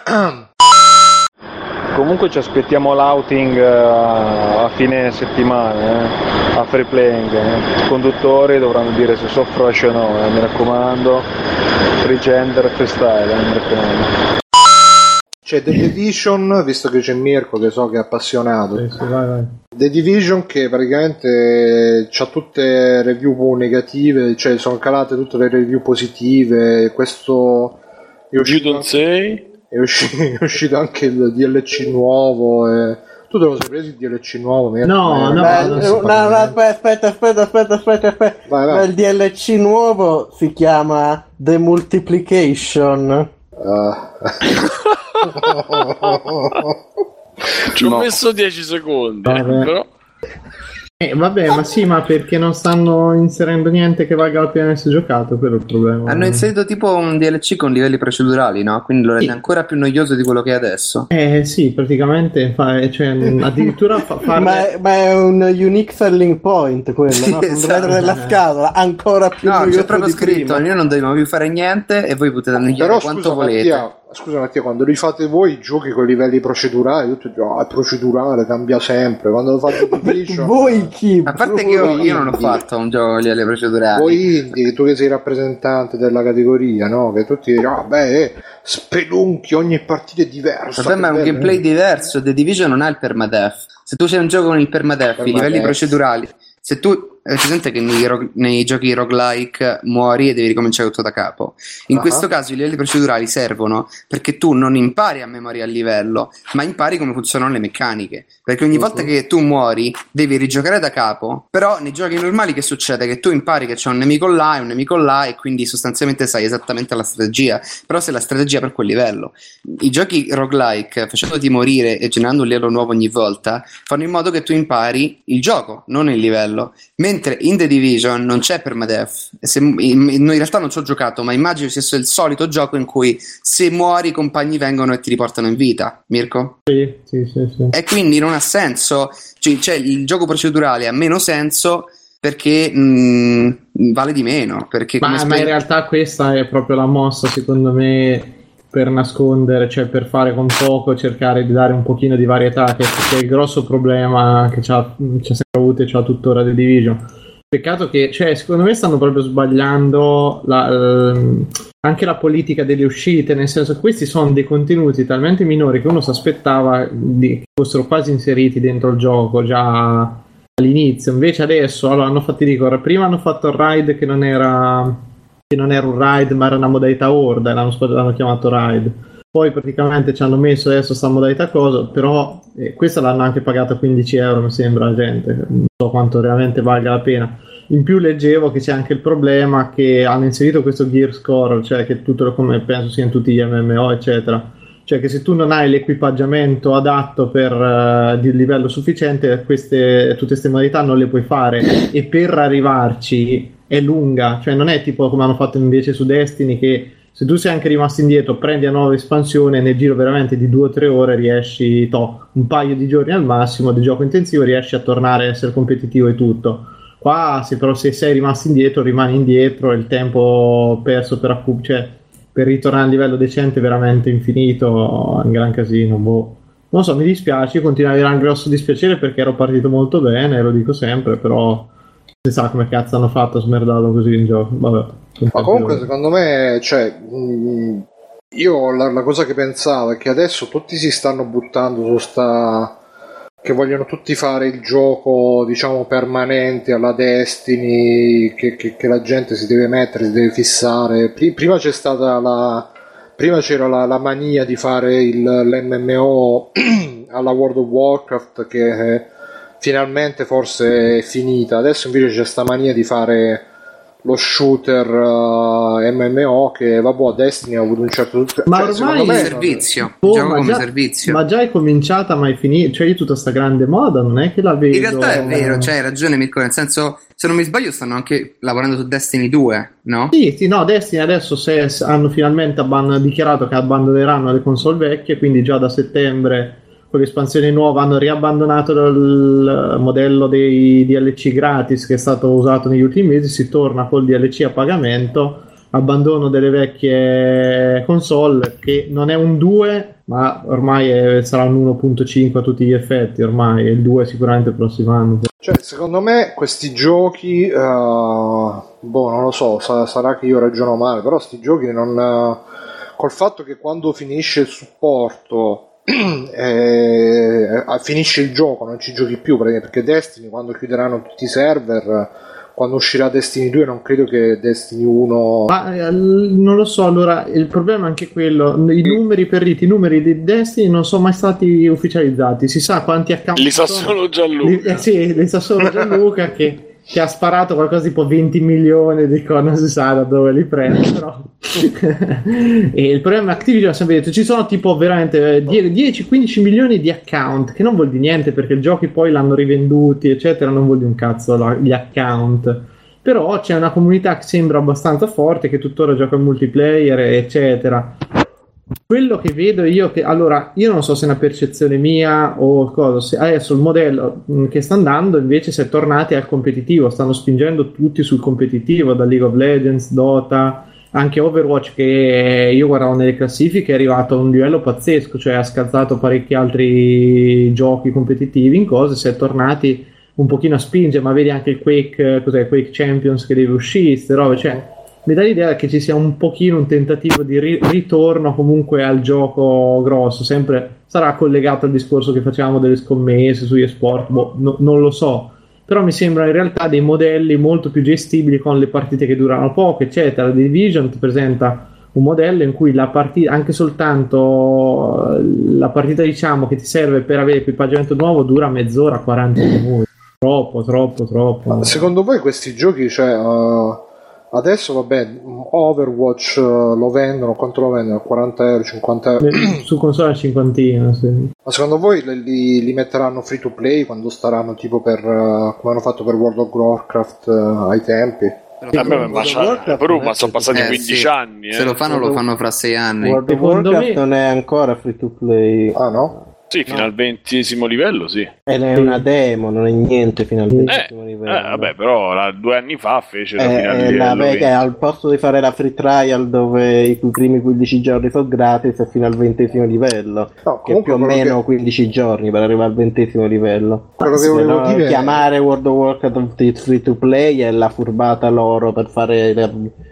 Comunque ci aspettiamo l'outing uh, a fine settimana, eh, a Free Playing. Eh. I conduttori dovranno dire se soffroce o no, eh, mi raccomando. Free gender freestyle, eh, mi raccomando. C'è The Division, visto che c'è Mirko che so che è appassionato. Sì, sì, vai, vai. The Division che praticamente c'ha tutte review negative, cioè sono calate tutte le review positive. Questo è uscito, anche, è uscito, è uscito anche il D L C nuovo. E... Tu te lo sei preso il D L C nuovo? No, no, no, Beh, no, no, aspetta, aspetta, aspetta, aspetta, aspetta. Vai, vai. Il D L C nuovo si chiama The Multiplication. Uh. Ci ho no. messo dieci secondi, Vabbè. eh, però Eh, vabbè, ma sì, ma perché non stanno inserendo niente che valga la pena essere giocato, quello è il problema. Hanno inserito tipo un D L C con livelli procedurali, no? Quindi lo rende Sì. ancora più noioso di quello che è adesso. Eh sì, praticamente fa, cioè, addirittura fa, farle... ma, è, ma è un unique selling point quello, Sì, no? esatto. Vedere nella scatola ancora più No, noioso c'è proprio di scritto, prima. io non dobbiamo più fare niente e voi potete annoiare Però quanto scusa volete. Mattia, scusa Mattia, quando li fate voi i giochi con livelli procedurali, tutti dicono, ah, è procedurale, cambia sempre. Quando lo fate The Division, Voi chi? A parte che io, io non ho fatto un gioco a livelli procedurali. voi indie, tu che sei rappresentante della categoria, no? Che tutti dicono, ah, beh, eh, spelunchi, ogni partita è diversa. Vabbè, ma è un che bello, gameplay eh. diverso. The Division non ha il permadeath. Se tu c'hai un gioco con il permadeath, i Permadeath. livelli procedurali, se tu è presente che nei, ro- nei giochi roguelike muori e devi ricominciare tutto da capo. In Ah. questo caso i livelli procedurali servono perché tu non impari a memoria il livello, ma impari come funzionano le meccaniche. Perché ogni volta che tu muori devi rigiocare da capo. Però nei giochi normali che succede? Che tu impari che c'è un nemico là e un nemico là e quindi sostanzialmente sai esattamente la strategia. Però sei la strategia per quel livello. I giochi roguelike, facendoti morire e generando un livello nuovo ogni volta, fanno in modo che tu impari il gioco, non il livello. Mentre in The Division non c'è permadeath. Se, in, in realtà non ci ho giocato, ma immagino sia il solito gioco in cui se muori i compagni vengono e ti riportano in vita. Mirko? Sì, sì, sì, sì. E quindi non ha senso, cioè, cioè il gioco procedurale ha meno senso perché mh, vale di meno. Perché Ma, come ma spe- in realtà questa è proprio la mossa, secondo me, per nascondere, cioè per fare con poco, cercare di dare un pochino di varietà, che, che è il grosso problema che c'ha, c'ha sempre avuto e c'ha tuttora The Division. Peccato che, cioè, secondo me stanno proprio sbagliando la, ehm, anche la politica delle uscite, nel senso che questi sono dei contenuti talmente minori che uno si aspettava di, che fossero quasi inseriti dentro il gioco già all'inizio. Invece adesso, allora, hanno fatto, dico, prima hanno fatto il raid che non era che non era un raid ma era una modalità horda, l'hanno, l'hanno chiamato raid. Poi praticamente ci hanno messo adesso sta modalità cosa, però eh, questa l'hanno anche pagata quindici euro, mi sembra, la gente, non so quanto realmente valga la pena. In più leggevo che c'è anche il problema che hanno inserito questo gear score, cioè che tutto, come penso sia in tutti gli M M O eccetera, cioè che se tu non hai l'equipaggiamento adatto per uh, di livello sufficiente, queste, tutte queste modalità non le puoi fare, e per arrivarci è lunga, cioè non è tipo come hanno fatto invece su Destiny, che se tu sei anche rimasto indietro, prendi la nuova espansione e nel giro veramente di due o tre ore riesci, to, un paio di giorni al massimo di gioco intensivo, riesci a tornare a essere competitivo e tutto. Qua se però se sei rimasto indietro, rimani indietro, e il tempo perso per, accu- cioè, per ritornare a un livello decente è veramente infinito, è un gran casino, boh. Non so, mi dispiace, io continuo ad avere un grosso dispiacere perché ero partito molto bene, lo dico sempre, però si sa come cazzo hanno fatto a smerdarlo così in gioco. Vabbè. Ma comunque secondo me, cioè, mh, io la, la cosa che pensavo è che adesso tutti si stanno buttando su sta, che vogliono tutti fare il gioco, diciamo, permanente alla Destiny, che, che, che la gente si deve mettere, si deve fissare. P- prima c'è stata la prima c'era la, la mania di fare il, l'M M O alla World of Warcraft, che eh, finalmente forse è finita. Adesso invece c'è sta mania di fare lo shooter uh, M M O, che vabbè, Destiny ha avuto un certo, ma cioè, ormai come è servizio, oh, gioco come già, servizio. Ma già è cominciata, ma è finita, cioè io tutta sta grande moda non è che la vedo. In realtà è vero, cioè hai ragione Mirko, nel senso, se non mi sbaglio stanno anche lavorando su Destiny due, no? Sì, sì, no, Destiny adesso se hanno finalmente abban- dichiarato che abbandoneranno le console vecchie, quindi già da settembre con l'espansione nuova hanno riabbandonato il modello dei D L C gratis che è stato usato negli ultimi mesi, si torna col D L C a pagamento, abbandono delle vecchie console, che non è un due ma ormai è, sarà un uno punto cinque a tutti gli effetti, ormai il due sicuramente il prossimo anno. Cioè secondo me questi giochi uh, boh, non lo so, sa- sarà che io ragiono male, però sti giochi non uh, col fatto che quando finisce il supporto Eh, finisce il gioco, non ci giochi più, perché Destiny, quando chiuderanno tutti i server, quando uscirà Destiny due, non credo che Destiny uno, ma eh, non lo so. Allora il problema è anche quello, i numeri per riti, i numeri di Destiny non sono mai stati ufficializzati, si sa quanti account li sa sono. solo Gianluca. Li, eh, sì, li sa solo Gianluca che che ha sparato qualcosa tipo venti milioni, dico, non si sa da dove li prende, però e il problema è che Activision ha sempre detto ci sono tipo veramente dieci quindici milioni di account, che non vuol dire niente perché i giochi poi l'hanno rivenduti eccetera, non vuol dire un cazzo la, gli account, però c'è una comunità che sembra abbastanza forte, che tuttora gioca in multiplayer eccetera. Quello che vedo io, che allora io non so se è una percezione mia o cosa, se adesso il modello mh, che sta andando invece si è tornati al competitivo, stanno spingendo tutti sul competitivo, da League of Legends, Dota, anche Overwatch, che io guardavo nelle classifiche è arrivato a un livello pazzesco, cioè ha scalzato parecchi altri giochi competitivi in cose, si è tornati un pochino a spingere, ma vedi anche il Quake, cos'è, Quake Champions che deve uscire, ste robe, cioè mi dà l'idea che ci sia un pochino un tentativo di ri- ritorno comunque al gioco grosso, sempre sarà collegato al discorso che facevamo delle scommesse sugli sport, boh, no, non lo so, però mi sembra in realtà dei modelli molto più gestibili con le partite che durano poco eccetera. The Division ti presenta un modello in cui la partita, anche soltanto la partita diciamo che ti serve per avere equipaggiamento nuovo, dura mezz'ora, quaranta minuti, troppo troppo troppo. Ma secondo voi questi giochi, cioè uh... adesso vabbè, Overwatch uh, lo vendono, quanto lo vendono? quaranta euro, cinquanta euro? Su console a cinquantina, sì. Ma secondo voi li, li metteranno free to play quando staranno tipo per uh, come hanno fatto per World of Warcraft uh, ai tempi? A me ma, però, ma sono passati eh, quindici sì. anni eh. Se lo fanno lo fanno fra sei anni. World of Secondo Warcraft me... non è ancora free to play. Ah no? Sì, fino no. al ventesimo livello, sì. Ed è una demo, non è niente fino al ventesimo eh, livello. Eh, vabbè, però la, due anni fa fece eh, fino al eh, livello la, che al posto di fare la free trial dove i primi quindici giorni sono gratis, è fino al ventesimo livello. No, che è più o meno che... quindici giorni per arrivare al ventesimo livello. Quello che volevo dire chiamare è... World of Warcraft free to play è la furbata loro per fare le...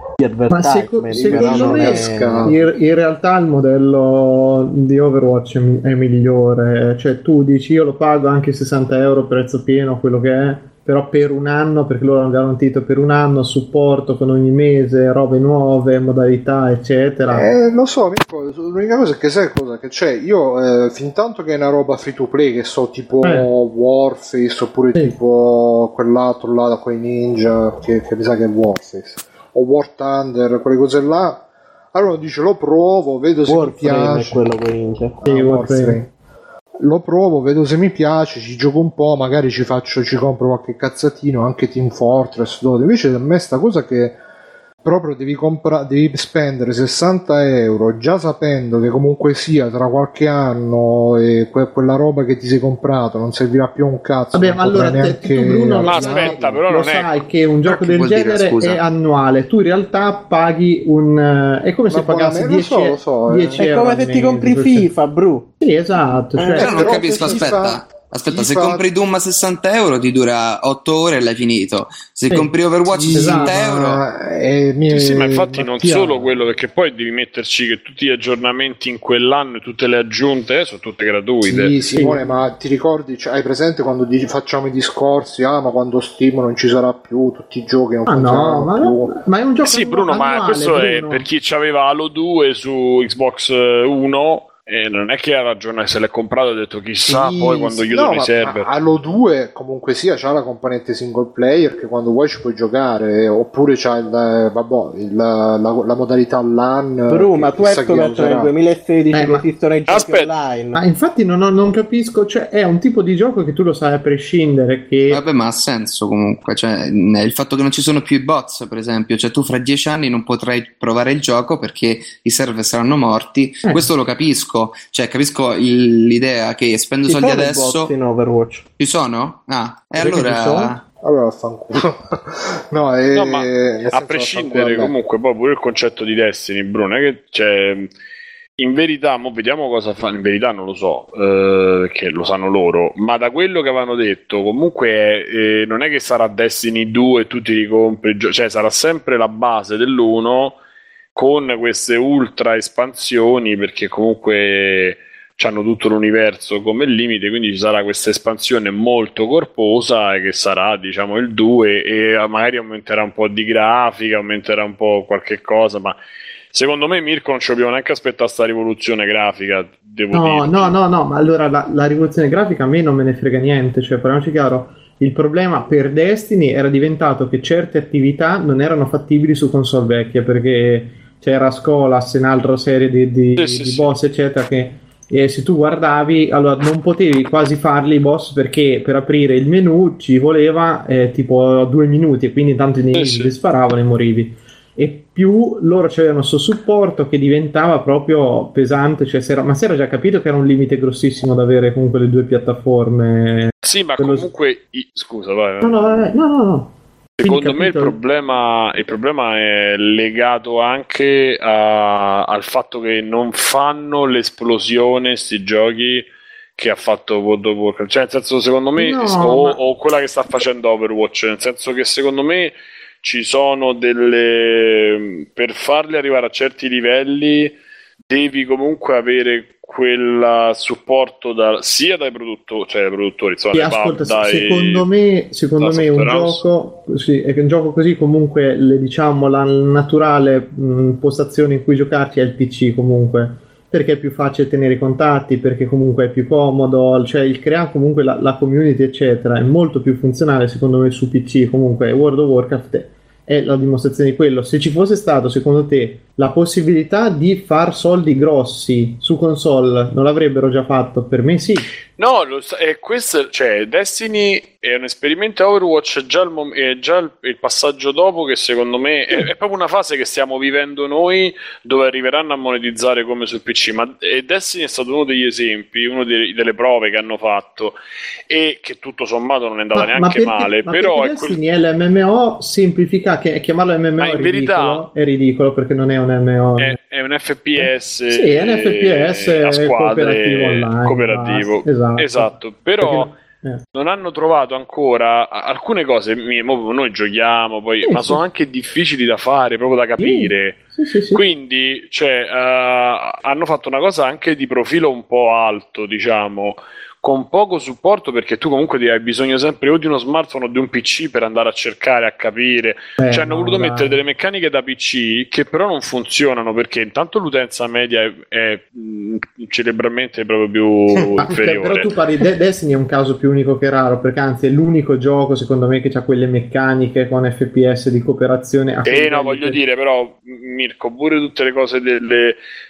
Ma seco- secondo me è... in, in realtà il modello di Overwatch è migliore, cioè tu dici io lo pago anche sessanta euro prezzo pieno, quello che è, però per un anno, perché loro hanno garantito per un anno supporto con ogni mese, robe nuove, modalità eccetera. Eh, lo so, Mirko, l'unica cosa è che sai cosa che c'è, io eh, fin tanto che è una roba free to play, che so tipo eh. Warface oppure sì. tipo quell'altro là da quei ninja che, che mi sa che è Warface o War Thunder, quelle cose là, allora dice lo provo, vedo se Warframe mi piace. È quello che vince. Sì, ah, Warframe. Lo provo, vedo se mi piace, ci gioco un po', magari ci faccio, ci compro qualche cazzatino, anche Team Fortress, dove invece a me sta cosa che proprio devi comprare, devi spendere sessanta euro già sapendo che comunque sia tra qualche anno e que- quella roba che ti sei comprato non servirà più a un cazzo. Vabbè, ma allora neanche te, tu Bruno ma aspetta, però lo non sai è... che un gioco del genere dire, è annuale, tu in realtà paghi un è come se pagassi dieci so, lo so, eh. È come se ti compri FIFA, Bru. Sì, esatto, cioè, eh, non capisco, aspetta. Aspetta, se compri Doom a sessanta euro ti dura otto ore e l'hai finito. Se sì. compri Overwatch a sessanta esatto. euro eh, mie... sì, sì, ma infatti non solo quello, perché poi devi metterci che tutti gli aggiornamenti in quell'anno e tutte le aggiunte eh, sono tutte gratuite. Sì, Simone, sì. Ma ti ricordi, cioè, hai presente quando dici, facciamo i discorsi, ah ma quando Steam non ci sarà più, tutti i giochi non ah, no, ma, più. Ma è un gioco eh sì, Bruno, annuale, ma questo Bruno. È per chi c'aveva Halo due su Xbox One. E non è che ha ragione, se l'è comprato ha detto chissà sì, poi quando chiudono no, i server. Halo due comunque sia c'ha la componente single player che quando vuoi ci puoi giocare, oppure c'ha il, vabbè, il, la, la modalità LAN. Bru, ma tu hai scoperto nel duemilasedici eh, che esistono i giochi online. Ma infatti non, ho, non capisco, cioè è un tipo di gioco che tu lo sai a prescindere che... Vabbè, ma ha senso comunque, cioè il fatto che non ci sono più i bots per esempio, cioè tu fra dieci anni non potrai provare il gioco perché i server saranno morti, eh. questo lo capisco. Cioè capisco il, l'idea che spendo ci soldi sono adesso in Overwatch. Ci sono? Ah, e Perché allora allora fanculo. no, è, no, ma a prescindere comunque poi pure il concetto di Destiny, Bruno, è che cioè, in verità, mo vediamo cosa fanno, in verità non lo so, eh, che lo sanno loro, ma da quello che avevano detto comunque eh, non è che sarà Destiny due e tu ti ricompri, cioè sarà sempre la base dell'uno con queste ultra espansioni, perché comunque hanno tutto l'universo come limite, quindi ci sarà questa espansione molto corposa che sarà diciamo il due e magari aumenterà un po' di grafica, aumenterà un po' qualche cosa, ma secondo me Mirko non ci dobbiamo neanche aspettare sta rivoluzione grafica, devo no, dire. No, no, no, ma allora la, la rivoluzione grafica a me non me ne frega niente, cioè parliamoci chiaro, il problema per Destiny era diventato che certe attività non erano fattibili su console vecchie, perché c'era Skolas in un'altra serie di, di, sì, di sì, boss sì. eccetera che e se tu guardavi allora non potevi quasi farli i boss perché per aprire il menu ci voleva eh, tipo due minuti e quindi tanto ne sì, sì. sparavano e morivi, e più loro c'avevano questo supporto che diventava proprio pesante, cioè, s'era, ma si era già capito che era un limite grossissimo da avere comunque le due piattaforme. Sì, ma Quello... comunque i... scusa vai, vai. no no no no, no. Secondo me il problema, il problema è legato anche a, al fatto che non fanno l'esplosione sti giochi che ha fatto World of Warcraft, cioè nel senso secondo me no, o, ma... o quella che sta facendo Overwatch, nel senso che secondo me ci sono delle, per farli arrivare a certi livelli devi comunque avere quel supporto da, sia dai produttori, cioè dai produttori, insomma, sì, dai ascolta, pub, dai, secondo me, secondo me un gioco, sì, è un gioco così comunque le, diciamo la naturale mh, postazione in cui giocarci è il P C comunque, perché è più facile tenere i contatti, perché comunque è più comodo, cioè il creare comunque la, la community eccetera è molto più funzionale secondo me su P C, comunque World of Warcraft è la dimostrazione di quello. Se ci fosse stato secondo te la possibilità di far soldi grossi su console non l'avrebbero già fatto? Per me sì. No, lo, è questo, cioè Destiny è un esperimento, Overwatch è già il, mom- è già il, il passaggio dopo, che secondo me è, è proprio una fase che stiamo vivendo noi, dove arriveranno a monetizzare come sul P C, ma e Destiny è stato uno degli esempi, una delle prove che hanno fatto, e che tutto sommato non è andata Ma, neanche ma perché, male, ma però perché è quel... Destiny è l'M M O semplificato, che chiamarlo M M O Ma è in ridicolo, verità è ridicolo perché non è un M M O. È, è un F P S, Sì, è un F P S a squadre, cooperativo online, cooperativo. basta. Esatto. Esatto, però perché, eh. non hanno trovato ancora alcune cose. Noi giochiamo, poi, sì, ma sì. sono anche difficili da fare, proprio da capire. Sì, sì, sì. Quindi, cioè, uh, hanno fatto una cosa anche di profilo un po' alto, diciamo, con poco supporto, perché tu comunque hai bisogno sempre o di uno smartphone o di un P C per andare a cercare, a capire. Eh, cioè hanno no, voluto dai. mettere delle meccaniche da P C che però non funzionano, perché intanto l'utenza media è, è mh, cerebralmente proprio più Ma, inferiore. però tu parli de- Destiny è un caso più unico che raro, perché anzi è l'unico gioco secondo me che ha quelle meccaniche con F P S di cooperazione a Eh no, livelli voglio che- dire, però Mirko, pure tutte le cose delle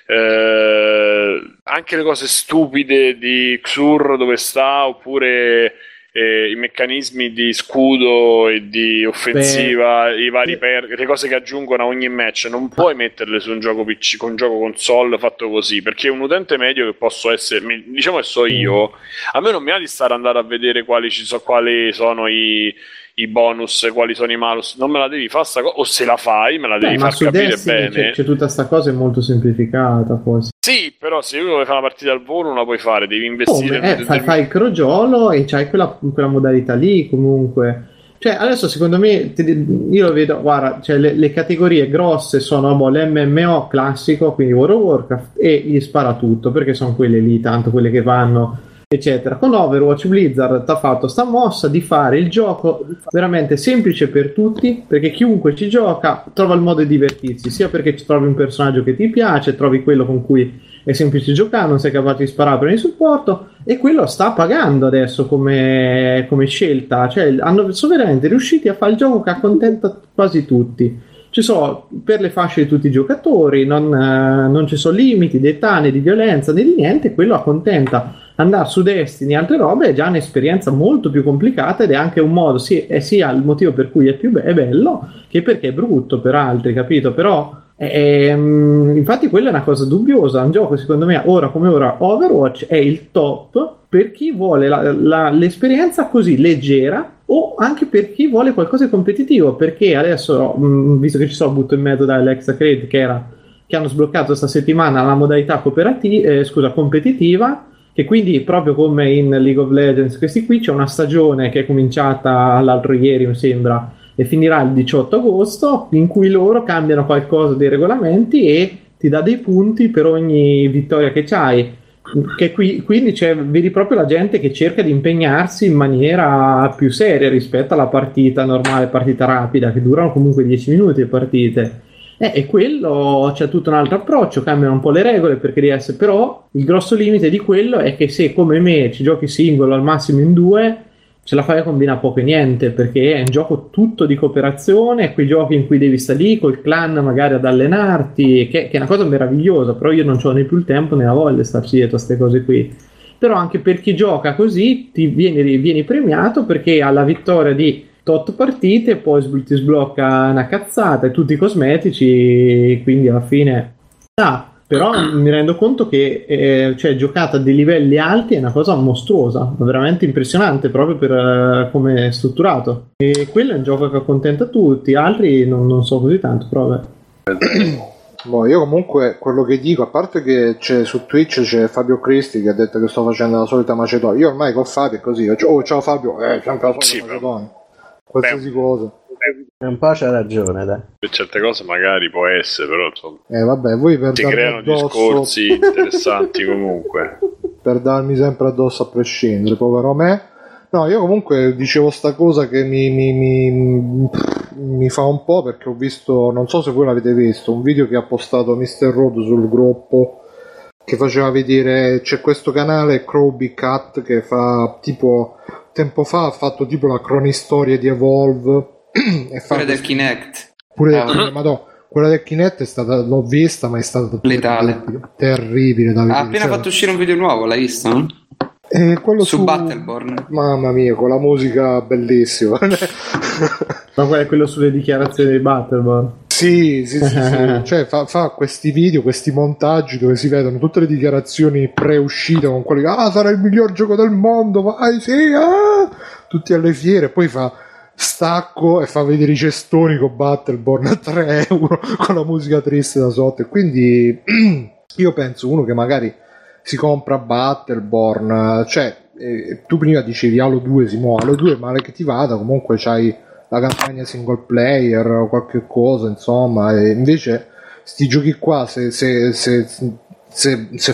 eh, anche le cose stupide di Xur dove sta, oppure eh, i meccanismi di scudo e di offensiva, i vari per, le cose che aggiungono a ogni match, non puoi metterle su un gioco P C, con un gioco console fatto così, perché un utente medio che posso essere, mi- diciamo che so io, a me non mi ha di stare ad andare a vedere quali ci so, quali sono i i bonus, quali sono i malus, non me la devi fare sta cosa, o se la fai me la devi Beh, ma far su capire Destiny bene. c'è, c'è tutta sta cosa, è molto semplificata poi. Sì, però se uno vuole fare una partita al volo non la puoi fare, devi investire Come? Eh, nel- fai, nel- fai il crogiolo e c'hai quella, quella modalità lì comunque. Cioè, adesso secondo me ti- io lo vedo, guarda, cioè, le, le categorie grosse sono boh, l'M M O classico, quindi World of Warcraft, e gli spara tutto, perché sono quelle lì, tanto quelle che vanno, eccetera. Con Overwatch Blizzard ti ha fatto sta mossa di fare il gioco veramente semplice per tutti, perché chiunque ci gioca trova il modo di divertirsi, sia perché ci trovi un personaggio che ti piace, trovi quello con cui è semplice giocare, non sei capace di sparare per il supporto, e quello sta pagando adesso come, come scelta. Cioè, hanno, sono veramente riusciti a fare il gioco che accontenta quasi tutti. Ci sono per le fasce di tutti i giocatori, non, eh, non ci sono limiti di età né di violenza né di niente, quello accontenta. Andare su Destiny e altre robe è già un'esperienza molto più complicata, ed è anche un modo, sì, è sia il motivo per cui è più be- è bello, che perché è brutto per altri, capito? Però Ehm, infatti quella è una cosa dubbiosa. Un gioco, secondo me, ora come ora Overwatch è il top per chi vuole la, la, l'esperienza così leggera, o anche per chi vuole qualcosa di competitivo, perché adesso, mh, visto che ci sono, butto in mezzo dall'Extra Credit che era che hanno sbloccato questa settimana la modalità cooperativa, eh, scusa, competitiva, che quindi proprio come in League of Legends questi qui c'è una stagione che è cominciata l'altro ieri mi sembra e finirà il diciotto agosto, in cui loro cambiano qualcosa dei regolamenti e ti dà dei punti per ogni vittoria che c'hai, che qui, quindi c'è, vedi proprio la gente che cerca di impegnarsi in maniera più seria rispetto alla partita normale, partita rapida, che durano comunque dieci minuti le partite. Eh, e quello c'è tutto un altro approccio, cambiano un po' le regole perché di essere, però il grosso limite di quello è che se come me ci giochi singolo al massimo in due, ce la fai a combinare poco e niente, perché è un gioco tutto di cooperazione, quei giochi in cui devi stare lì col clan magari ad allenarti, che, che è una cosa meravigliosa, però io non ho né più il tempo né la voglia di starci dietro a queste cose qui. Però anche per chi gioca così ti vieni, vieni premiato, perché alla vittoria di tot partite poi ti sblocca una cazzata e tutti i cosmetici, quindi alla fine ah, però mi rendo conto che eh, cioè, giocata a dei livelli alti è una cosa mostruosa, veramente impressionante proprio per uh, come è strutturato, e quello è un gioco che accontenta tutti, altri non, non so così tanto, però vabbè. Boh, io comunque quello che dico, a parte che c'è su Twitch c'è Fabio Cristi che ha detto che sto facendo la solita macedonia, io ormai con Fabio è così, oh ciao Fabio, eh, sempre la solita Sì, macedonia, qualsiasi cosa. Un po' c'ha ragione, dai. Per certe cose magari può essere, però insomma, Eh vabbè, voi per si darmi creano addosso, discorsi interessanti comunque. per darmi sempre addosso a prescindere, povero me. No, io comunque dicevo sta cosa che mi, mi, mi, mi fa un po', perché ho visto, non so se voi l'avete visto, un video che ha postato mister Rod sul gruppo che faceva vedere, c'è questo canale Crowby Cat che fa tipo, tempo fa ha fatto tipo la cronistoria di Evolve e fa Quella del questo- Kinect. pure Ah. del, madò, quella del Kinect è stata, l'ho vista, ma è stata Letale. terribile, terribile da vedere. Ha appena Cioè, fatto uscire un video nuovo, l'hai visto? No? E quello su, su Battleborn. Mamma mia, con la musica bellissima. Ma quello è quello sulle dichiarazioni di Battleborn. Sì, sì, sì, sì. Cioè fa, fa questi video, questi montaggi dove si vedono tutte le dichiarazioni pre-uscite con quelli che ah, sarà il miglior gioco del mondo, vai, sì, ah! Tutti alle fiere, poi fa stacco e fa vedere i cestoni con Battleborn a tre euro con la musica triste da sotto. E quindi io penso uno che magari si compra Battleborn, cioè eh, tu prima dicevi Halo due, si muove Halo due, male che ti vada, comunque c'hai la campagna single player o qualche cosa, insomma, e invece sti giochi qua se, se, se, se, se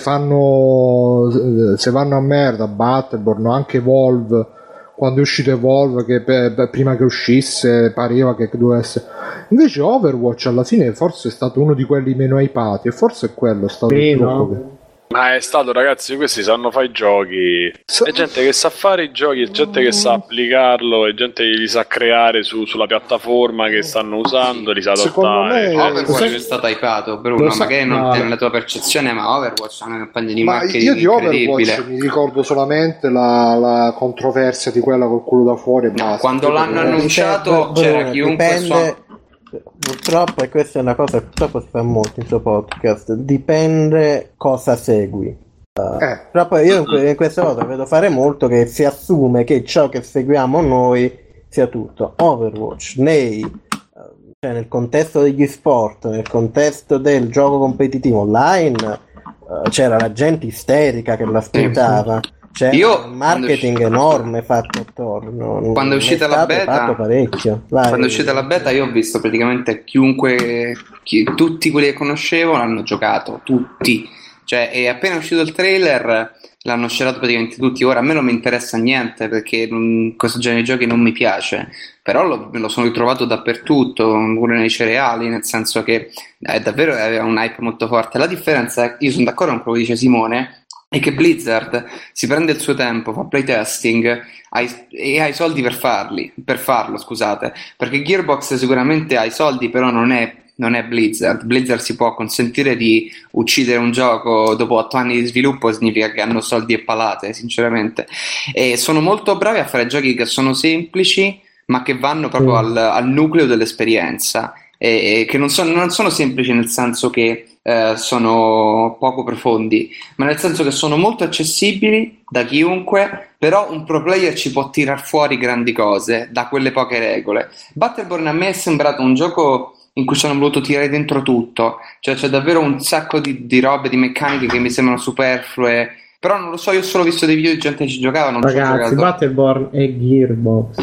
fanno se vanno a merda, Battleborn, anche Evolve, quando è uscito Evolve, che per, prima che uscisse pareva che dovesse, invece Overwatch alla fine forse è stato uno di quelli meno hypati, e forse è quello è stato sì, il no? gioco che... Ma è stato, ragazzi, questi sanno fare i giochi. È gente che sa fare i giochi, è gente che sa applicarlo, è gente che li sa creare su, sulla piattaforma che stanno usando, li sa adottare. Overwatch è stato hypato, Bruno, sa- magari non no. è nella tua percezione, ma Overwatch ha una campagna di Ma marketing io di incredibile. Overwatch mi ricordo solamente la, la controversia di quella col culo da fuori e basta. Quando l'hanno Dipende- annunciato c'era Bruno, chiunque dipende, suona- purtroppo, e questa è una cosa che purtroppo si fa molto in questo podcast, dipende cosa segui. Uh, Eh. Purtroppo io in, que- in questa cosa vedo fare molto che si assume che ciò che seguiamo noi sia tutto. Overwatch nei uh, cioè nel contesto degli sport, nel contesto del gioco competitivo online, uh, c'era la gente isterica che l'aspettava. C'era Io, un marketing quando è usci- enorme fatto attorno. Quando è uscita la stato beta- fatto parecchio. Vai. Quando è uscita la beta io ho visto praticamente chiunque, chi- tutti quelli che conoscevo l'hanno giocato, tutti. Cioè, è appena uscito il trailer l'hanno scelto praticamente tutti. Ora a me non mi interessa niente perché non- questo genere di giochi non mi piace, però lo, me lo sono ritrovato dappertutto, pure nei cereali, nel senso che è davvero aveva un hype molto forte. La differenza, io sono d'accordo con quello che dice Simone, è che Blizzard si prende il suo tempo, fa playtesting ha i- e ha i soldi per farli, per farlo, scusate, perché Gearbox sicuramente ha i soldi, però non è, non è Blizzard. Blizzard si può consentire di uccidere un gioco dopo otto anni di sviluppo, significa che hanno soldi e palate, sinceramente, e sono molto bravi a fare giochi che sono semplici ma che vanno proprio al, al nucleo dell'esperienza, e, e che non sono, non sono semplici nel senso che eh, sono poco profondi, ma nel senso che sono molto accessibili da chiunque, però un pro player ci può tirar fuori grandi cose da quelle poche regole. Battleborn a me è sembrato un gioco in cui ci hanno voluto tirare dentro tutto, cioè c'è davvero un sacco di, di robe, di meccaniche che mi sembrano superflue, però non lo so, io ho solo visto dei video di gente che ci giocava, non ci ho Ragazzi, giocato. Battleborn è Gearbox.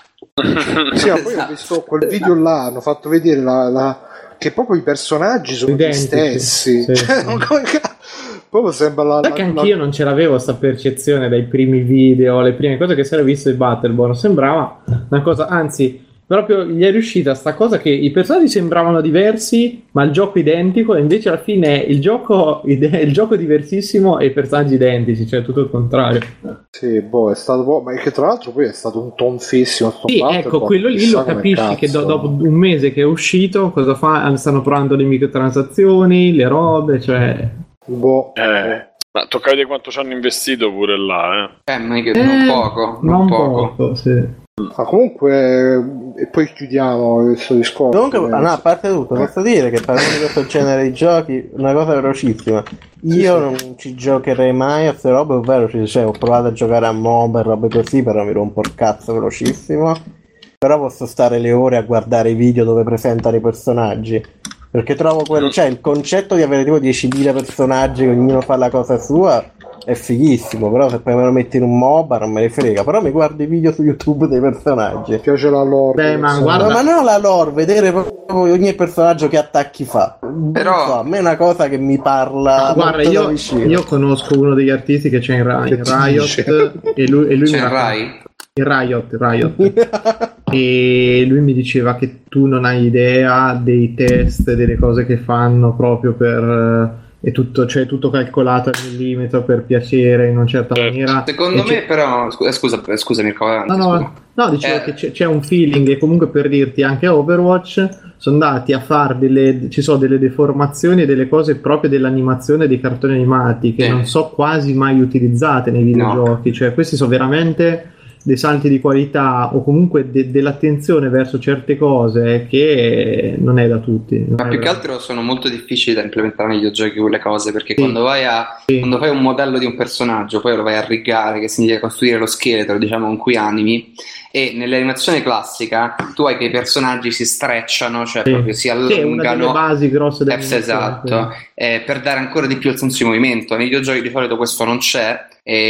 Sì, ma poi ho visto quel video là, hanno fatto vedere la, la- che proprio i personaggi sono Identici, gli stessi. sì. Cioè, non- come ca- proprio sembra la, Sai la- che la- anch'io non ce l'avevo questa percezione dai primi video, le prime cose che si era visto di Battleborn. Sembrava una cosa, anzi, proprio gli è riuscita sta cosa che i personaggi sembravano diversi, ma il gioco identico, e invece alla fine il gioco, ide- il gioco diversissimo e i personaggi identici, cioè tutto il contrario. Sì, boh, è stato po- ma che tra l'altro poi è stato un tonfissimo sto Sì, Battleborn, ecco, quello lì chissà lo come capisci cazzo. che do- dopo un mese che è uscito, cosa fa? Stanno provando le microtransazioni, le robe, cioè... Boh. Eh, ma tocca vedere quanto ci hanno investito pure là, eh. Eh, ma che Eh, non poco, non, non poco. poco, sì. Ma comunque, e poi chiudiamo questo discorso. Comunque, ah, no, a parte tutto, posso dire che parlando di questo genere di giochi, una cosa velocissima. Io non ci giocherei mai a queste robe, ovvero cioè, ho provato a giocare a MOBA e robe così, però mi rompo il cazzo velocissimo. Però posso stare le ore a guardare i video dove presentano i personaggi. Perché trovo quello, cioè il concetto di avere tipo diecimila personaggi, ognuno fa la cosa sua, è fighissimo, però se poi me lo metti in un MOBA non me ne frega, però mi guardo i video su YouTube dei personaggi. Mi piace la lore. Beh, ma sì. guarda- Ma non la lore, vedere proprio ogni personaggio che attacchi fa. Però- Non so, a me è una cosa che mi parla Guarda, molto da io, vicino. io conosco uno degli artisti che c'è in, Ra- Che in ti Riot dice? e lui, e lui C'è mi il racconta- Rai? il Riot, il Riot. E lui mi diceva che tu non hai idea dei test, delle cose che fanno proprio per è tutto, cioè, tutto calcolato al millimetro per piacere in una certa maniera. Secondo e me c'è... però scusa, scusa, scusa Mirko, avanti, no, scusa. no, no, dicevo Eh. che c'è, c'è un feeling, e comunque per dirti anche a Overwatch sono andati a fare delle, ci sono delle deformazioni e delle cose proprio dell'animazione dei cartoni animati che Sì. non so quasi mai utilizzate nei videogiochi, cioè questi sono veramente dei salti di qualità o comunque de- dell'attenzione verso certe cose che non è da tutti. Non Ma è più che vero. altro sono molto difficili da implementare nei videogiochi quelle cose, perché Sì. quando vai a Sì. quando fai un modello di un personaggio, poi lo vai a rigare, che significa costruire lo scheletro, diciamo, con cui animi, e nell'animazione classica tu hai che i personaggi si strecciano, cioè Sì. proprio si Sì, è una delle allungano. basi grosse Eh, dell'animazione, esatto, eh, per dare ancora di più il senso di movimento. Nei videogiochi di solito questo non c'è,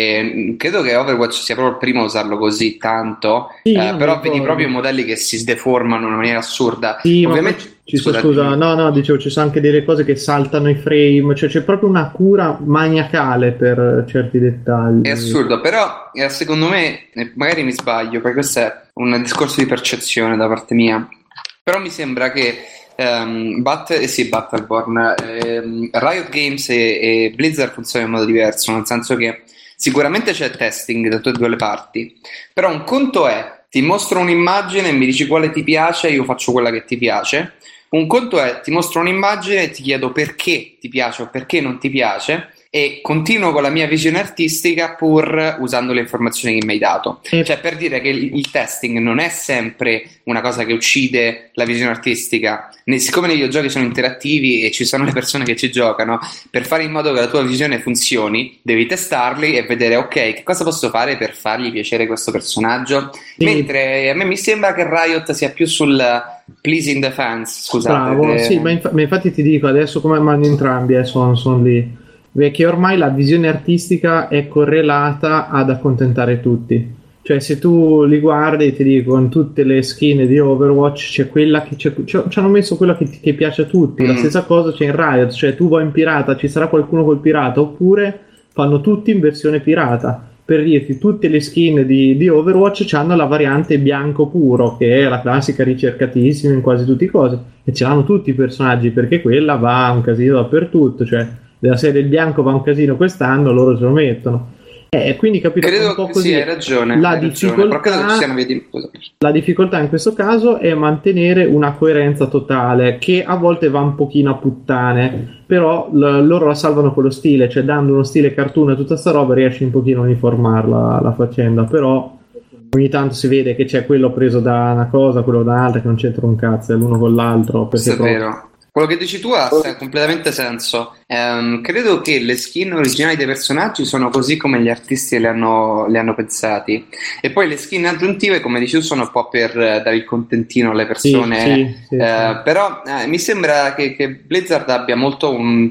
e credo che Overwatch sia proprio il primo a usarlo così tanto, Sì, eh, io mi però ricordo. vedi proprio modelli che si deformano in una maniera assurda. Sì, ma Ovviamente, poi ci sono, scusate, scusa, no, no, dicevo, ci sono anche delle cose che saltano i frame, cioè c'è proprio una cura maniacale per certi dettagli. è assurdo, però eh, secondo me, eh, magari mi sbaglio, perché questo è un discorso di percezione da parte mia, però mi sembra che ehm, Bat- eh sì, Battleborn, ehm, Riot Games e, e Blizzard funzionano in modo diverso, nel senso che sicuramente c'è testing da tutte e due le parti, però un conto è ti mostro un'immagine e mi dici quale ti piace, io faccio quella che ti piace. Un conto è ti mostro un'immagine e ti chiedo perché ti piace o perché non ti piace, e continuo con la mia visione artistica pur usando le informazioni che mi hai dato. Cioè, per dire che il, il testing non è sempre una cosa che uccide la visione artistica. Ne- siccome nei videogiochi sono interattivi e ci sono le persone che ci giocano, per fare in modo che la tua visione funzioni devi testarli e vedere ok, che cosa posso fare per fargli piacere questo personaggio. Sì. Mentre a me mi sembra che Riot sia più sul pleasing the fans, scusate. Bravo, eh, sì, ma, inf- ma infatti ti dico adesso come vanno entrambi, eh, sono, sono lì. Perché ormai la visione artistica è correlata ad accontentare tutti. Cioè, se tu li guardi e ti dico in tutte le skin di Overwatch c'è quella che c'è, c'è- ci hanno messo quella che, che piace a tutti. La Mm. stessa cosa c'è in Riot, cioè tu vuoi in pirata, ci sarà qualcuno col pirata, oppure fanno tutti in versione pirata. Per dirti, tutte le skin di, di Overwatch hanno la variante bianco puro, che è la classica ricercatissima in quasi tutte le cose, e ce l'hanno tutti i personaggi, perché quella va un casino dappertutto, cioè della serie il bianco va un casino quest'anno, loro se lo mettono. E quindi capito Credo un po' che così. sì, hai ragione. La hai ragione, però credo che ci difficoltà, siano vedi- la difficoltà in questo caso è mantenere una coerenza totale, che a volte va un pochino a puttane, però l- loro la salvano con lo stile, cioè dando uno stile cartoon e tutta sta roba riesci un pochino a uniformarla la faccenda, però ogni tanto si vede che c'è quello preso da una cosa, quello da un'altra, che non c'entra un cazzo, è l'uno con l'altro. Questo è proprio- vero. Quello che dici tu ha se- completamente senso. Ehm, credo che le skin originali dei personaggi sono così come gli artisti le hanno, le hanno pensati. E poi le skin aggiuntive, come dici tu, sono un po' per eh, dare il contentino alle Sì, persone. sì, sì, Eh, sì. però eh, mi sembra che, che Blizzard abbia molto un,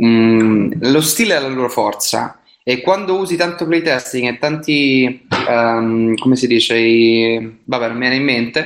un- lo stile è la loro forza. E quando usi tanto playtesting e tanti, ehm, come si dice, i... vabbè, non mi viene in mente,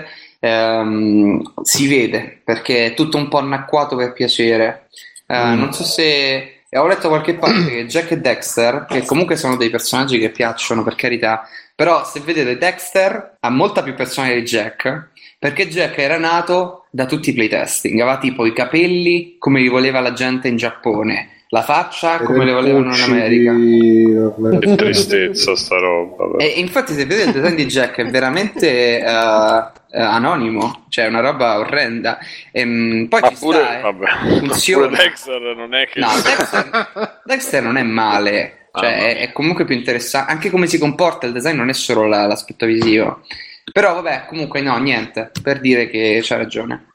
ehm, si vede perché è tutto un po' annacquato per piacere. Eh, Mm. Non so se ho letto da qualche parte che Jack e Dexter, che comunque sono dei personaggi che piacciono, per carità, però se vedete Dexter ha molta più personalità di Jack, perché Jack era nato da tutti i playtesting, aveva tipo i capelli come li voleva la gente in Giappone, la faccia come le volevano in America. Di... Che tristezza sta roba. però. E infatti se vedete il design di Jack è veramente eh, eh, anonimo, cioè è una roba orrenda. Ehm, poi Ma ci pure, sta, eh. vabbè, funziona. pure Dexter non è che... No, Dexter, Dexter non è male, cioè Ah, è, è comunque più interessante, anche come si comporta il design, non è solo la- l'aspetto visivo. Però vabbè, comunque no, niente, per dire che c'ha ragione.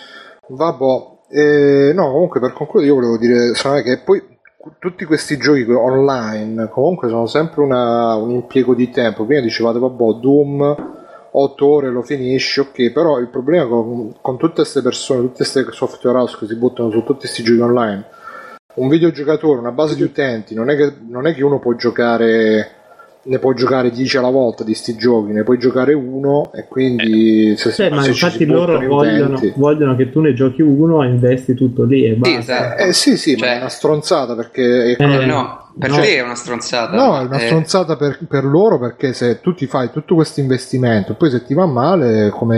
Vabbè, eh, no, comunque per concludere io volevo dire secondo me, che poi tutti questi giochi online comunque sono sempre una- un impiego di tempo. Prima dicevate vabbè, Doom otto ore lo finisci, ok, però il problema con, con tutte queste persone, tutte queste software house che si buttano su tutti questi giochi online, un videogiocatore, una base di utenti, non è che, non è che uno può giocare, ne può giocare dieci alla volta di sti giochi, ne puoi giocare uno e quindi se, Cioè, ma se ci infatti si loro buttano i vogliono, utenti- vogliono che tu ne giochi uno e investi tutto lì e Sì, basta. esatto. Eh sì, sì, Cioè- ma è una stronzata perché è Eh, No, per no. te è una stronzata. no, è una Eh, stronzata per, per loro, perché se tu ti fai tutto questo investimento, poi se ti va male, come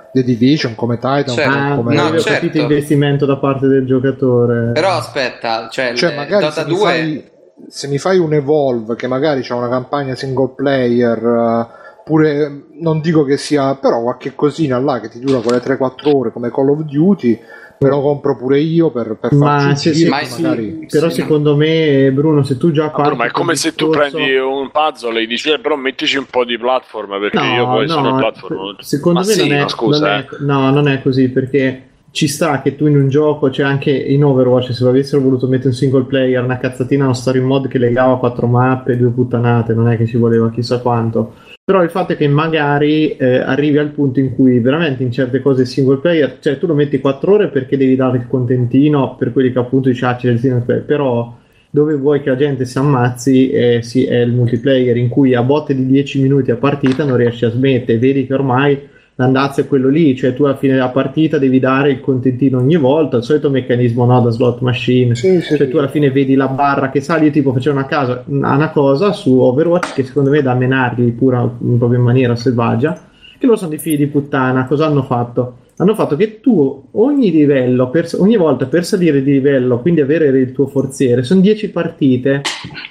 The Division, come Titanfall, Certo. come No, Avevo certo. capito investimento da parte del giocatore. Però aspetta, cioè, cioè il magari Dota se mi, due fai, se mi fai un Evolve che magari c'ha una campagna single player, uh, pure non dico che sia, però qualche cosina là che ti dura quelle tre quattro ore come Call of Duty, me lo compro pure io per, per Ma, farci sì, un sì, giro, magari. sì, però sì, secondo me, Bruno, se tu già Ah, Bruno, ma è parti come col se tu discorso- prendi un puzzle e dici eh, però mettici un po' di platform perché No, io poi no, sono il platform. secondo Ma me sì, non, è, ma scusa, non eh. è- no, non è così, perché ci sta che tu in un gioco, c'è anche in Overwatch, se avessero voluto mettere un single player, una cazzatina, uno story mode che legava quattro mappe, due puttanate, non è che ci voleva chissà quanto. Però il fatto è che magari eh, arrivi al punto in cui veramente in certe cose single player, cioè tu lo metti quattro ore perché devi dare il contentino per quelli che appunto dici ah c'è il single player, però dove vuoi che la gente si ammazzi eh, sì, è il multiplayer, in cui a botte di dieci minuti a partita non riesci a smettere, vedi che ormai l'andazzo è quello lì, cioè tu alla fine della partita devi dare il contentino ogni volta, il solito meccanismo no, da slot machine, Sì, sì, cioè sì. tu alla fine vedi la barra che sali, io tipo facevo una, casa, una cosa su Overwatch che secondo me è da menargli pura proprio in maniera selvaggia, che loro sono dei figli di puttana. Cosa hanno fatto? Hanno fatto che tu ogni livello, per, ogni volta per salire di livello, quindi avere il tuo forziere, sono dieci partite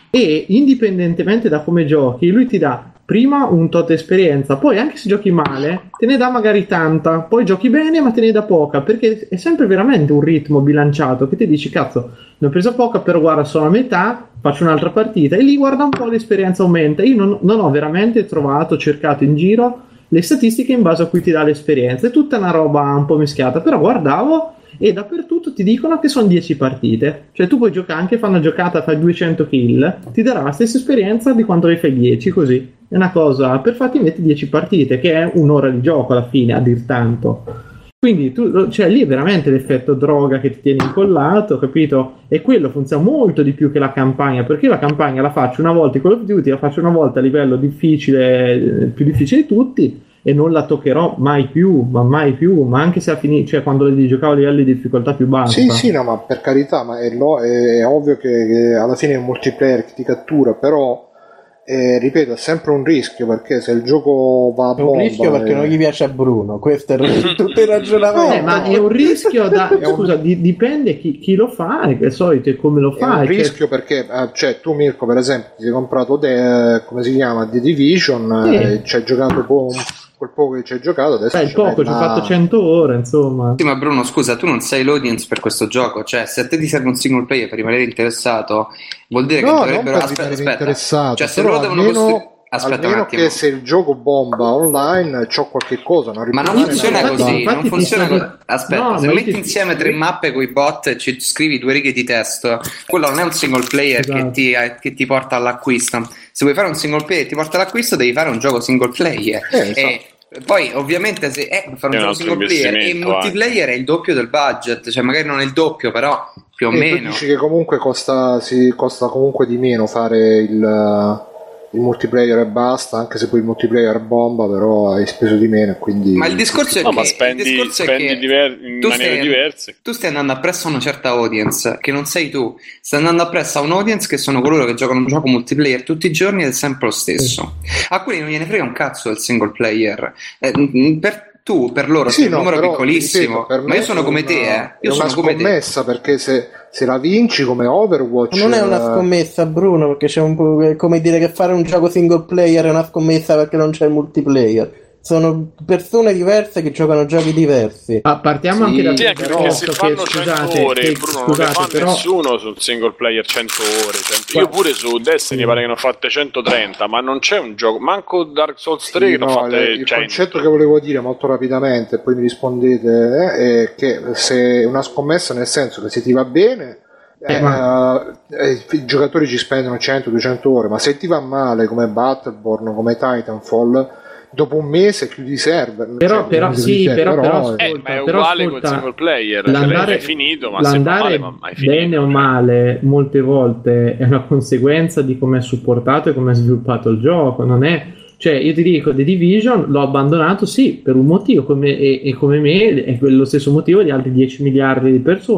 e indipendentemente da come giochi, lui ti dà prima un tot esperienza, poi anche se giochi male te ne dà magari tanta, poi giochi bene ma te ne dà poca, perché è sempre veramente un ritmo bilanciato che ti dici cazzo ne ho preso poca, però guarda sono a metà, faccio un'altra partita e lì guarda un po' l'esperienza aumenta. Io non, non ho veramente trovato, cercato in giro le statistiche in base a cui ti dà l'esperienza, è tutta una roba un po' mischiata, però guardavo e dappertutto ti dicono che sono dieci partite, cioè tu puoi giocare anche fai una giocata, fai duecento kill, ti darà la stessa esperienza di quando ne fai dieci, così è una cosa per farti metti dieci partite, che è un'ora di gioco alla fine, a dir tanto. Quindi tu, cioè lì è veramente l'effetto droga che ti tieni incollato, capito? E quello funziona molto di più che la campagna, perché la campagna la faccio una volta in Call of Duty, la faccio una volta a livello difficile, più difficile di tutti, e non la toccherò mai più, ma mai più, ma anche se a finire, cioè quando giocavo a livelli di difficoltà più bassi. Sì, sì, no, ma per carità, ma è, lo, è, è ovvio che, che alla fine è un multiplayer che ti cattura, però eh, ripeto, è sempre un rischio, perché se il gioco va a È un bomba rischio perché e- non gli piace a Bruno, questo è il- tutto il ragionamento. Eh, ma è un rischio da scusa, di- dipende chi, chi lo fa, e al solito e come lo è fa. un cioè- rischio perché eh, cioè tu Mirko per esempio ti sei comprato The, come si chiama The Division, Sì. eh, ci hai giocato po- quel poco che ci hai giocato adesso Beh, il ce l'hai poco, ci ho là. fatto cento ore, insomma. Sì, ma Bruno, scusa, tu non sei l'audience per questo gioco, cioè se a te ti serve un single player per rimanere interessato, vuol dire no, che non dovrebbero per aspetta, rimanere aspetta. interessato, Cioè se però loro devono almeno, costru- aspetta un almeno attimo. che se il gioco bomba online c'ho qualche cosa, non Ma non rimane funziona una così, roba- non infatti funziona ti sto- così. Aspetta, no, se ma io metti ti- insieme tre mappe con i bot e ci scrivi due righe di testo, quello non è un single player Esatto. che, ti, che ti porta all'acquisto. Se vuoi fare un single player e ti porta all'acquisto, devi fare un gioco single player. Eh, esatto. E poi ovviamente se eh, fare È un un gioco altro single player e il investimento, multiplayer è il doppio del budget, cioè magari non è il doppio, però più o E tu meno. dici che comunque costa, si, costa comunque di meno fare il, il multiplayer e basta, anche se poi il multiplayer bomba, però hai speso di meno, quindi Ma il discorso è No, che ma il spendi, discorso è spendi che diver- in tu maniere stai- diverse. Tu stai andando appresso a una certa audience che non sei tu, stai andando appresso a un audience che sono coloro che giocano un gioco multiplayer tutti i giorni ed è sempre lo stesso. A quelli non gliene frega un cazzo del single player. Eh, m- per tu, per loro, sì, sei un no, numero però, piccolissimo. ripeto, per Ma me io sono è come una- te, eh. Io è sono una come te. scommessa, perché se, se la vinci come Overwatch Non è una eh, scommessa, Bruno, perché c'è un po', è come dire che fare un gioco single player è una scommessa perché non c'è il multiplayer. Sono persone diverse che giocano giochi diversi. Ah, partiamo Sì, anche dal Sì, anche perché se presupposto fanno che, cento scusate, ore, che- Bruno, non le scusate, fa però nessuno sul single player cento ore. cento Io pure su Destiny pare che ne ho fatte centotrenta, ma non c'è un gioco, manco Dark Souls tre sì, che ne ho no, fatte le- il cento. concetto che volevo dire molto rapidamente e poi mi rispondete eh, è che se è una scommessa, nel senso che se ti va bene eh, Eh, ma- eh, i giocatori ci spendono cento duecento ore, ma se ti va male come Battleborn, come Titanfall, dopo un mese chiudi i server. Però- cioè, però- non sì, dice, però- però- eh, Eh, ma è Però uguale ascolta, col single player, cioè l'andare- l'hai finito, ma se va l'andare male, ma mai finito. bene o male molte volte è una conseguenza di come è supportato e come è sviluppato il gioco, non è, cioè io ti dico The Division l'ho abbandonato sì per un motivo come, e, e come me è quello stesso motivo di altri dieci miliardi di persone,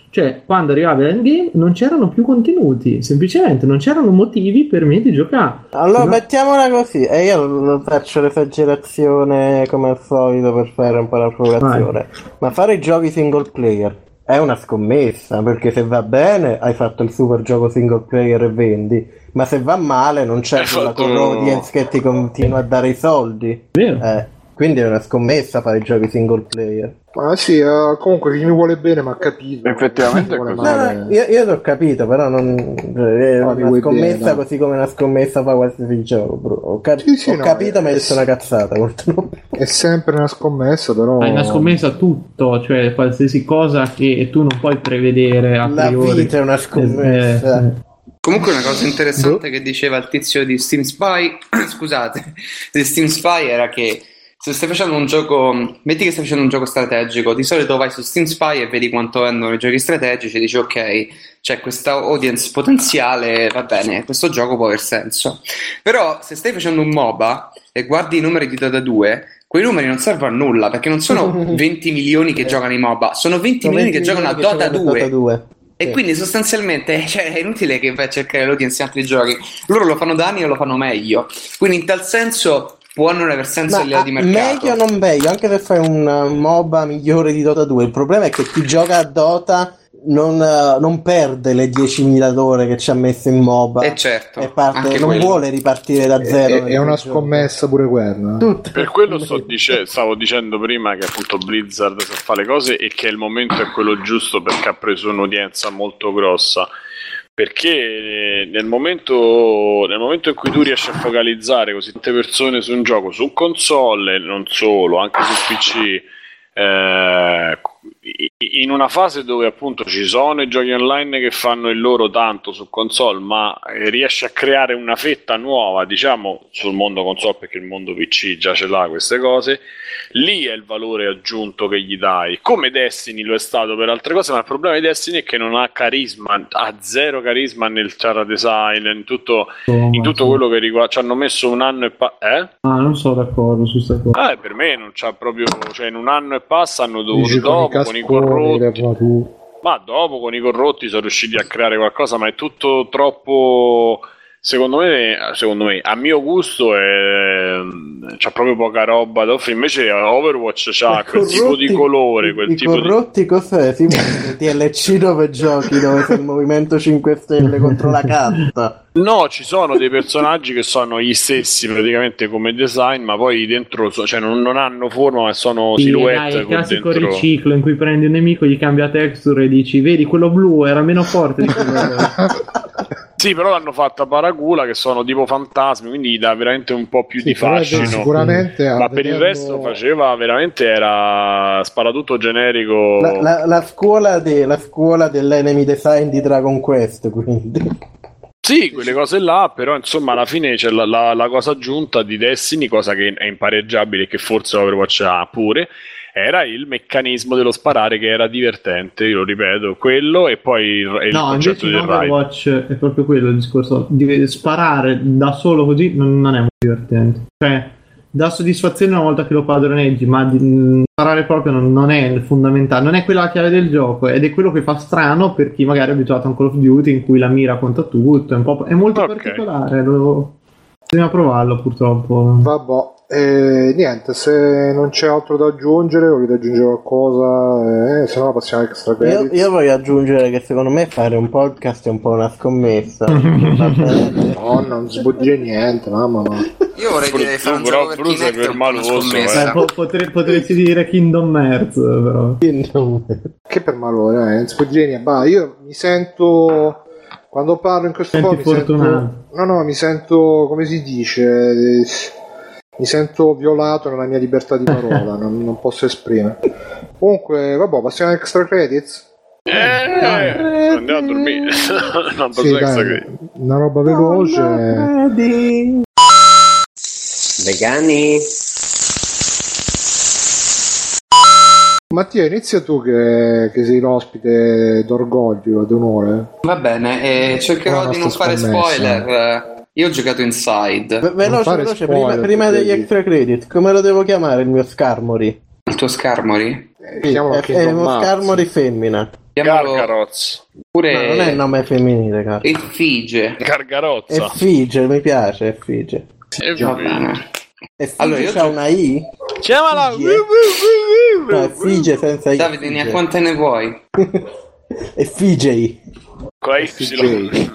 Cioè, quando arrivavi all'endgame non c'erano più contenuti, semplicemente non c'erano motivi per me di giocare. Allora, no? mettiamola così, e io non faccio l'esagerazione come al solito per fare un po' la provocazione, Vai. ma fare i giochi single player è una scommessa, perché se va bene hai fatto il super gioco single player e vendi, ma se va male non c'è quella fatto... core audience che ti continua a dare i soldi. Vero. Eh. Quindi è una scommessa fare i giochi single player. Ma sì, uh, comunque chi mi vuole bene mi ha capito. Effettivamente vuole no, no, io, io l'ho capito, però non è no, una scommessa bene, così come una scommessa fa qualsiasi gioco, bro. Ho, cap- sì, sì, ho no, capito, è, ma hai detto una cazzata. Purtroppo. È sempre una scommessa, però. È una scommessa tutto, cioè qualsiasi cosa che tu non puoi prevedere a La priori. vita è una scommessa. Eh, eh. Comunque una cosa interessante che diceva il tizio di Steam Spy, scusate, di Steam Spy era che se stai facendo un gioco, metti che stai facendo un gioco strategico, di solito vai su Steam Spy e vedi quanto vendono i giochi strategici e dici ok, c'è questa audience potenziale, va bene, questo gioco può aver senso. Però se stai facendo un MOBA e guardi i numeri di Dota due, quei numeri non servono a nulla, perché non sono venti milioni che giocano in MOBA, sono venti sono milioni venti che giocano a Dota due. due. E sì. Quindi sostanzialmente cioè, è inutile che vai a cercare l'audience in altri giochi, loro lo fanno da anni e lo fanno meglio, quindi in tal senso può non aver senso a livello di mercato. Meglio o non meglio, anche se fai un uh, MOBA migliore di Dota due, il problema è che chi gioca a Dota non, uh, non perde le diecimila ore che ci ha messo in MOBA e certo, e parte, anche non quello. vuole ripartire da zero. È, è una scommessa pure quella. Tutto. Per quello sto dice- stavo dicendo prima che appunto Blizzard sa fare le cose e che il momento è quello giusto perché ha preso un'udienza molto grossa. Perché nel momento, nel momento in cui tu riesci a focalizzare così tante persone su un gioco, su console e non solo, anche su P C, eh, in una fase dove appunto ci sono i giochi online che fanno il loro tanto su console, ma riesci a creare una fetta nuova, diciamo, sul mondo console, perché il mondo P C già ce l'ha queste cose, lì è il valore aggiunto che gli dai, come Destiny lo è stato per altre cose, ma il problema di Destiny è che non ha carisma, ha zero carisma nel chara design, in tutto, oh, in tutto quello che riguarda, ci hanno messo un anno e pa- eh? Ah, non sono d'accordo su questa cosa. Eh, per me non c'ha proprio, cioè in un anno e passa hanno dovuto Dici dopo con i, con i corrotti, tu. ma dopo con i corrotti sono riusciti a creare qualcosa, ma è tutto troppo, secondo me, secondo me a mio gusto è, c'ha proprio poca roba da offrire. Invece Overwatch c'ha quel corrotti, tipo di colore, quel i tipo corrotti di... cos'è? Tipo T L C dove giochi, dove sei il Movimento cinque Stelle contro la carta. No, ci sono dei personaggi che sono gli stessi praticamente come design, ma poi dentro so, cioè non, non hanno forma, ma sono sì, silhouette. Dai, il classico dentro... riciclo in cui prendi un nemico, gli cambia texture e dici vedi quello blu era meno forte di quello. Sì, però l'hanno fatta paracula che sono tipo fantasmi, quindi dà veramente un po' più sì, di fascino. Sicuramente ma per vedendo... il resto faceva veramente, era sparatutto generico. La, la, la, scuola de, la scuola dell'enemy design di Dragon Quest, quindi. Sì, quelle cose là, però insomma alla fine c'è la, la, la cosa aggiunta di Destiny, cosa che è impareggiabile e che forse Overwatch ha pure, era il meccanismo dello sparare che era divertente, io lo ripeto, quello e poi il, il no, concetto del raid. No, Overwatch è proprio quello il discorso, di sparare da solo così non, non è molto divertente, cioè dà soddisfazione una volta che lo padroneggi, ma di, sparare proprio non, non è il fondamentale, non è quella la chiave del gioco ed è quello che fa strano per chi magari è abituato a un Call of Duty in cui la mira conta tutto, è, un po', è molto okay. particolare, lo, bisogna provarlo purtroppo. Vabbè. E niente, se non c'è altro da aggiungere, volete aggiungere qualcosa, eh, se no passiamo a extra credits. Io, io voglio aggiungere che secondo me fare un podcast è un po' una scommessa. No, non sbugge niente, mamma mia. Io vorrei dire fare un gioco per Kinect per maloso, eh. po- potre, potresti dire Kingdom Hearts, però. Kingdom. Che per malore, eh, non sbugge niente. Bah, io mi sento... Quando parlo in questo modo mi sento... No, no, mi sento, come si dice... Mi sento violato nella mia libertà di parola, non, non posso esprimere. Comunque, vabbè, passiamo a extra credits. Eh, eh, andiamo a dormire. Non sì, dai, una roba veloce. Vegani. Mattia, inizia tu che, che sei l'ospite d'orgoglio, d'onore. Va bene, e cercherò no, di non fare scommessa. spoiler. Io ho giocato Inside. Ve- veloce, veloce, prima, prima degli extra credit, come lo devo chiamare il mio Skarmory? Il tuo Skarmory? Sì, è, è uno schermo di femmina. Gargarozza. Pure No, non è il nome femminile, cara. Effigie. Gargarozza. Effigie, mi piace, Effigie. Effigie. Effigie Allora, io c'ha gio- una I? Chiamala! No, Effigie senza I. Davide, ne quante ne vuoi? Effigie. Con Y.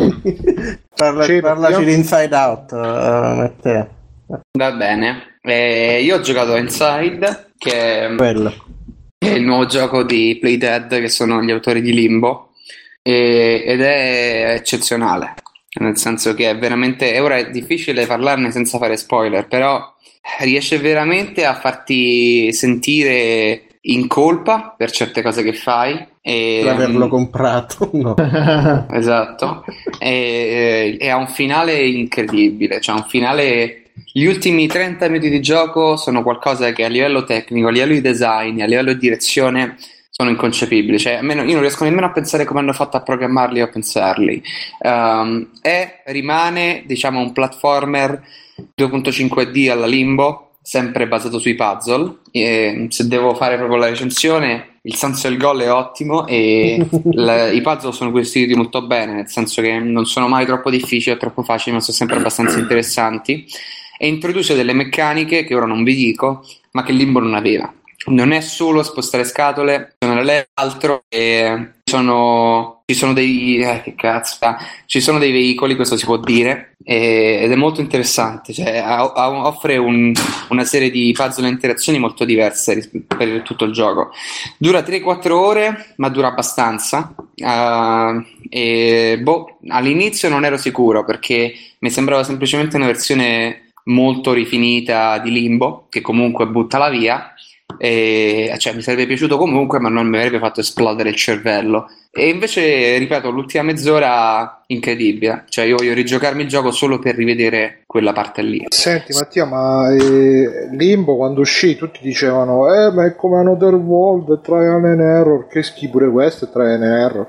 Parla, Sì, parlaci io- di Inside Out, uh, Matteo. Va bene. Eh, io ho giocato a Inside, che è, Quello. è il nuovo gioco di Playdead, che sono gli autori di Limbo, e- ed è eccezionale. Nel senso che è veramente. Ora è difficile parlarne senza fare spoiler, però riesce veramente a farti sentire in colpa per certe cose che fai. E, Per averlo comprato, no. esatto, e, e ha un finale incredibile, cioè un finale. Gli ultimi trenta minuti di gioco sono qualcosa che a livello tecnico, a livello di design, a livello di direzione sono inconcepibili, cioè almeno io non riesco nemmeno a pensare come hanno fatto a programmarli o a pensarli. Um, è rimane, diciamo, un platformer due punto cinque D alla Limbo, sempre basato sui puzzle. E se devo fare proprio la recensione, il senso del gol è ottimo e la, i puzzle sono costruiti molto bene, nel senso che non sono mai troppo difficili o troppo facili, ma sono sempre abbastanza interessanti, e introduce delle meccaniche che ora non vi dico, ma che Limbo non aveva. Non è solo spostare scatole, non è altro, e sono, ci sono dei eh, che cazzo, ci sono dei veicoli, questo si può dire, e, ed è molto interessante, cioè a, a, offre un, una serie di puzzle e interazioni molto diverse ris- per tutto il gioco. Dura tre quattro ore, ma dura abbastanza. Uh, e boh, all'inizio non ero sicuro perché mi sembrava semplicemente una versione molto rifinita di Limbo, che comunque buttala via. E, cioè, mi sarebbe piaciuto comunque, ma non mi avrebbe fatto esplodere il cervello. E invece, ripeto, l'ultima mezz'ora incredibile. Cioè, io voglio rigiocarmi il gioco solo per rivedere quella parte lì. Senti Mattia, ma eh, Limbo quando uscì tutti dicevano eh ma è come Another World, è Trial and Error, che schifo pure questo è Trial and Error.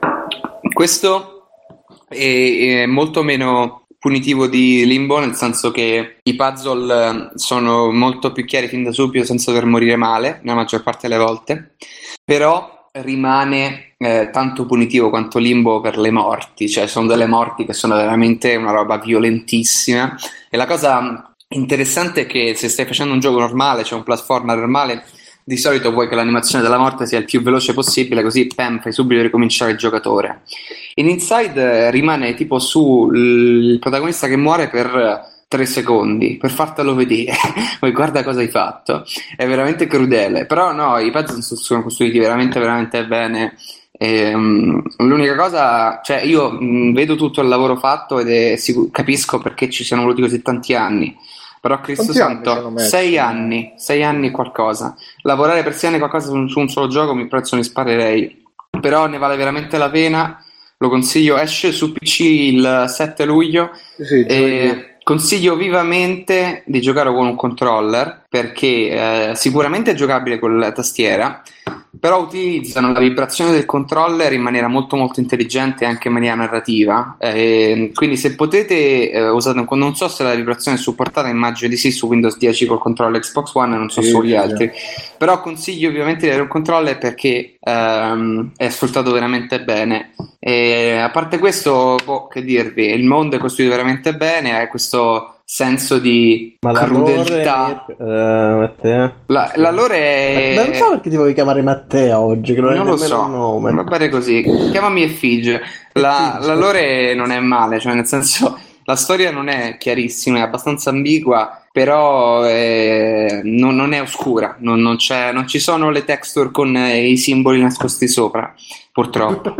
Questo è, è molto meno punitivo di Limbo, nel senso che i puzzle sono molto più chiari fin da subito senza dover morire male nella maggior parte delle volte, però rimane eh, tanto punitivo quanto Limbo per le morti, cioè sono delle morti che sono veramente una roba violentissima. E la cosa interessante è che se stai facendo un gioco normale, cioè un platformer normale, di solito vuoi che l'animazione della morte sia il più veloce possibile, così pam, fai subito ricominciare il giocatore. In Inside eh, rimane tipo su l- il protagonista che muore per tre secondi per fartelo vedere. Poi guarda cosa hai fatto, è veramente crudele. Però no, i puzzle sono costruiti veramente veramente bene. E, um, l'unica cosa, cioè io um, vedo tutto il lavoro fatto ed è sicur- capisco perché ci siano voluti così tanti anni. Però Cristo santo, sei anni, sei anni e qualcosa. Lavorare per sei anni qualcosa su un, su un solo gioco mi prezzo ne sparerei. Però ne vale veramente la pena, lo consiglio, esce su P C il sette luglio Sì, e consiglio vivamente di giocare con un controller perché eh, sicuramente è giocabile con la tastiera, però utilizzano la vibrazione del controller in maniera molto molto intelligente e anche in maniera narrativa, eh, quindi se potete eh, usate, non so se la vibrazione è supportata, immagino di sì su Windows dieci col controller Xbox One, non so Sì, sugli sì, altri, però consiglio ovviamente di avere un controller perché ehm, è sfruttato veramente bene. E a parte questo, boh, che dirvi, il mondo è costruito veramente bene, ha questo senso di Ma la crudeltà. lore, uh, Matteo? La, la lore è... Ma non so perché ti volevi chiamare Matteo oggi, che non, non è lo nemmeno so, un nome. va bene così, chiamami Effigie. La, la lore non è male, cioè nel senso la storia non è chiarissima, è abbastanza ambigua, però è, non, non è oscura, non, non, c'è, non ci sono le texture con eh, i simboli nascosti sopra, purtroppo.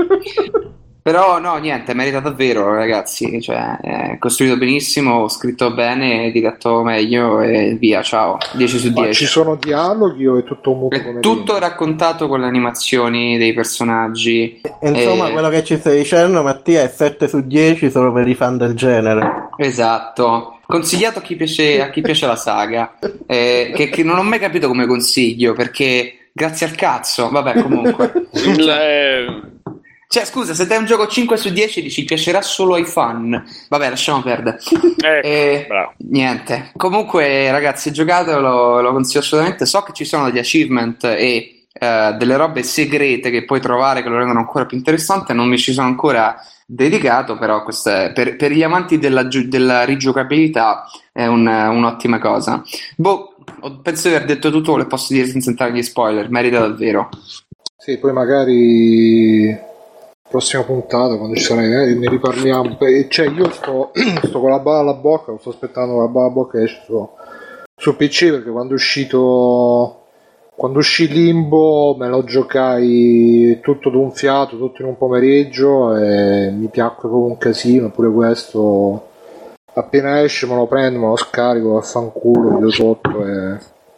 Però no, niente, merita davvero, ragazzi, cioè è costruito benissimo, scritto bene, diretto meglio e via, ciao, dieci su Ma dieci. ci sono dialoghi o è tutto muto È come tutto Limbo? raccontato con le animazioni dei personaggi. Insomma, Eh, quello che ci stai dicendo, Mattia, è sette su dieci solo per i fan del genere. Esatto, consigliato a chi piace, a chi piace la saga, eh, che, che non ho mai capito come consiglio, perché grazie al cazzo, vabbè, comunque. Eh, Cioè, scusa, se dai un gioco cinque su dieci dici piacerà solo ai fan. Vabbè, lasciamo perdere. ecco, E bravo. niente. Comunque, ragazzi, giocatelo, lo consiglio assolutamente. So che ci sono degli achievement e eh, delle robe segrete che puoi trovare che lo rendono ancora più interessante. Non mi ci sono ancora dedicato, però questo è, per, per gli amanti della, gi- della rigiocabilità è un- un'ottima cosa. Boh, penso di aver detto tutto quello che posso dire senza entrare negli spoiler, merita davvero. Sì, poi magari prossima puntata quando ci sarai eh, ne riparliamo. Beh, cioè io sto, sto con la bava alla bocca, sto aspettando la bava alla bocca che esce su, su P C, perché quando è uscito quando uscì Limbo me lo giocai tutto d'un fiato, tutto in un pomeriggio, e mi piacque come un casino. Pure questo appena esce me lo prendo, me lo scarico, vaffanculo, vedo sotto e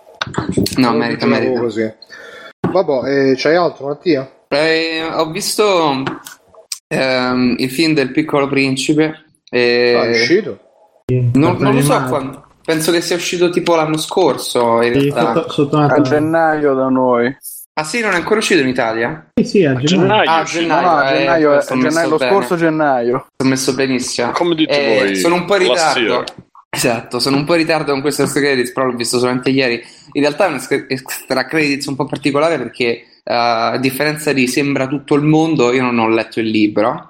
no, merita, merita. Così. Vabbè, eh, c'hai altro, Mattia? Eh, ho visto ehm, il film del Piccolo Principe. E... Ah, è uscito? Non, non lo so quando. Penso che sia uscito tipo l'anno scorso. In Sì, realtà. sotto, sotto A gennaio da noi. Ah sì, non è ancora uscito in Italia? Sì, sì, a gennaio. Ah, gennaio, No, no, a eh, gennaio, sto gennaio messo lo bene. scorso gennaio. Sono messo benissimo. Come dite Eh, voi, sono un po' in last ritardo. year. Esatto, sono un po' in ritardo con questo extra credits, però l'ho visto solamente ieri. In realtà è un extra- extra credits un po' particolare perché uh, a differenza di Sembra tutto il mondo, io non ho letto il libro.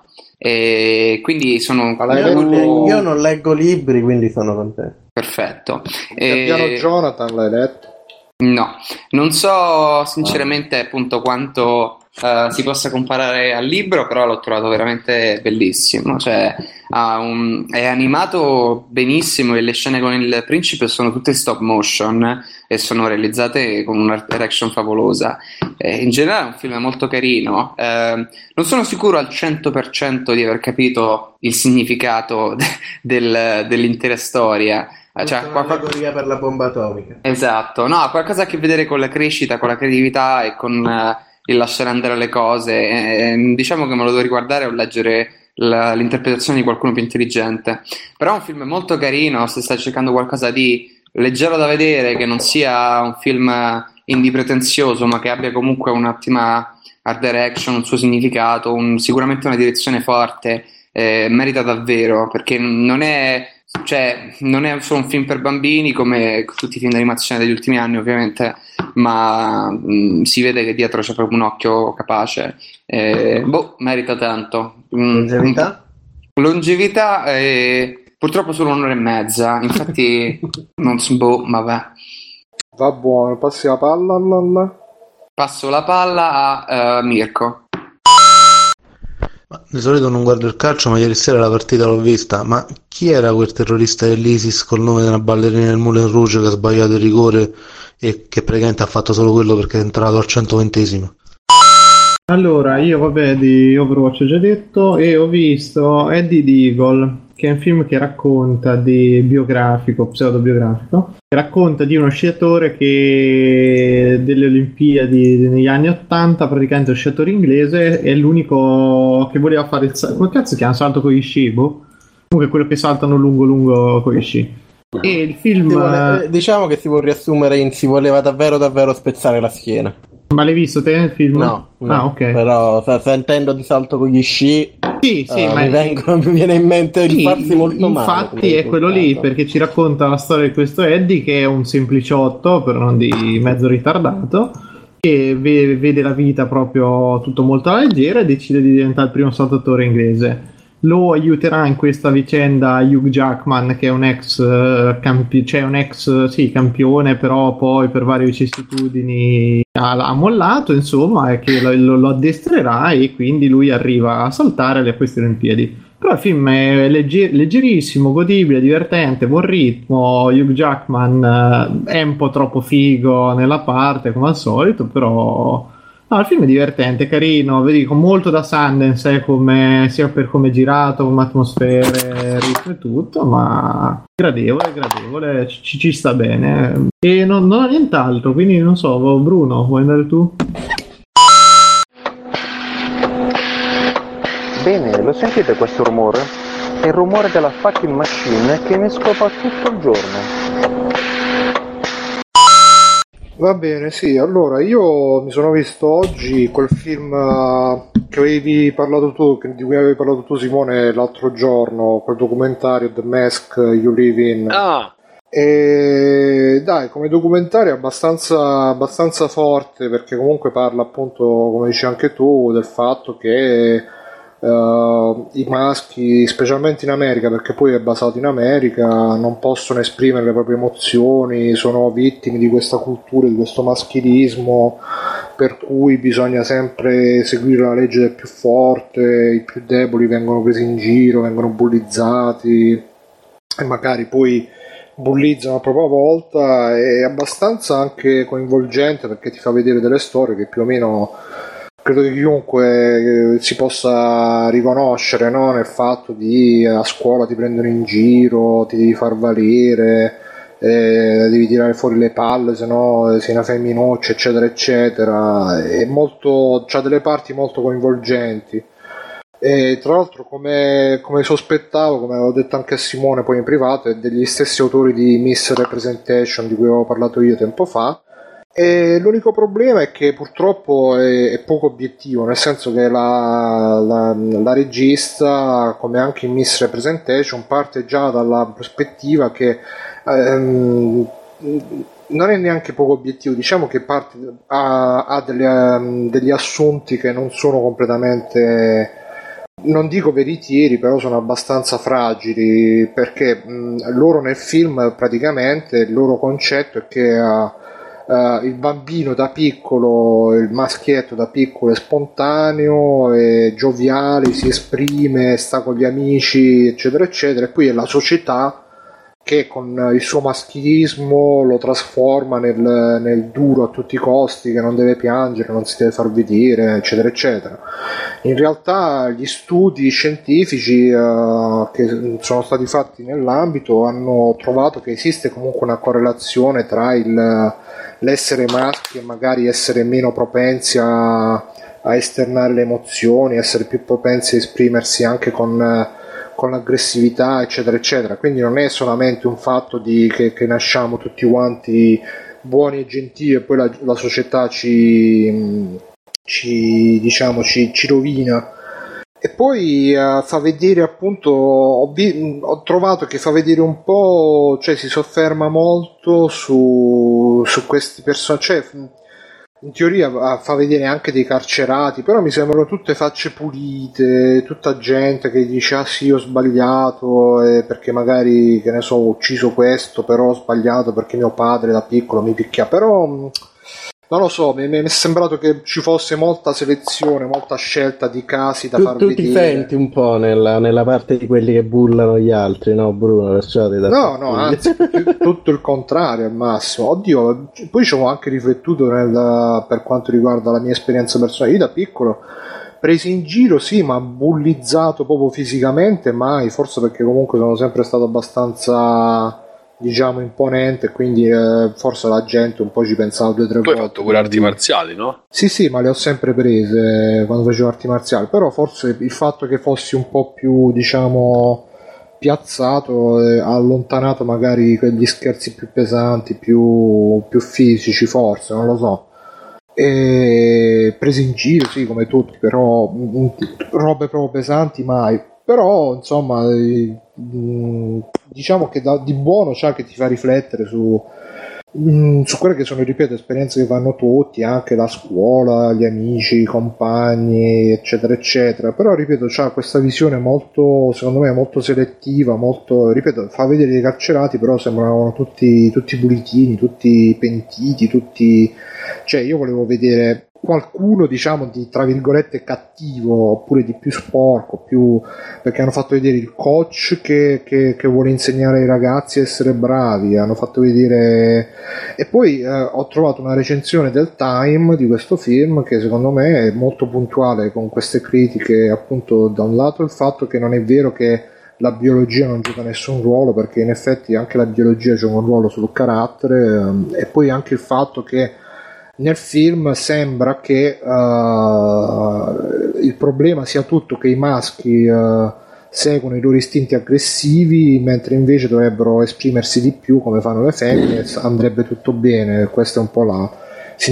E quindi sono Io non, le- io non leggo libri, quindi sono contento. perfetto. Il piano E... Jonathan l'hai letto? No, non so sinceramente appunto quanto eh, si possa comparare al libro, però l'ho trovato veramente bellissimo. Cioè, ha un- è animato benissimo e le scene con il principe sono tutte stop motion e sono realizzate con una direction favolosa. Eh, in generale è un film molto carino. Eh, non sono sicuro al cento per cento di aver capito il significato de- del- dell'intera storia. Cioè, Questa è qualcosa- un'allegoria per la bomba atomica. Esatto, no, ha qualcosa a che vedere con la crescita, con la creatività e con eh, il lasciare andare le cose. Eh, diciamo che me lo devo riguardare o leggere la- l'interpretazione di qualcuno più intelligente. Però è un film molto carino, se stai cercando qualcosa di leggero da vedere, che non sia un film indie pretenzioso, ma che abbia comunque un'ottima art direction, un suo significato, un- sicuramente una direzione forte, eh, merita davvero, perché non è... Cioè, non è solo un film per bambini come tutti i film d'animazione degli ultimi anni, ovviamente, ma mh, si vede che dietro c'è proprio un occhio capace. Eh, boh, merita tanto. Mm, Longevità? Longevità, eh, purtroppo solo un'ora e mezza. Infatti, non so, boh, vabbè. Va buono, passi la palla alla... Passo la palla a eh, Mirko. Di solito non guardo il calcio, ma ieri sera la partita l'ho vista. Ma chi era quel terrorista dell'ISIS col nome della ballerina del Moulin Rouge che ha sbagliato il rigore e che praticamente ha fatto solo quello perché è entrato al centoventesimo? Allora, io vabbè di Overwatch ho già detto e ho visto Eddie the Eagle, che è un film che racconta di biografico, pseudobiografico, che racconta di uno sciatore che delle Olimpiadi negli anni ottanta, praticamente un sciatore inglese, è l'unico che voleva fare il salto, come cazzo si chiama, salto con gli sci, boh? Comunque quello che saltano lungo lungo con gli sci. E il film... Si vuole- eh, diciamo che si può riassumere in si voleva davvero davvero spezzare la schiena. Ma l'hai visto te nel film? No, no. Ah, ok. Però sa- sentendo di salto con gli sci, Sì, sì, eh, ma mi, vengono- mi viene in mente il Sì, farsi molto male. infatti come è quello lì, risultato. perché ci racconta la storia di questo Eddie che è un sempliciotto, però non di mezzo ritardato, che ve- vede la vita proprio tutto molto alla leggera e decide di diventare il primo saltatore inglese. Lo aiuterà in questa vicenda Hugh Jackman, che è un ex, eh, campi- cioè un ex sì, campione, però poi per varie vicissitudini ha, ha mollato, insomma, e che lo, lo- lo addestrerà e quindi lui arriva a saltare alle queste Olimpiadi. Però il film è legge- leggerissimo, godibile, divertente, buon ritmo. Hugh Jackman eh, è un po' troppo figo nella parte, come al solito, però no, il film è divertente, carino, vedi, con molto da Sundance, eh, come, sia per come è girato, come atmosfere, ritmo e tutto, ma gradevole, gradevole, ci, ci sta bene. E non, non ha nient'altro, quindi non so, Bruno, vuoi andare tu? Bene, lo sentite questo rumore? È il rumore della fucking machine che mi scopa tutto il giorno. Va bene, sì, allora io mi sono visto oggi quel film uh, che avevi parlato tu, che- di cui avevi parlato tu, Simone, l'altro giorno, quel documentario The Mask You Live In. Ah, E dai, come documentario è abbastanza, abbastanza forte, perché comunque parla appunto, come dici anche tu, del fatto che uh, i maschi, specialmente in America, perché poi è basato in America, non possono esprimere le proprie emozioni, sono vittime di questa cultura, di questo maschilismo, per cui bisogna sempre seguire la legge del più forte, i più deboli vengono presi in giro, vengono bullizzati e magari poi bullizzano a propria volta. È abbastanza anche coinvolgente, perché ti fa vedere delle storie che più o meno credo che chiunque si possa riconoscere, no? Nel fatto di a scuola ti prendono in giro, ti devi far valere, eh, devi tirare fuori le palle, se no sei una femminuccia, eccetera eccetera. È molto, c'ha delle parti molto coinvolgenti. E tra l'altro, come, come sospettavo, come avevo detto anche a Simone poi in privato, è degli stessi autori di Misrepresentation di cui avevo parlato io tempo fa. E l'unico problema è che purtroppo è, è poco obiettivo, nel senso che la, la, la regista, come anche in Misrepresentation, parte già dalla prospettiva che ehm, non è neanche poco obiettivo, diciamo che parte, ha, ha delle, um, degli assunti che non sono completamente, non dico veritieri, però sono abbastanza fragili, perché mh, loro nel film praticamente il loro concetto è che uh, uh, il bambino da piccolo, il maschietto da piccolo è spontaneo, è gioviale, si esprime, sta con gli amici, eccetera eccetera, e poi è la società che con il suo maschilismo lo trasforma nel, nel duro a tutti i costi, che non deve piangere, non si deve far vedere, eccetera eccetera. In realtà gli studi scientifici uh, che sono stati fatti nell'ambito hanno trovato che esiste comunque una correlazione tra il, l'essere maschi e magari essere meno propensi a, a esternare le emozioni, essere più propensi a esprimersi anche con con l'aggressività, eccetera eccetera. Quindi non è solamente un fatto di che, che nasciamo tutti quanti buoni e gentili e poi la, la società ci, ci diciamo ci, ci rovina. E poi uh, fa vedere appunto, ho, vi- ho trovato che fa vedere un po', cioè si sofferma molto su, su questi personaggi, cioè in teoria fa vedere anche dei carcerati, però mi sembrano tutte facce pulite, tutta gente che dice ah sì ho sbagliato, eh, perché magari, che ne so, ho ucciso questo, però ho sbagliato perché mio padre da piccolo mi picchia. Però non lo so, mi, mi è sembrato che ci fosse molta selezione, molta scelta di casi da tu, far tu vedere. Tu ti senti un po' nella, nella parte di quelli che bullano gli altri, no Bruno? Perciò ti dà no, no, anzi, più, tutto il contrario al massimo. Oddio, poi ci ho anche riflettuto nel, per quanto riguarda la mia esperienza personale. Io da piccolo presi in giro, sì, ma bullizzato proprio fisicamente mai, forse perché comunque sono sempre stato abbastanza, diciamo, imponente, quindi eh, forse la gente un po' ci pensava due o tre volte. Tu hai fatto pure arti marziali, no? Sì, sì, ma le ho sempre prese quando facevo arti marziali, però forse il fatto che fossi un po' più, diciamo, piazzato, eh, ha allontanato magari quegli scherzi più pesanti, più, più fisici, forse, non lo so. E presi in giro, sì, come tutti, però mh, robe proprio pesanti mai. Però insomma, eh, mh, diciamo che da, di buono c'ha che ti fa riflettere su, mh, su quelle che sono, ripeto, esperienze che fanno tutti, anche la scuola, gli amici, i compagni, eccetera eccetera. Però ripeto, c'ha questa visione molto, secondo me molto selettiva, molto, ripeto, fa vedere dei carcerati, però sembravano tutti, tutti pulitini, tutti pentiti, tutti, cioè io volevo vedere qualcuno, diciamo, di tra virgolette cattivo, oppure di più sporco, più, perché hanno fatto vedere il coach che, che, che vuole insegnare ai ragazzi a essere bravi, hanno fatto vedere, e poi eh, ho trovato una recensione del Time di questo film che secondo me è molto puntuale con queste critiche, appunto, da un lato il fatto che non è vero che la biologia non gioca nessun ruolo, perché in effetti anche la biologia gioca un ruolo sul carattere, ehm, e poi anche il fatto che nel film sembra che uh, il problema sia tutto che i maschi uh, seguono i loro istinti aggressivi, mentre invece dovrebbero esprimersi di più come fanno le femmine, andrebbe tutto bene. Questo è un po' la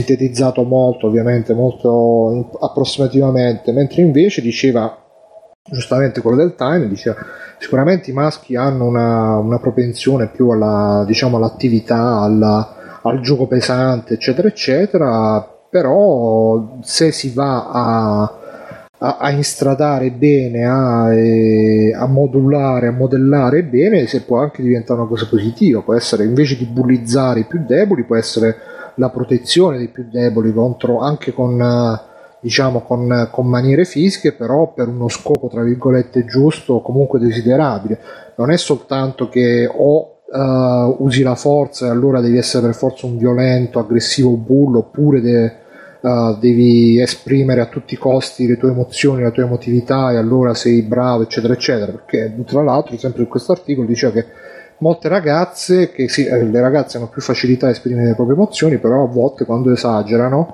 sintetizzato molto, ovviamente molto approssimativamente, mentre invece diceva giustamente quello del Time diceva sicuramente i maschi hanno una, una propensione più alla, diciamo, all'attività, alla, al gioco pesante, eccetera, eccetera, però se si va a, a, a instradare bene, a, eh, a modulare, a modellare bene, se può anche diventare una cosa positiva, può essere, invece di bullizzare i più deboli, può essere la protezione dei più deboli contro, anche con, diciamo, con, con maniere fisiche, però per uno scopo tra virgolette giusto o comunque desiderabile. Non è soltanto che o uh, usi la forza e allora devi essere per forza un violento, aggressivo bullo, oppure de, uh, devi esprimere a tutti i costi le tue emozioni, la tua emotività e allora sei bravo, eccetera, eccetera. Perché tra l'altro, sempre in questo articolo diceva che molte ragazze, che sì, le ragazze hanno più facilità a esprimere le proprie emozioni, però a volte quando esagerano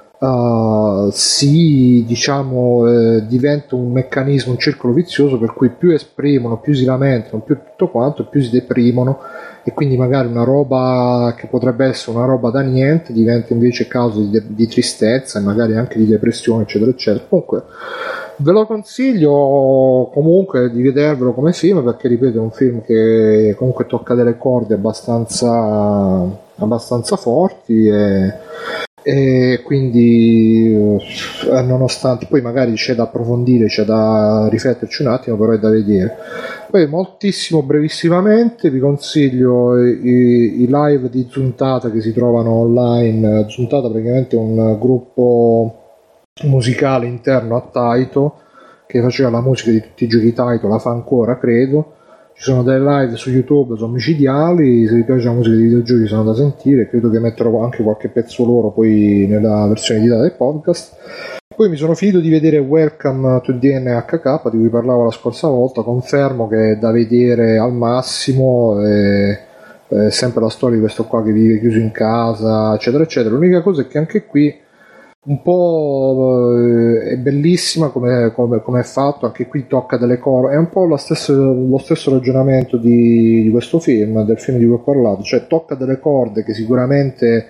uh, si, diciamo, eh, diventa un meccanismo, un circolo vizioso per cui più esprimono, più si lamentano, più tutto quanto, più si deprimono, e quindi magari una roba che potrebbe essere una roba da niente diventa invece causa di, de- di tristezza e magari anche di depressione, eccetera, eccetera. Comunque ve lo consiglio comunque di vedervelo come film, perché ripeto è un film che comunque tocca delle corde abbastanza abbastanza forti e, e quindi eh, nonostante poi magari c'è da approfondire, c'è da rifletterci un attimo, però è da vedere. Poi moltissimo brevissimamente vi consiglio i, i live di Zuntata che si trovano online. Zuntata praticamente è un gruppo musicale interno a Taito che faceva la musica di tutti i giochi Taito, la fa ancora credo. Ci sono delle live su YouTube, sono micidiali, se vi piace la musica dei videogiochi sono da sentire, credo che metterò anche qualche pezzo loro poi nella versione editata del podcast. Poi mi sono finito di vedere Welcome to D N H K di cui parlavo la scorsa volta, confermo che è da vedere al massimo, è, è sempre la storia di questo qua che vive chiuso in casa, eccetera, eccetera. L'unica cosa è che anche qui un po' eh, è bellissima come, come, come è fatto, anche qui tocca delle corde, è un po' lo stesso, lo stesso ragionamento di, di questo film, del film di cui ho parlato, cioè tocca delle corde che sicuramente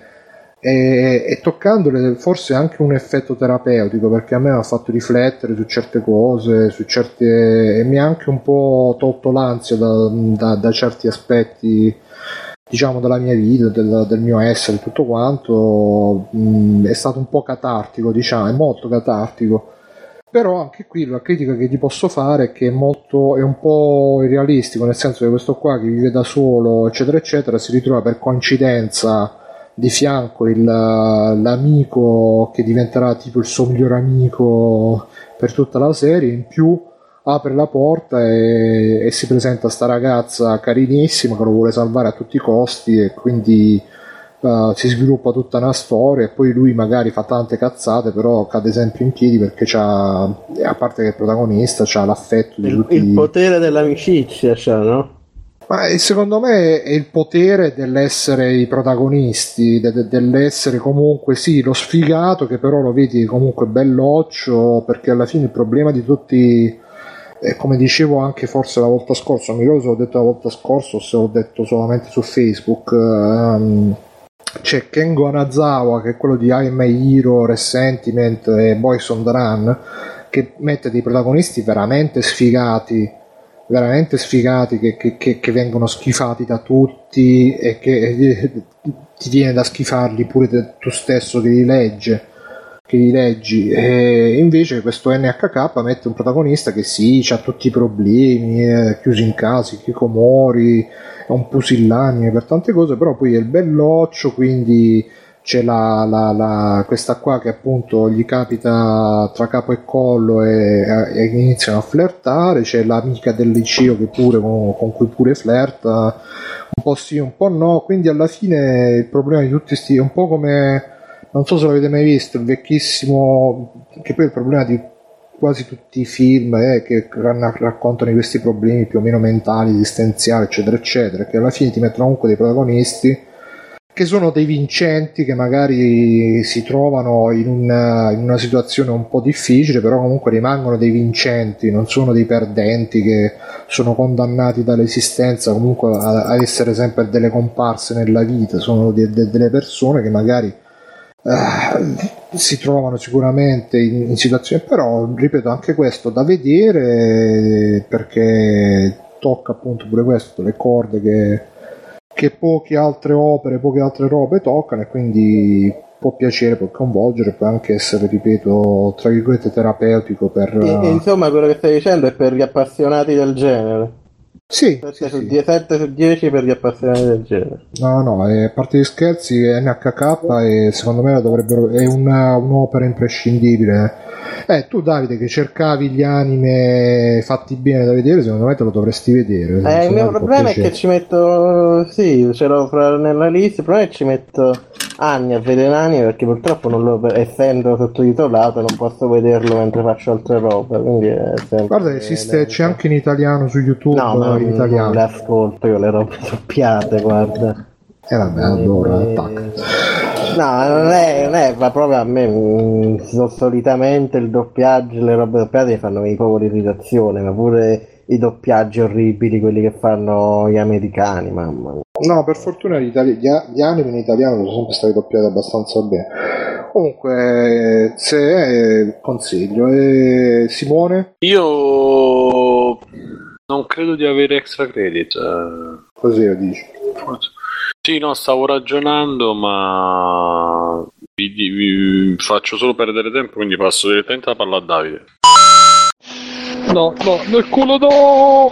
è, è toccandole forse anche un effetto terapeutico, perché a me ha fatto riflettere su certe cose, su certe, e mi ha anche un po' tolto l'ansia da, da, da certi aspetti, diciamo, della mia vita, del, del mio essere, tutto quanto. Mh, è stato un po' catartico, diciamo, è molto catartico. Però anche qui la critica che ti posso fare è che è molto, è un po' irrealistico, nel senso che questo qua che vive da solo, eccetera, eccetera, si ritrova per coincidenza di fianco il, l'amico che diventerà tipo il suo migliore amico per tutta la serie, in più apre la porta e, e si presenta sta ragazza carinissima che lo vuole salvare a tutti i costi, e quindi uh, si sviluppa tutta una storia, e poi lui magari fa tante cazzate, però cade sempre in piedi perché c'ha, a parte che è il protagonista, c'ha l'affetto di il, tutti. Il potere dell'amicizia, cioè, no? Ma secondo me è il potere dell'essere i protagonisti, de- de- dell'essere comunque sì lo sfigato, che però lo vedi comunque belloccio, perché alla fine il problema di tutti, e come dicevo anche forse la volta scorsa, non mi ricordo se l'ho detto la volta scorsa o se l'ho detto solamente su Facebook, um, c'è Kengo Anazawa, che è quello di I Am a Hero, Resentiment e Boys on the Run, che mette dei protagonisti veramente sfigati, veramente sfigati, che, che, che, che vengono schifati da tutti e che eh, ti viene da schifarli pure te, tu stesso che li legge che li leggi. E invece questo N H K mette un protagonista che sì, c'ha tutti i problemi, è chiuso in casa, Kikomori, è un pusillanime per tante cose, però poi è il belloccio, quindi c'è la, la, la, questa qua che appunto gli capita tra capo e collo e, e iniziano a flirtare, c'è l'amica del liceo che pure con, con cui pure flirta, un po' sì un po' no, quindi alla fine il problema di tutti sti è un po' come, non so se l'avete mai visto, il vecchissimo, che poi è il problema di quasi tutti i film eh, che raccontano questi problemi più o meno mentali, esistenziali, eccetera eccetera, che alla fine ti mettono comunque dei protagonisti che sono dei vincenti, che magari si trovano in una, in una situazione un po' difficile, però comunque rimangono dei vincenti, non sono dei perdenti che sono condannati dall'esistenza comunque a, a essere sempre delle comparse nella vita, sono de, de, delle persone che magari Uh, si trovano sicuramente in, in situazioni, però ripeto, anche questo da vedere, perché tocca appunto pure questo, le corde che, che poche altre opere, poche altre robe toccano, e quindi può piacere, può coinvolgere, può anche essere, ripeto, tra virgolette terapeutico per... E, insomma, quello che stai dicendo è per gli appassionati del genere. Sì, sette su dieci per gli appassionati del genere. No, no, eh, a parte gli scherzi, N H K e secondo me dovrebbero, è una, un'opera imprescindibile. Eh, tu Davide che cercavi gli anime fatti bene da vedere, secondo me te lo dovresti vedere. Eh, il mio problema è che ci metto, sì, ce l'ho fra, nella lista, il problema è che ci metto anni a vedere l'anime, perché purtroppo non lo, essendo sottotitolato non posso vederlo mentre faccio altre robe, quindi è sempre... Guarda, esiste, c'è anche in italiano su YouTube. No, ma in italiano non le ascolto io le robe doppiate, guarda. E eh, vabbè, allora e... attacca. No, non è, non è, ma proprio a me mh, solitamente il doppiaggio, le robe doppiate mi fanno venire proprio l'irritazione, ma pure i doppiaggi orribili, quelli che fanno gli americani, mamma mia. No, per fortuna gli, itali- gli anime in italiano sono sempre stati doppiati abbastanza bene. Comunque, se eh, consiglio. Eh, Simone? Io non credo di avere extra credit. Eh. Così lo dici? Forse. Sì, no, stavo ragionando, ma vi, vi, vi faccio solo perdere tempo, quindi passo direttamente la palla a Davide. No, no, nel culo no!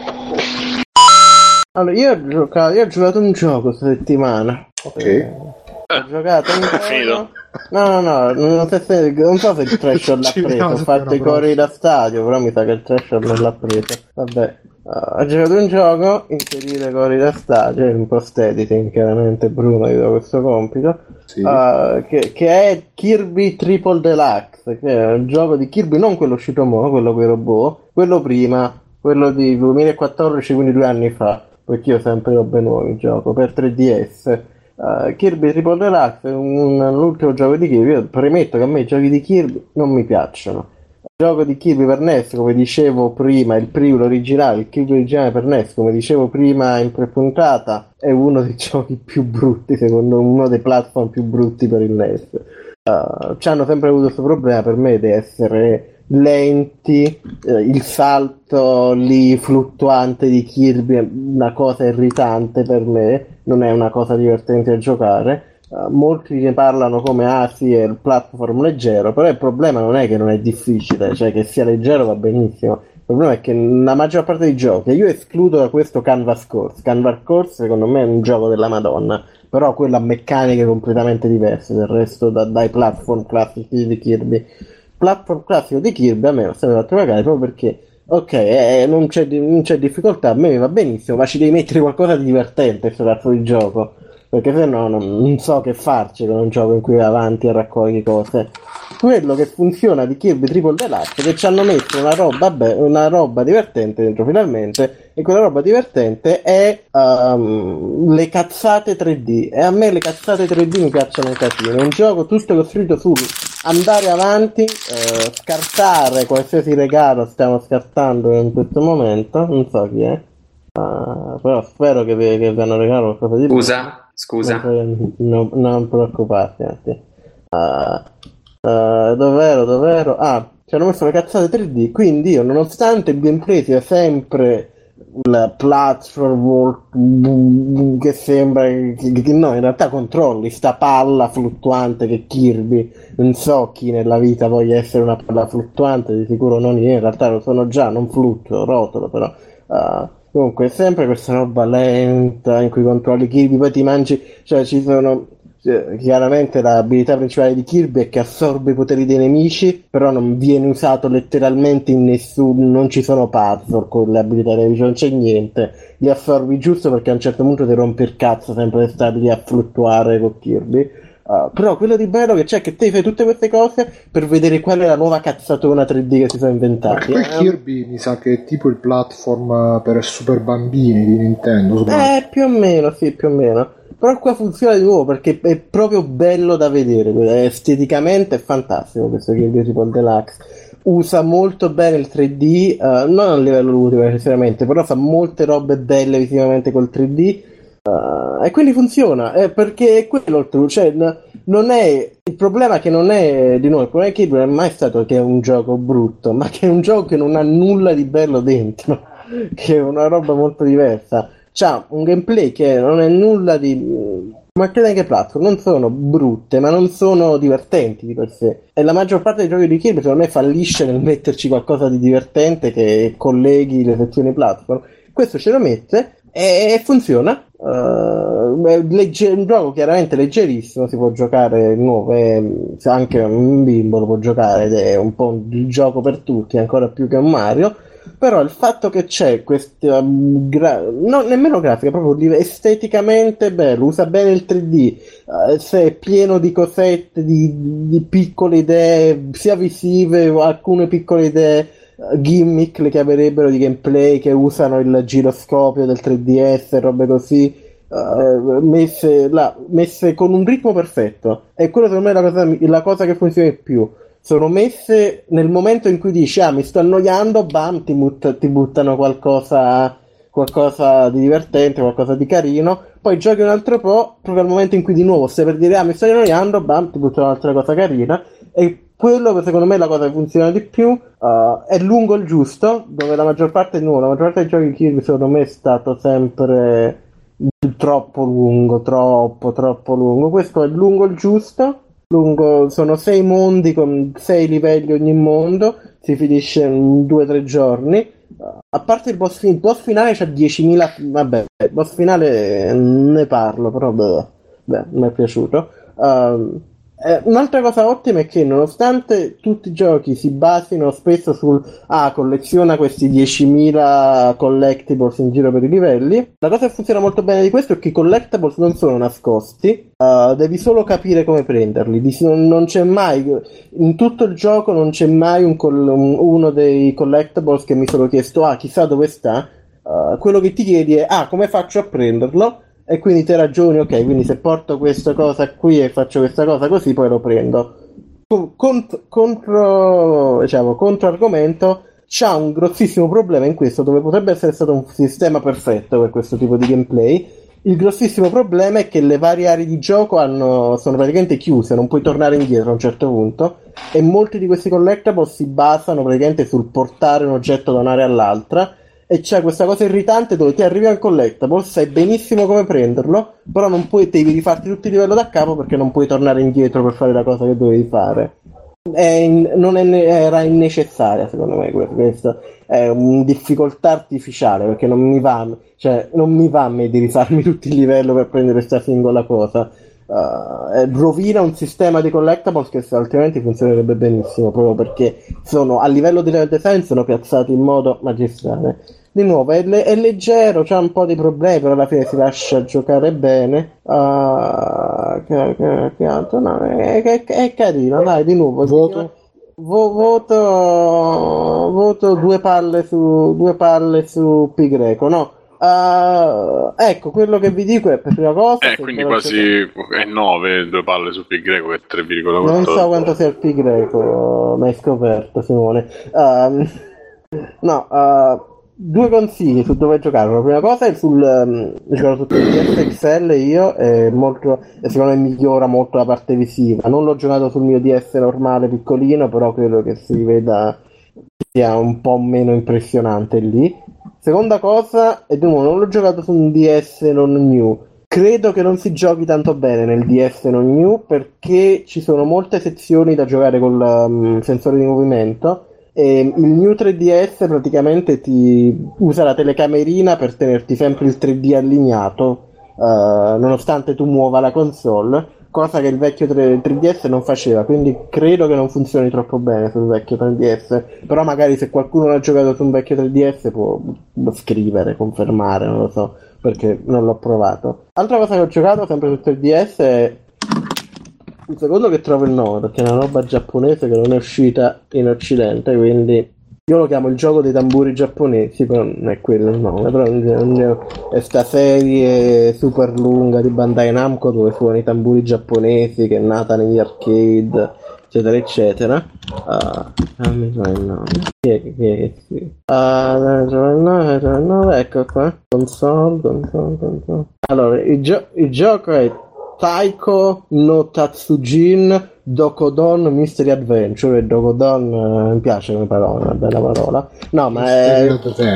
Allora, io ho giocato, io ho giocato un gioco questa settimana. Ok. Eh, ho giocato un gioco. Finito? No, no, no, non so se, non so se il Threshold l'ha preso, ho fatto i cori da stadio, però mi sa che il Threshold non l'ha preso. Vabbè. Uh, ho giocato un gioco, inserire cori da stadio, in post editing, chiaramente Bruno gli do questo compito, sì. uh, che, che è Kirby Triple Deluxe, che è un gioco di Kirby, non quello uscito mo, quello con i robot, quello prima, quello di duemilaquattordici, quindi due anni fa, perché io ho sempre robe nuove gioco, per tre D S. Uh, Kirby Triple Deluxe è un, un, l'ultimo gioco di Kirby. Io premetto che a me i giochi di Kirby non mi piacciono. Il gioco di Kirby per N E S, come dicevo prima, il primo, l'originale, il Kirby originale per N E S, come dicevo prima in pre-puntata, è uno dei giochi più brutti, secondo me, uno dei platform più brutti per il N E S. Uh, ci hanno sempre avuto questo problema per me di essere lenti, eh, il salto lì fluttuante di Kirby è una cosa irritante per me, non è una cosa divertente a giocare. Uh, molti ne parlano come ah sì, è il platform leggero, però il problema non è che non è difficile, cioè che sia leggero va benissimo. Il problema è che la maggior parte dei giochi, io escludo da questo Canvas Course. Canvas Course secondo me è un gioco della Madonna, però quello ha meccaniche completamente diverse del resto da, dai platform classici di Kirby. Platform classico di Kirby a me lo stanno fatto pagare proprio perché ok, eh, non, c'è, non c'è difficoltà, a me mi va benissimo, ma ci devi mettere qualcosa di divertente questo cazzo di gioco, perché se no non, non so che farci con un gioco in cui vai avanti e raccogli cose. Quello che funziona di Kirby Triple Deluxe è che ci hanno messo una roba, beh, una roba divertente dentro finalmente, e quella roba divertente è um, le cazzate tre D, e a me le cazzate tre D mi piacciono un casino. È un gioco tutto costruito su andare avanti, eh, scartare qualsiasi regalo stiamo scartando in questo momento, non so chi è, uh, però spero che vi, che vi hanno regalato qualcosa di scusa scusa non, non, non preoccuparti, uh, Uh, dov'ero, dov'ero? Ah, ci hanno messo le cazzate tre D, quindi io, nonostante il gameplay sia sempre il platform che sembra che, che no, in realtà controlli sta palla fluttuante che Kirby, non so chi nella vita voglia essere una palla fluttuante, di sicuro non io, in realtà lo sono già, non fluttuo, rotolo però. Uh, comunque è sempre questa roba lenta in cui controlli Kirby, poi ti mangi, cioè ci sono... Chiaramente l'abilità principale di Kirby è che assorbe i poteri dei nemici, però non viene usato letteralmente in nessun, non ci sono puzzle con le abilità dei nemici, non c'è niente, li assorbi giusto perché a un certo punto ti rompi il cazzo sempre stabili a fluttuare con Kirby. Uh, però quello di bello che c'è è che te fai tutte queste cose per vedere qual è la nuova cazzatona tre D che si sono inventati. Poi eh? Kirby mi sa che è tipo il platform per super bambini di Nintendo. Eh, più o meno, sì, più o meno. Però qua funziona di nuovo perché è proprio bello da vedere, esteticamente è fantastico questo Kirby Triple Deluxe. Usa molto bene il tre D, uh, non a livello ludico necessariamente, però fa molte robe belle visivamente col tre D. Uh, e quindi funziona, eh, perché è quello il trucco, cioè n- non è il problema che non è, di nuovo, il problema che non è mai stato che è un gioco brutto, ma che è un gioco che non ha nulla di bello dentro, che è una roba molto diversa. C'ha un gameplay che non è nulla di... Ma credo che platform non sono brutte, ma non sono divertenti di per sé. E la maggior parte dei giochi di Kirby secondo me fallisce nel metterci qualcosa di divertente che colleghi le sezioni platform. Questo ce lo mette e, e funziona. Uh, è legge- un gioco chiaramente leggerissimo, si può giocare nuovo, è, anche un bimbo lo può giocare ed è un po' un gioco per tutti, ancora più che un Mario. Però il fatto che c'è questa um, gra- non nemmeno grafica, proprio esteticamente bello, usa bene il tre D, uh, se è pieno di cosette, di, di piccole idee sia visive, alcune piccole idee uh, gimmick le chiamerebbero di gameplay, che usano il giroscopio del tre D S e robe così, uh, messe, là, messe con un ritmo perfetto. E quello secondo me è la cosa, la cosa che funziona di più. Sono messe nel momento in cui dici ah mi sto annoiando, bam, ti, but- ti buttano qualcosa, qualcosa di divertente, qualcosa di carino, poi giochi un altro po', proprio al momento in cui di nuovo stai per dire ah mi sto annoiando, bam, ti buttano un'altra cosa carina. E quello che secondo me è la cosa che funziona di più, uh, è lungo il giusto, dove la maggior parte di nuovo, la maggior parte dei giochi di Kirby secondo me è stato sempre troppo lungo, troppo, troppo lungo. Questo è lungo il giusto. Lungo, sono sei mondi con sei livelli ogni mondo, si finisce in due o tre giorni. A parte il boss, il boss finale c'ha diecimila, vabbè, il boss finale ne parlo, però beh, beh mi è piaciuto. Uh, eh, un'altra cosa ottima è che nonostante tutti i giochi si basino spesso sul ah, colleziona questi diecimila collectibles in giro per i livelli, la cosa che funziona molto bene di questo è che i collectibles non sono nascosti, uh, devi solo capire come prenderli. Di, non, non c'è mai, in tutto il gioco non c'è mai un col, un, uno dei collectibles che mi sono chiesto ah chissà dove sta, uh, quello che ti chiedi è ah come faccio a prenderlo. E quindi te ragioni, ok, quindi se porto questa cosa qui e faccio questa cosa così, poi lo prendo. Cont- contro, diciamo, contro argomento, c'ha un grossissimo problema in questo, dove potrebbe essere stato un sistema perfetto per questo tipo di gameplay. Il grossissimo problema è che le varie aree di gioco hanno, sono praticamente chiuse, non puoi tornare indietro a un certo punto, e molti di questi collectibles si basano praticamente sul portare un oggetto da un'area all'altra. E c'è questa cosa irritante dove ti arrivi al collectible, sai benissimo come prenderlo, però non puoi, devi rifarti tutto il livello da capo perché non puoi tornare indietro per fare la cosa che dovevi fare. È in, non è, era innecessaria secondo me questa, è una difficoltà artificiale perché non mi va, cioè non mi va a me di rifarmi tutto il livello per prendere questa singola cosa. Uh, rovina un sistema di collectibles che altrimenti funzionerebbe benissimo, proprio perché sono a livello di level design sono piazzati in modo magistrale. Di nuovo è, le- è leggero, c'ha un po' di problemi, però alla fine si lascia giocare bene. Uh, che, che, che altro? No, è, è, è carino, dai, di nuovo voto vo- voto voto due palle su due palle su Pi Greco, no. Uh, ecco, quello che vi dico è per prima cosa eh, quindi quasi è nove, due palle su pi greco e tre virgola quattro. Non so quanto sia il pi greco, l'hai scoperto Simone. Uh, no, uh, due consigli su dove giocare. La prima cosa è sul um, gioco su tre D S X L io, è molto, e secondo me migliora molto la parte visiva. Non l'ho giocato sul mio D S normale piccolino, però credo che si veda sia un po' meno impressionante lì. Seconda cosa, e di nuovo non l'ho giocato su un D S non new, credo che non si giochi tanto bene nel D S non new perché ci sono molte sezioni da giocare col um, sensore di movimento e il new tre D S praticamente ti usa la telecamerina per tenerti sempre il tre D allineato uh, nonostante tu muova la console, cosa che il vecchio tre D S non faceva, quindi credo che non funzioni troppo bene sul vecchio tre D S, però magari se qualcuno l'ha giocato su un vecchio tre D S può scrivere, confermare, non lo so, perché non l'ho provato. Altra cosa che ho giocato sempre su tre D S è un secondo che trovo il nome, perché è una roba giapponese che non è uscita in occidente, quindi io lo chiamo il gioco dei tamburi giapponesi, però non è quello il nome, però è sta serie super lunga di Bandai Namco dove suonano i tamburi giapponesi, che è nata negli arcade, eccetera eccetera. Uh, dammi il nome. Chi è che, che, sì. uh, ecco qua, console, console, console. Allora, il, gio- il gioco è Taiko no Tatsujin Dokodon Mystery Adventure. E Dokodon eh, mi piace come parola, è una bella parola. No, ma è,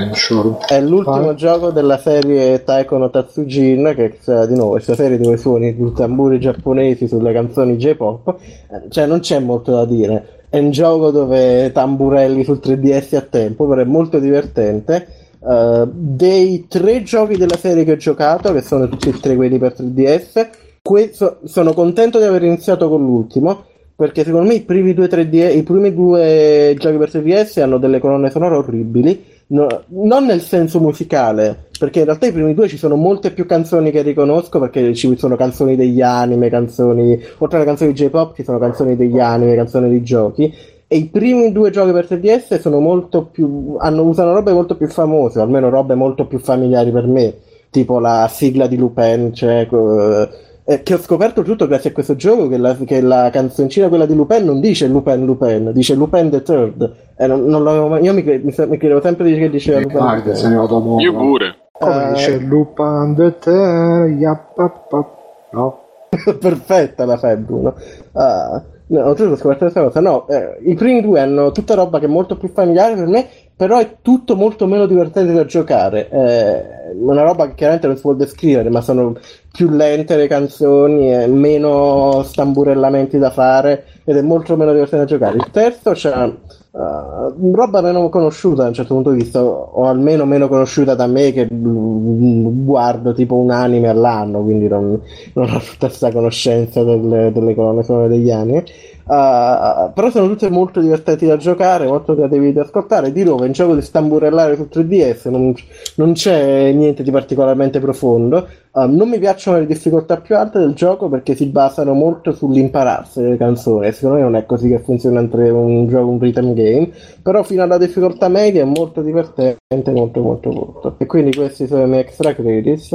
è l'ultimo ah. gioco della serie Taiko no Tatsujin, che è di nuovo questa serie dove suoni i tamburi giapponesi sulle canzoni J-pop. Cioè non c'è molto da dire, è un gioco dove tamburelli sul tre D S a tempo, però è molto divertente. Uh, dei tre giochi della serie che ho giocato, che sono tutti e tre quelli per tre D S, questo, sono contento di aver iniziato con l'ultimo, perché secondo me i primi due tre D S, i primi due giochi per tre D S hanno delle colonne sonore orribili, no, non nel senso musicale, perché in realtà i primi due ci sono molte più canzoni che riconosco, perché ci sono canzoni degli anime, canzoni, oltre alle canzoni J-pop ci sono canzoni degli anime, canzoni dei giochi. E i primi due giochi per tre D S sono molto più, hanno, usano robe molto più famose, o almeno robe molto più familiari per me, tipo la sigla di Lupin, cioè, eh, che ho scoperto tutto grazie a questo gioco, che la, che la canzoncina quella di Lupin non dice Lupin Lupin, dice Lupin the Third. Eh, non, non l'avevo mai, io mi, mi, mi credevo sempre che diceva eh, Lupin ah, the Third. Io pure. Come uh, dice Lupin the Third, yappapap. No? Perfetta la fai, Bruno. Uh, No, ho scoperto questa cosa. No, eh, i primi due hanno tutta roba che è molto più familiare per me, però è tutto molto meno divertente da giocare. Eh, una roba che chiaramente non si può descrivere, ma sono più lente le canzoni, e meno stamburellamenti da fare, ed è molto meno divertente da giocare. Il terzo c'ha uh, roba meno conosciuta da un certo punto di vista, o almeno meno conosciuta da me, che guardo tipo un anime all'anno, quindi non, non ho tutta questa conoscenza delle, delle colonne sonore degli anime. Uh, però sono tutte molto divertenti da giocare, molto creativi da ascoltare. Di nuovo, in gioco di stamburellare su tre D S non, non c'è niente di particolarmente profondo. Uh, non mi piacciono le difficoltà più alte del gioco, perché si basano molto sull'impararsi le canzoni. Secondo me non è così che funziona un gioco, un rhythm game, però fino alla difficoltà media è molto divertente, molto molto molto. E quindi questi sono i miei extra credits.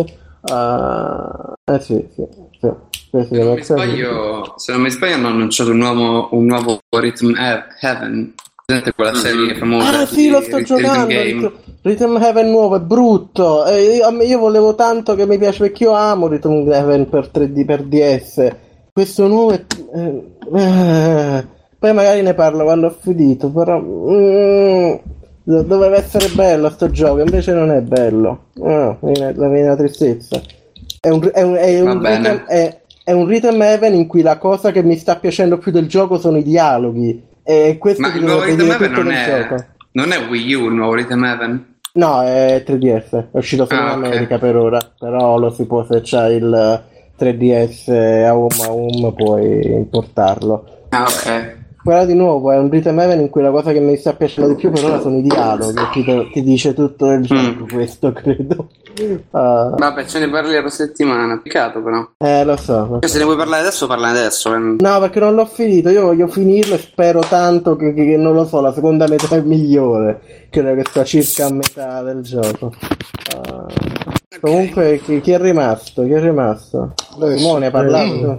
Uh, eh sì, sì, sì. Se non, mi sbaglio, se non mi sbaglio hanno annunciato un nuovo, un nuovo Rhythm Heaven, quella serie famosa. Ah sì, lo sto Rhythm giocando. Game. Rhythm Heaven nuovo è brutto. Eh, io, io volevo tanto, che mi piace, perché io amo Rhythm Heaven per tre D, per D S. Questo nuovo è, eh, eh, poi magari ne parlo quando ho finito, però mm, doveva essere bello sto gioco, invece non è bello. Oh, la viene la tristezza. È un, è un, è un rhythm, è, È un rhythm heaven in cui la cosa che mi sta piacendo più del gioco sono i dialoghi. E questo Ma il nuovo rhythm heaven non è, non è Wii U il nuovo rhythm heaven? No, è tre D S, è uscito solo ah, in okay. America per ora, però lo si può, se c'hai il tre D S a home a home puoi importarlo. Ah, ok. Quella di nuovo è un rhythm heaven in cui la cosa che mi sta piacendo di più per ora sono i dialoghi, ti, ti dice tutto il gioco, mm. questo credo. Uh, Vabbè, ce ne parli la prossima settimana. Peccato, però. Eh, lo so. Lo so. Se ne vuoi parlare adesso, parlane adesso. No, perché non l'ho finito. Io voglio finirlo e spero tanto che, che, che non lo so, la seconda metà è migliore. Credo che sto circa a metà del gioco. Uh, okay. Comunque, chi, chi è rimasto? Chi è rimasto? Simone, hai parlato tu?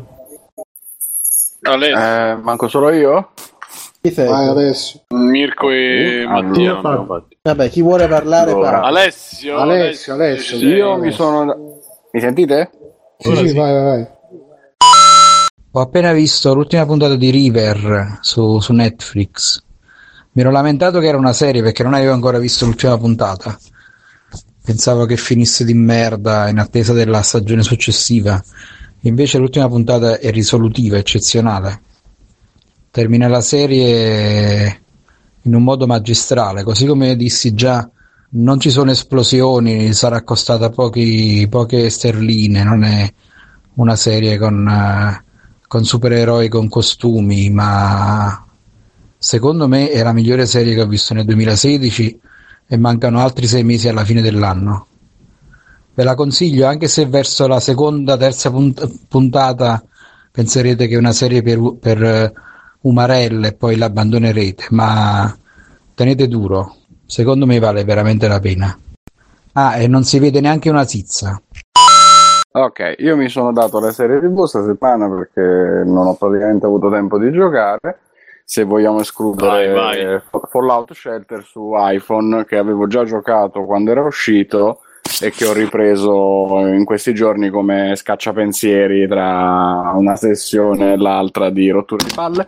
Eh, manco solo io? Chi sei? Vai adesso. Mirko e uh, Mattia. Vabbè, chi vuole parlare allora. parla. Alessio, Alessio, Alessio. Alessio. Io mi sono... Mi sentite? Sì, sì, sì, vai, vai, vai. Ho appena visto l'ultima puntata di River su, su Netflix. Mi ero lamentato che era una serie perché non avevo ancora visto l'ultima puntata. Pensavo che finisse di merda in attesa della stagione successiva. Invece l'ultima puntata è risolutiva, eccezionale. Termina la serie in un modo magistrale, così come dissi già, non ci sono esplosioni, sarà costata pochi, poche sterline, non è una serie con, uh, con supereroi con costumi, ma secondo me è la migliore serie che ho visto nel duemilasedici e mancano altri sei mesi alla fine dell'anno. Ve la consiglio, anche se verso la seconda, terza puntata penserete che è una serie per, per umarelle e poi l'abbandonerete, ma tenete duro, secondo me vale veramente la pena. Ah, e non si vede neanche una zizza. Ok, io mi sono dato la serie tivù questa settimana perché non ho praticamente avuto tempo di giocare. Se vogliamo escludere vai, vai. Fallout Shelter su iPhone, che avevo già giocato quando era uscito, e che ho ripreso in questi giorni come scacciapensieri tra una sessione e l'altra di rotture di palle.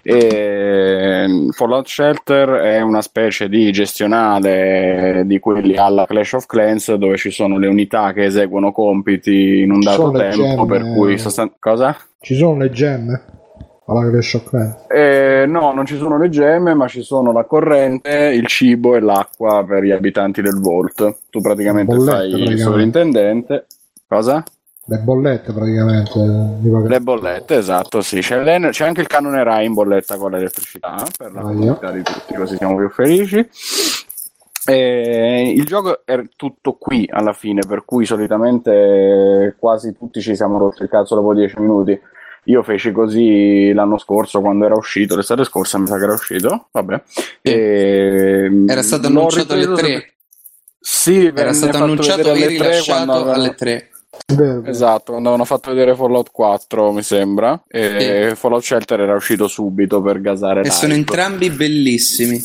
E Fallout Shelter è una specie di gestionale di quelli alla Clash of Clans, dove ci sono le unità che eseguono compiti in un dato tempo, gemme, per cui sostan- cosa? Ci sono le gemme alla Clash of Clans? Eh, no, non ci sono le gemme, ma ci sono la corrente, il cibo e l'acqua per gli abitanti del Vault. Tu praticamente bollette, fai praticamente. il sovrintendente. Cosa? Le bollette praticamente. Le bollette, esatto, sì. C'è, c'è anche il canone Rai in bolletta con l'elettricità, per la comunità di tutti, così siamo più felici. E il gioco è tutto qui alla fine, per cui solitamente quasi tutti ci siamo rotti il cazzo dopo dieci minuti. Io feci così l'anno scorso quando era uscito, l'estate scorsa mi sa che era uscito, vabbè. E era stato annunciato alle tre. Sì, era stato annunciato e rilasciato avevano... alle tre. Esatto, quando avevano fatto vedere Fallout quattro mi sembra, e sì. Fallout Shelter era uscito subito per gasare. E sono entrambi bellissimi.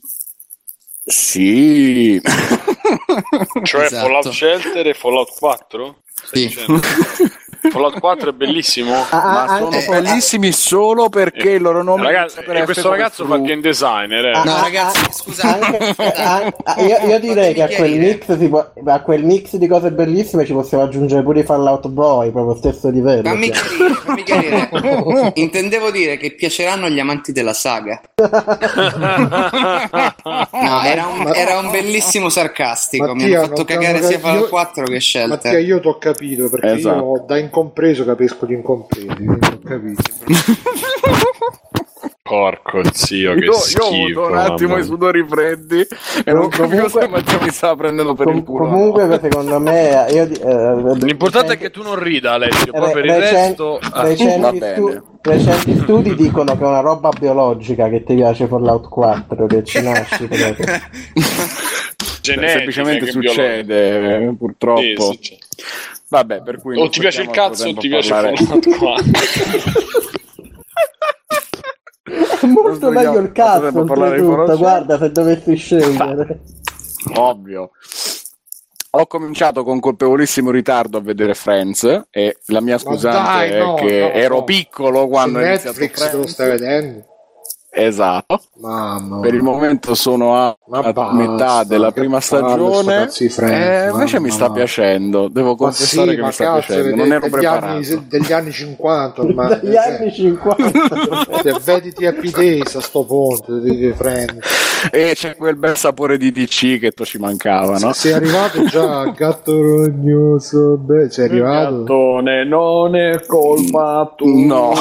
Sì. Cioè esatto. Fallout Shelter e Fallout quattro? Sì. Fallout quattro è bellissimo, ah, ma sono eh, bellissimi eh, solo perché eh, il loro nome ragazzi, e questo ragazzo fa game designer eh. ah, no ragazzi scusate anche, ah, io, io direi che a quel, mix si può, a quel mix di cose bellissime ci possiamo aggiungere pure i Fallout Boy, proprio stesso livello. Fammi chiarire, fammi chiarire. Intendevo dire che piaceranno agli amanti della saga. No, era un, era un bellissimo sarcastico. Mattia, mi hanno fatto cagare sia Fallout quattro che Shelter. Mattia, io t'ho capito perché esatto. io da incompreso capisco gli incompresi, ho capito. Porco zio, che io, schifo. Io ho avuto un attimo mamma. i sudori freddi e non capivo se mi stava prendendo per com- il culo. Comunque, no. secondo me, io, eh, l'importante recenti, è che tu non rida, Alessio. Poi per recenti, il resto, recenti, ah, stu- recenti studi dicono che è una roba biologica che ti piace Fallout quattro, che ci nasci. Genetica, semplicemente succede, eh, purtroppo. Sì, vabbè, per cui o ti piace il cazzo o ti piace Fallout quattro. È molto meglio il cazzo oltretutto, guarda, se dovessi scegliere. Ovvio. Ho cominciato con colpevolissimo ritardo a vedere Friends e la mia scusante dai, no, è che no, ero no. piccolo quando ho iniziato Netflix lo stai vedendo? Esatto. Mamma. Per il momento sono a, a basta, metà della prima stagione e invece mi sta piacendo, devo confessare sì, che mi sta piacendo, non ero preparato. Anni, degli anni cinquanta ma degli cioè, anni cinquanta vediti Happy Days a sto punto di Friends. E c'è quel bel sapore di D C che to ci mancava, no? Sei arrivato già gatto rognoso, beh, sei arrivato gattone, non è colpa tua. No.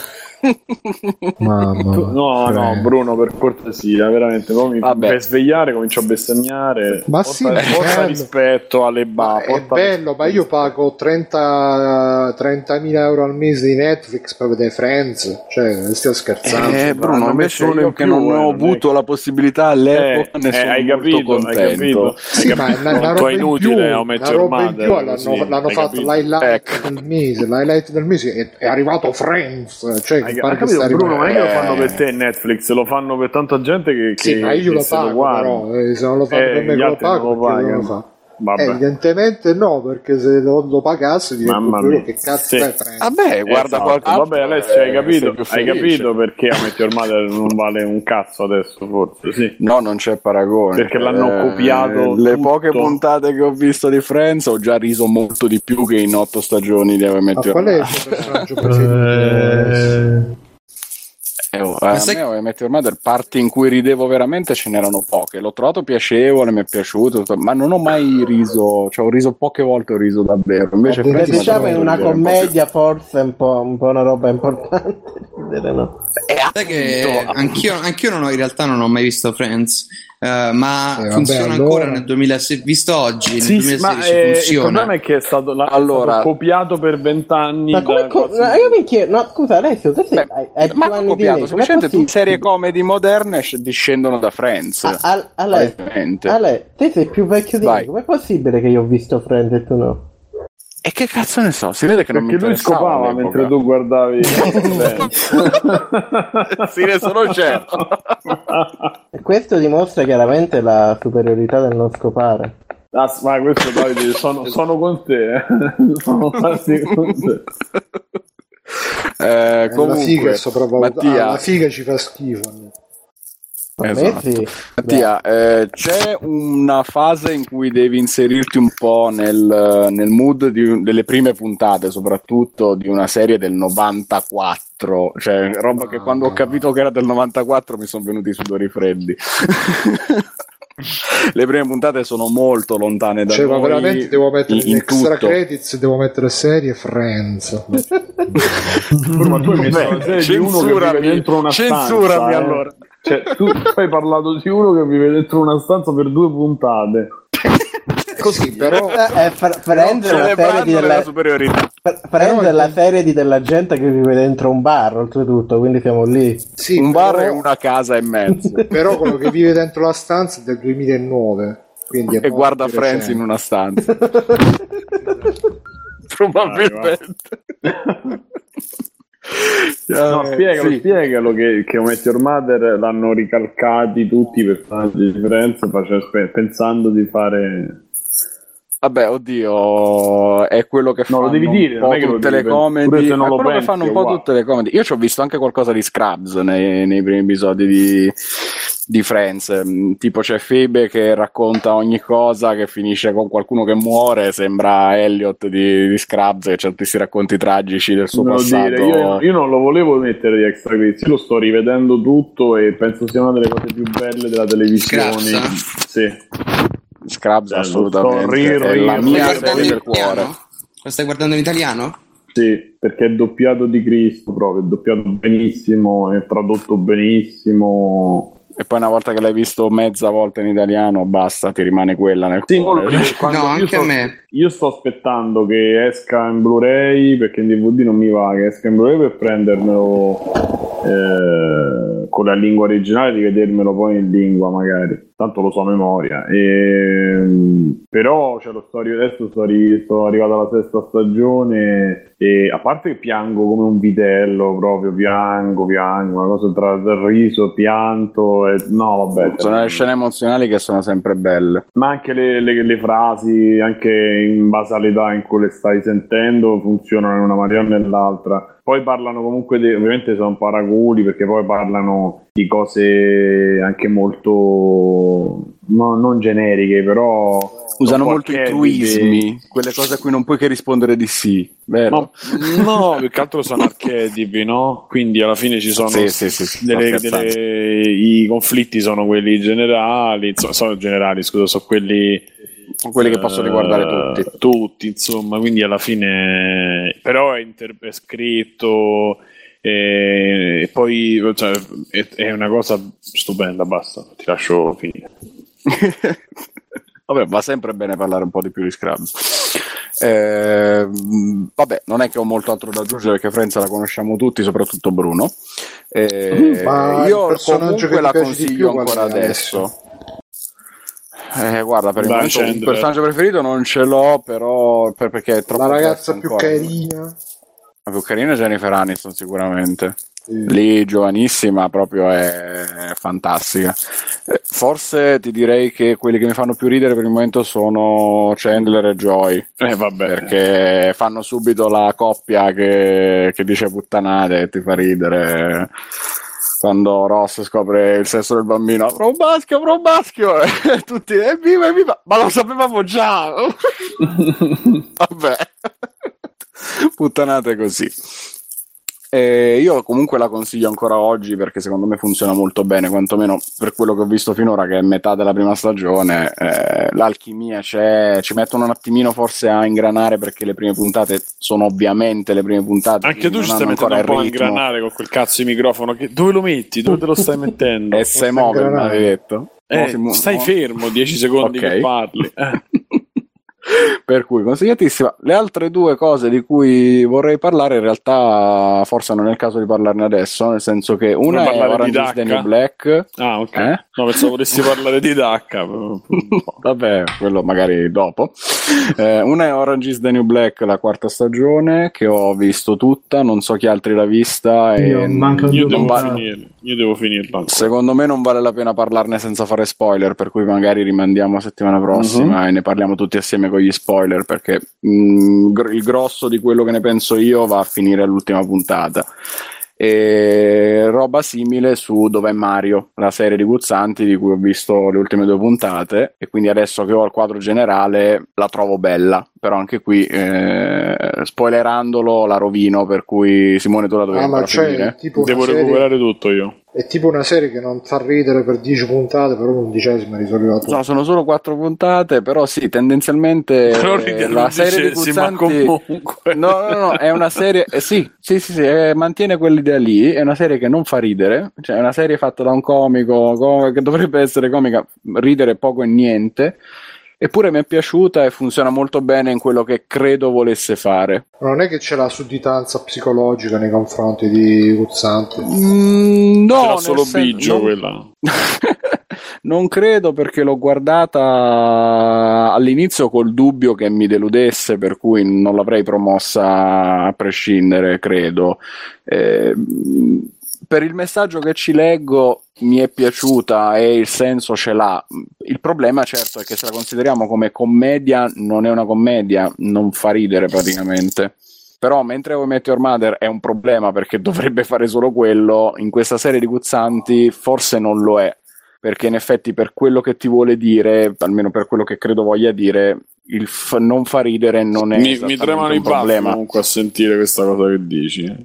Mamma, no, no, Bruno, per cortesia, veramente. Poi mi fai svegliare, comincio a bestemmiare. Ma porta, sì, porta rispetto alle ba. È bello, ma io pago trenta trentamila euro al mese di Netflix per vedere Friends. Cioè, stiamo scherzando. Eh, Bruno, invece io in che più, non ho avuto la possibilità all'epoca, eh, ne sono eh, hai capito, hai capito. Sì, ma è una roba in più, una roba in più l'hanno, l'hanno fatto l'highlight ecco. del mese. L'highlight del mese è, è arrivato Friends, cioè hai capito, Bruno, ma è che lo fanno per te Netflix, lo fanno per tanta gente che, che sì, ma io lo pago, però eh, se non lo fanno eh, per me lo pago, lo non lo fa. Eh, evidentemente no, perché se lo, lo pagassi diventa quello che cazzo sì. stai prendendo. Vabbè, guarda esatto. qualche Vabbè, Alessio, hai capito, hai capito perché a Met Your Mother non vale un cazzo adesso, forse, sì. No, non c'è paragone. Perché l'hanno eh, copiato le tutto. Poche puntate che ho visto di Friends ho già riso molto di più che in otto stagioni di Met Your Mother. Qual è il tuo personaggio preferito? Eh, oh, a sai... me Met Your Mother, parti in cui ridevo veramente ce n'erano poche. L'ho trovato piacevole, mi è piaciuto, ma non ho mai riso, cioè ho riso poche volte, ho riso davvero. Invece eh, diciamo è una commedia, un forse un po', un po' una roba importante. No? Eh, sai che anch'io, anch'io non ho, in realtà non ho mai visto Friends. Uh, ma eh, funziona vabbè, ancora allora... nel duemilasedici, visto oggi nel sì, duemilasedici ma, eh, funziona. Il problema è che è stato, la, allora... stato copiato per vent'anni. Ma come da co- no, io mi chiedo, no scusa Alessio, te sei, Beh, hai ma più anni copiato, di me, semplicemente tutte serie comedy moderne discendono da Friends. Ah, al, Ale, Ale, te sei più vecchio di me, com'è possibile che io ho visto Friends e tu no? E che cazzo ne so, si vede che perché non mi lui scopava mentre tu guardavi. Sì, ne sono certo. E questo dimostra chiaramente la superiorità del non scopare. Ah, ma questo Davide, sono, sono con te, eh. sono quasi con te. Eh, comunque, la figa è sopravvalutata. Mattia, Ah, la figa ci fa schifo. Esatto. Sì. Mattia, eh, c'è una fase in cui devi inserirti un po' nel, nel mood di, delle prime puntate, soprattutto di una serie del novantaquattro, cioè roba che quando ho capito che era del novantaquattro mi sono venuti i sudori freddi. Le prime puntate sono molto lontane da cioè, noi, ma veramente devo mettere in, in in extra tutto. credits, devo mettere serie Friends. Ma tu hai messo la serie di uno che vive dentro una censurami stanza, eh. allora. Cioè, tu hai parlato di uno che vive dentro una stanza per due puntate. Così, però Eh, Fr- Friends è la serie di della superiorità. Fr- Friends è la serie di della gente che vive dentro un bar, oltretutto, quindi siamo lì. sì, Un però, bar e una casa e mezzo. però quello che vive dentro la stanza è del duemilanove, quindi è E guarda molto Friends recente. in una stanza. Probabilmente. No, Eh, spiegalo, sì. spiegalo che, che How I Met Your Mother l'hanno ricalcati tutti i personaggi di Friends face- pensando di fare... Vabbè, oddio, è quello che No, fanno lo devi dire, un non po' è che lo tutte devi le pensare. Pure comedy, se non è lo quello che pensi, fanno un è po' uguale. tutte le comedy. Io ci ho visto anche qualcosa di Scrubs nei, nei primi episodi di, di Friends, Mm, tipo c'è Phoebe che racconta ogni cosa che finisce con qualcuno che muore, sembra Elliot di, di Scrubs, che c'ha tutti questi racconti tragici del suo Non lo passato. dire, io, io non lo volevo mettere di extra credits, io lo sto rivedendo tutto e penso sia una delle cose più belle della televisione. Scrubs? Sì. Scrubs Bello, assolutamente, sto ri- è ri- la ri- mia ri- serie ri- del cuore. Lo stai guardando in italiano? Sì, perché è doppiato di Cristo proprio, è doppiato benissimo, è tradotto benissimo. E poi una volta che l'hai visto mezza volta in italiano, basta, ti rimane quella nel Sì, cuore. quello perché quando No, io anche sto, a me. Io sto aspettando che esca in Blu-ray, perché in D V D non mi va, che esca in Blu-ray per prendermelo eh, con la lingua originale, di vedermelo poi in lingua magari, tanto lo so a memoria. E, però cioè, lo sto arri- adesso sto, arri- sto arrivato alla sesta stagione e a parte che piango come un vitello, proprio piango, piango, una cosa tra il riso, pianto, e, no vabbè. Sono le scene emozionali che sono sempre belle. Ma anche le, le- le frasi, anche in base all'età in cui le stai sentendo, funzionano in una maniera o nell'altra. Poi parlano comunque, di, ovviamente sono paraculi, perché poi parlano di cose anche molto, no, non generiche, però... Usano un po' molto i archetiche. truismi, quelle cose a cui non puoi che rispondere di sì, vero? No, più che altro sono archetipi, no? Quindi alla fine ci sono Sì, sì, sì, sì, delle, sto delle- i conflitti sono quelli generali, insomma, sono generali, scusa, sono quelli quelli che possono riguardare eh, tutti. tutti, insomma, quindi alla fine però è, inter- è scritto e, e poi cioè, è, è una cosa stupenda, basta, ti lascio finire. Vabbè, va sempre bene parlare un po' di più di Scrubs. Eh, vabbè, non è che ho molto altro da aggiungere perché Friends la conosciamo tutti, soprattutto Bruno. Eh, Ma il io personaggio comunque che la ti piace di consiglio più ancora qual è, adesso. Eh, guarda, per il Dai, momento un Chandler. personaggio preferito non ce l'ho, però per- perché è troppo La ragazza presto più ancora. carina. La più carina è Jennifer Aniston sicuramente. Lì giovanissima, proprio è fantastica. Eh, Forse ti direi che quelli che mi fanno più ridere per il momento sono Chandler e Joy, Eh, vabbè. perché fanno subito la coppia che, che dice puttanate e ti fa ridere. Quando Ross scopre il sesso del bambino, avrò un maschio, avrò un maschio, e tutti, evviva, evviva, ma lo sapevamo già. Vabbè, puttanate così. E io comunque la consiglio ancora oggi perché secondo me funziona molto bene, quantomeno per quello che ho visto finora, che è metà della prima stagione. Eh, l'alchimia c'è, ci mettono un attimino forse a ingranare perché le prime puntate sono ovviamente le prime puntate. Anche tu non ci stai hanno mettendo un ancora po' a il ritmo. ingranare con quel cazzo di microfono. Che, dove lo metti? Dove te lo stai mettendo? E se muove il maledetto. Eh, Mo si mu- stai mo- fermo dieci secondi Ok. che parli. Eh. Per cui consigliatissima. Le altre due cose di cui vorrei parlare in realtà forse non è il caso di parlarne adesso, nel senso che una Vuoi è parlare Orange di is the Dacca? New Black. Ah, ok. Eh? No, pensavo volessi parlare di Dacca. Vabbè, quello magari dopo. Eh, una è Orange is the New Black, la quarta stagione, che ho visto tutta, non so chi altri l'ha vista. Io, e mancano Io due devo puntate. finirla. Io devo finirla. ancora. Secondo me non vale la pena parlarne senza fare spoiler, per cui magari rimandiamo a settimana prossima Mhm. e ne parliamo tutti assieme con gli spoiler, perché mh, gr- il grosso di quello che ne penso io va a finire all'ultima puntata. E roba simile su Dov'è Mario, la serie di Guzzanti di cui ho visto le ultime due puntate, e quindi adesso che ho il quadro generale la trovo bella, però anche qui eh, spoilerandolo la rovino, per cui Simone tu la dovevi Ah, ma ancora c'è finire? tipo una Devo serie- recuperare tutto io. È tipo una serie che non fa ridere per dieci puntate, però l'undicesima risolveva tutto. No, sono solo quattro puntate, però sì, tendenzialmente Però eh, ride la serie di l'undicesima Guzzanti comunque. no, no, no, è una serie eh, sì, sì, sì, sì, eh, mantiene quell'idea lì, è una serie che non fa ridere, cioè è una serie fatta da un comico co- che dovrebbe essere comica, ridere poco e niente. Eppure mi è piaciuta e funziona molto bene in quello che credo volesse fare. Non è che c'è la sudditanza psicologica nei confronti di Guzzanti. Mm, no, C'era nel solo sen- Biggio non- quella. Non credo, perché l'ho guardata all'inizio col dubbio che mi deludesse, per cui non l'avrei promossa a prescindere, credo. Eh, per il messaggio che ci leggo mi è piaciuta e il senso ce l'ha. Il problema, certo, è che se la consideriamo come commedia, non è una commedia, non fa ridere praticamente. Però mentre How I Met Your Mother è un problema perché dovrebbe fare solo quello, in questa serie di Guzzanti forse non lo è, perché in effetti per quello che ti vuole dire, almeno per quello che credo voglia dire, il f- non fa ridere non è Mi, mi esattamente tremano un i baffi problema. comunque a sentire questa cosa che dici.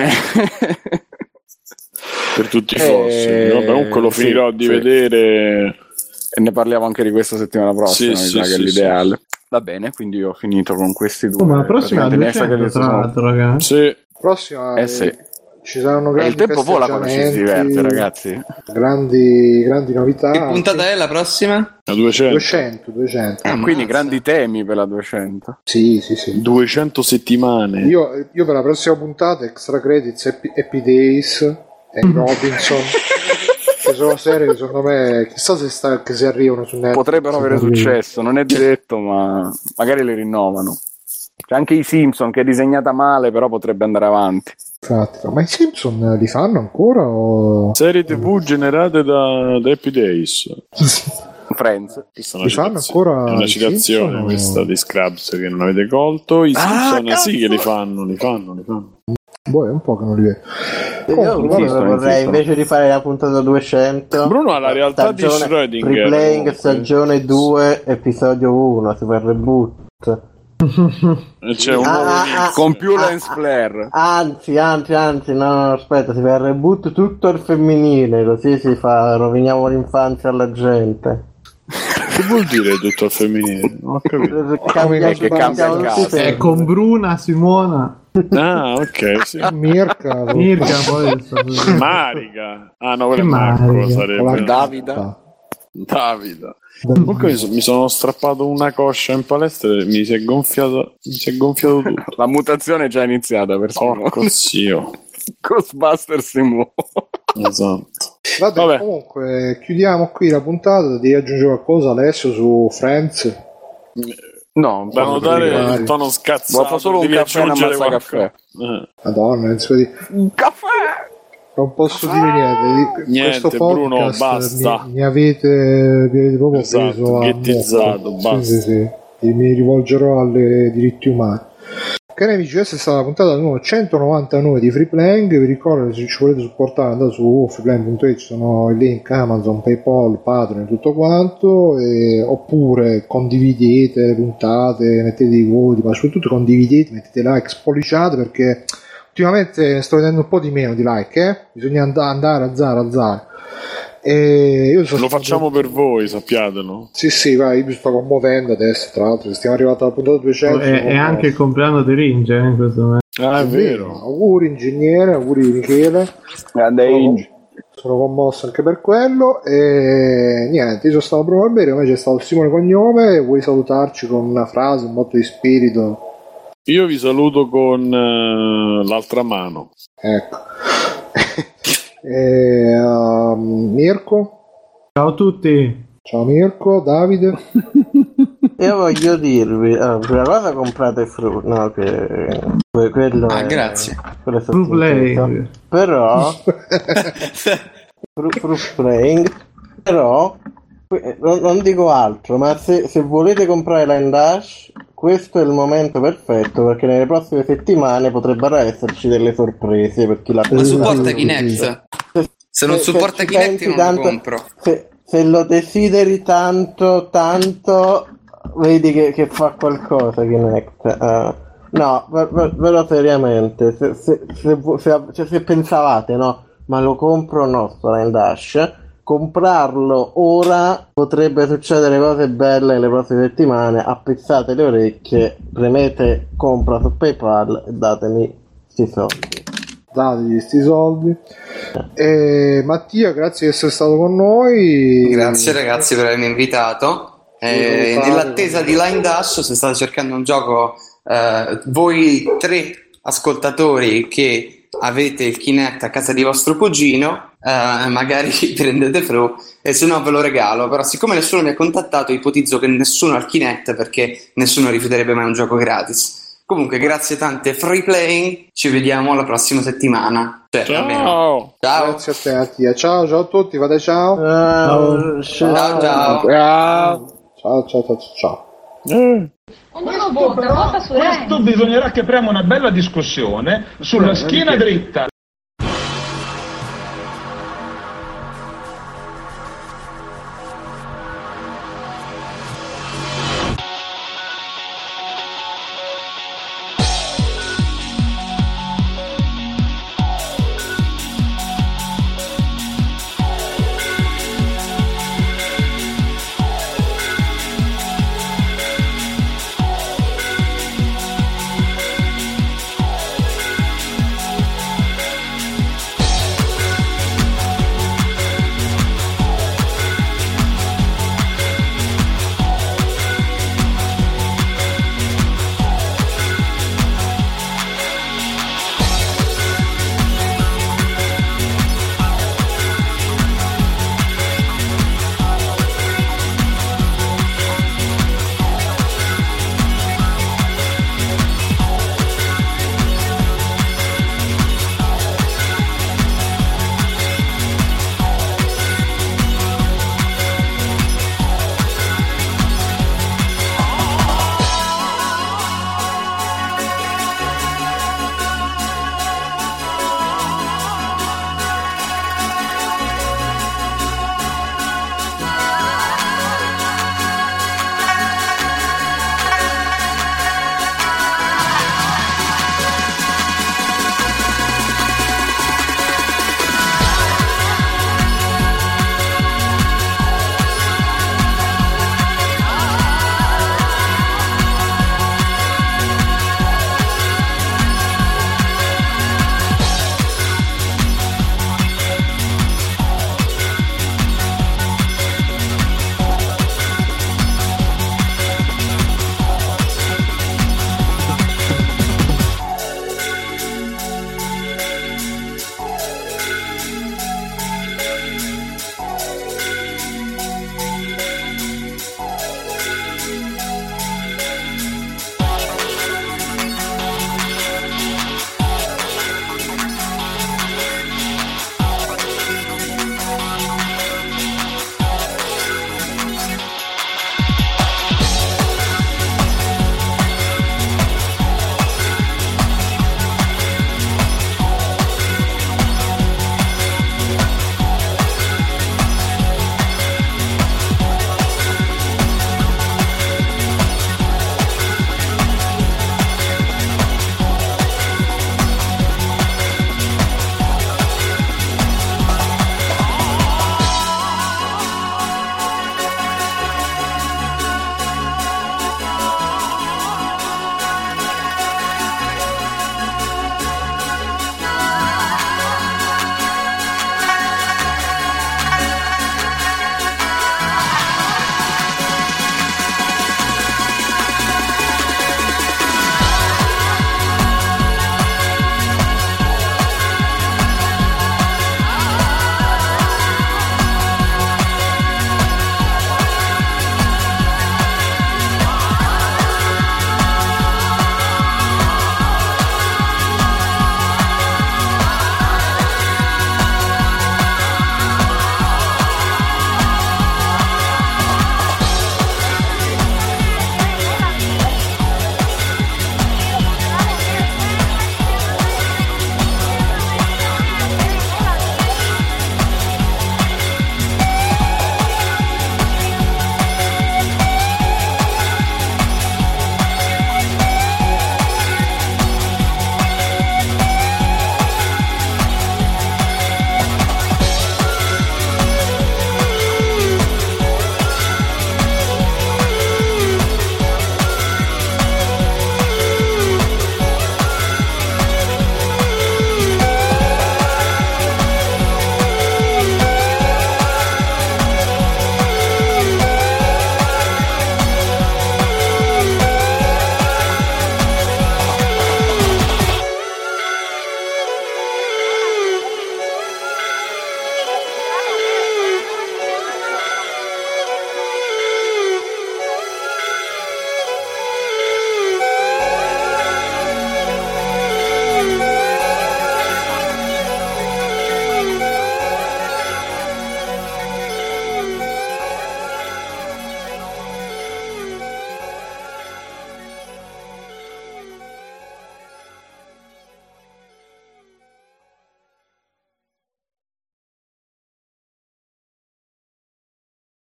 Per tutti i Eh, fossili. Vabbè, comunque lo sì, finirò di sì. vedere. E ne parliamo anche di questa settimana prossima, Sì, mi sì, sa che sì, è l'ideale. Va bene, quindi io ho finito con questi due. Oh, ma la prossima è a Praticamente ne sa che duecento, adesso tra sono- l'altro, ragazzi. Sì. Prossima Eh eh, sì. ci saranno E grandi il tempo vola quando ci si festeggiamenti, diverte, ragazzi. grandi, grandi novità. Che puntata è la prossima? A duecento. duecento, duecento. Ah, Quindi ammazza. grandi temi per la duecento. Sì, sì, sì. duecento settimane. Io, io per la prossima puntata Extra Credits, Happy, Happy Days e Robinson che sono serie che secondo me chissà se sta, che si arrivano su Netflix. Potrebbero avere successo, non è detto, ma magari le rinnovano. C'è anche i Simpson, che è disegnata male, però potrebbe andare avanti. Infatti, ma i Simpson li fanno ancora o... Serie tivù generate da, da Happy Days. Friends. Questa è una Li fanno citazione- ancora è una i citazione Simpson o- questa di Scrubs che non avete colto. I Ah, Simpson sì che li cazzo! fanno, li fanno, li fanno. Boh, è un po' che non li vedo. Io Comunque, comunque insisto, vorrei insisto. invece di fare la puntata duecento, Bruno ha la realtà di stagione- Schrödinger, Replaying comunque. stagione due episodio uno, si fa il reboot. E c'è un Ah, nuovo ah, inizio. ah. Con più lens flare. Anzi, anzi, anzi, no, no, aspetta, si fa il reboot tutto al femminile, così si fa, roviniamo l'infanzia alla gente. Che vuol dire tutto al femminile? Non ho capito. Cambia, che cambia il tutti i caso. È tempi. con Bruna, Simona, Ah, ok, sì. Mirka, Mirka, poi Marica. Ah, no, quello è Che Marco, Marica? con la sarebbe. Davida. Davida. Comunque mi, so- mi sono strappato una coscia in palestra e mi si è gonfiato, mi si è gonfiato tutto. La mutazione è già iniziata per Simone. Porco zio. Ghostbusters Simone. Esatto. Vabbè, Vabbè. comunque chiudiamo qui la puntata. Devi aggiungere qualcosa Alessio su Friends? No, Da notare particolari. il tono scazzato. Vuoi fa solo un devi caffè e una aggiungere mazza qualcosa. caffè? Eh. Madonna, non si può dire. Un caffè! Non posso dire niente. Di- Niente, questo podcast Bruno, basta. Mi, mi avete, mi avete proprio Esatto, preso a ghettizzato, mocco. basta. Sì, sì, sì. E mi rivolgerò alle diritti umani. Cari amici, questa è stata la puntata numero centonovantanove di Free Playing. Vi ricordo che se ci volete supportare andate su freeplaying punto it, ci sono i link Amazon, PayPal, Patreon e tutto quanto, e, oppure condividete le puntate, mettete dei voti, ma soprattutto condividete, mettete like, spolliciate, perché ultimamente sto vedendo un po' di meno di like, eh? Bisogna and- andare a zero, a zero. E io sono Lo stato- facciamo per voi, sappiatelo. Sì, sì, vai, io mi sto commuovendo adesso, tra l'altro, stiamo arrivati alla puntata duecento. è, è anche il compleanno di Ringe eh, in questo momento. Ah, è vero. Auguri ingegnere, auguri Michele. Grande Inge. sono commosso anche per quello. E niente, io sono stato Bruno Alberio, invece è stato Simone Cognome. Vuoi salutarci con una frase, un motto di spirito? Io vi saluto con uh, l'altra mano. Ecco. e, uh, Mirko? Ciao a tutti. Ciao Mirko, Davide. Io voglio dirvi, allora, prima cosa comprate frutta, no, che que- quello Ah, è, grazie. quello è Fruit Play. sottoscritto. Però fruit, fruit playing, però que- non, non dico altro, ma se, se volete comprare Line Dash, questo è il momento perfetto, perché nelle prossime settimane potrebbero esserci delle sorprese per chi la Ma supporta compra. Kinect. Se non Se- supporta se ci Kinect pensi io non lo tanto- compro. Se, se lo desideri tanto, tanto, vedi che, che fa qualcosa Kinect. Eh, no, per- per- però seriamente, se, se, se, se- cioè, se pensavate, no, ma lo compro o no, sto Line Dash, comprarlo ora potrebbe succedere cose belle le prossime settimane. Appezzate le orecchie, premete compra su PayPal e datemi sti soldi. Dategli sti soldi. E Mattia, grazie di essere stato con noi. Grazie ragazzi per avermi invitato. Eh, nell'attesa di Line Dash, se state cercando un gioco, eh, voi tre ascoltatori che avete il Kinect a casa di vostro cugino, eh, magari prendete Fru e se no ve lo regalo. Però siccome nessuno mi ha contattato, ipotizzo che nessuno ha il Kinect, perché nessuno rifiuterebbe mai un gioco gratis. Comunque grazie tante Free Playing, ci vediamo la prossima settimana. Cioè, Ciao. almeno. Ciao. Grazie a te Mattia. Ciao, ciao a tutti, fate ciao. Ciao, Ciao, ciao. Ciao, ciao, ciao, ciao. Questo, però, questo bisognerà che apriamo una bella discussione sulla schiena dritta.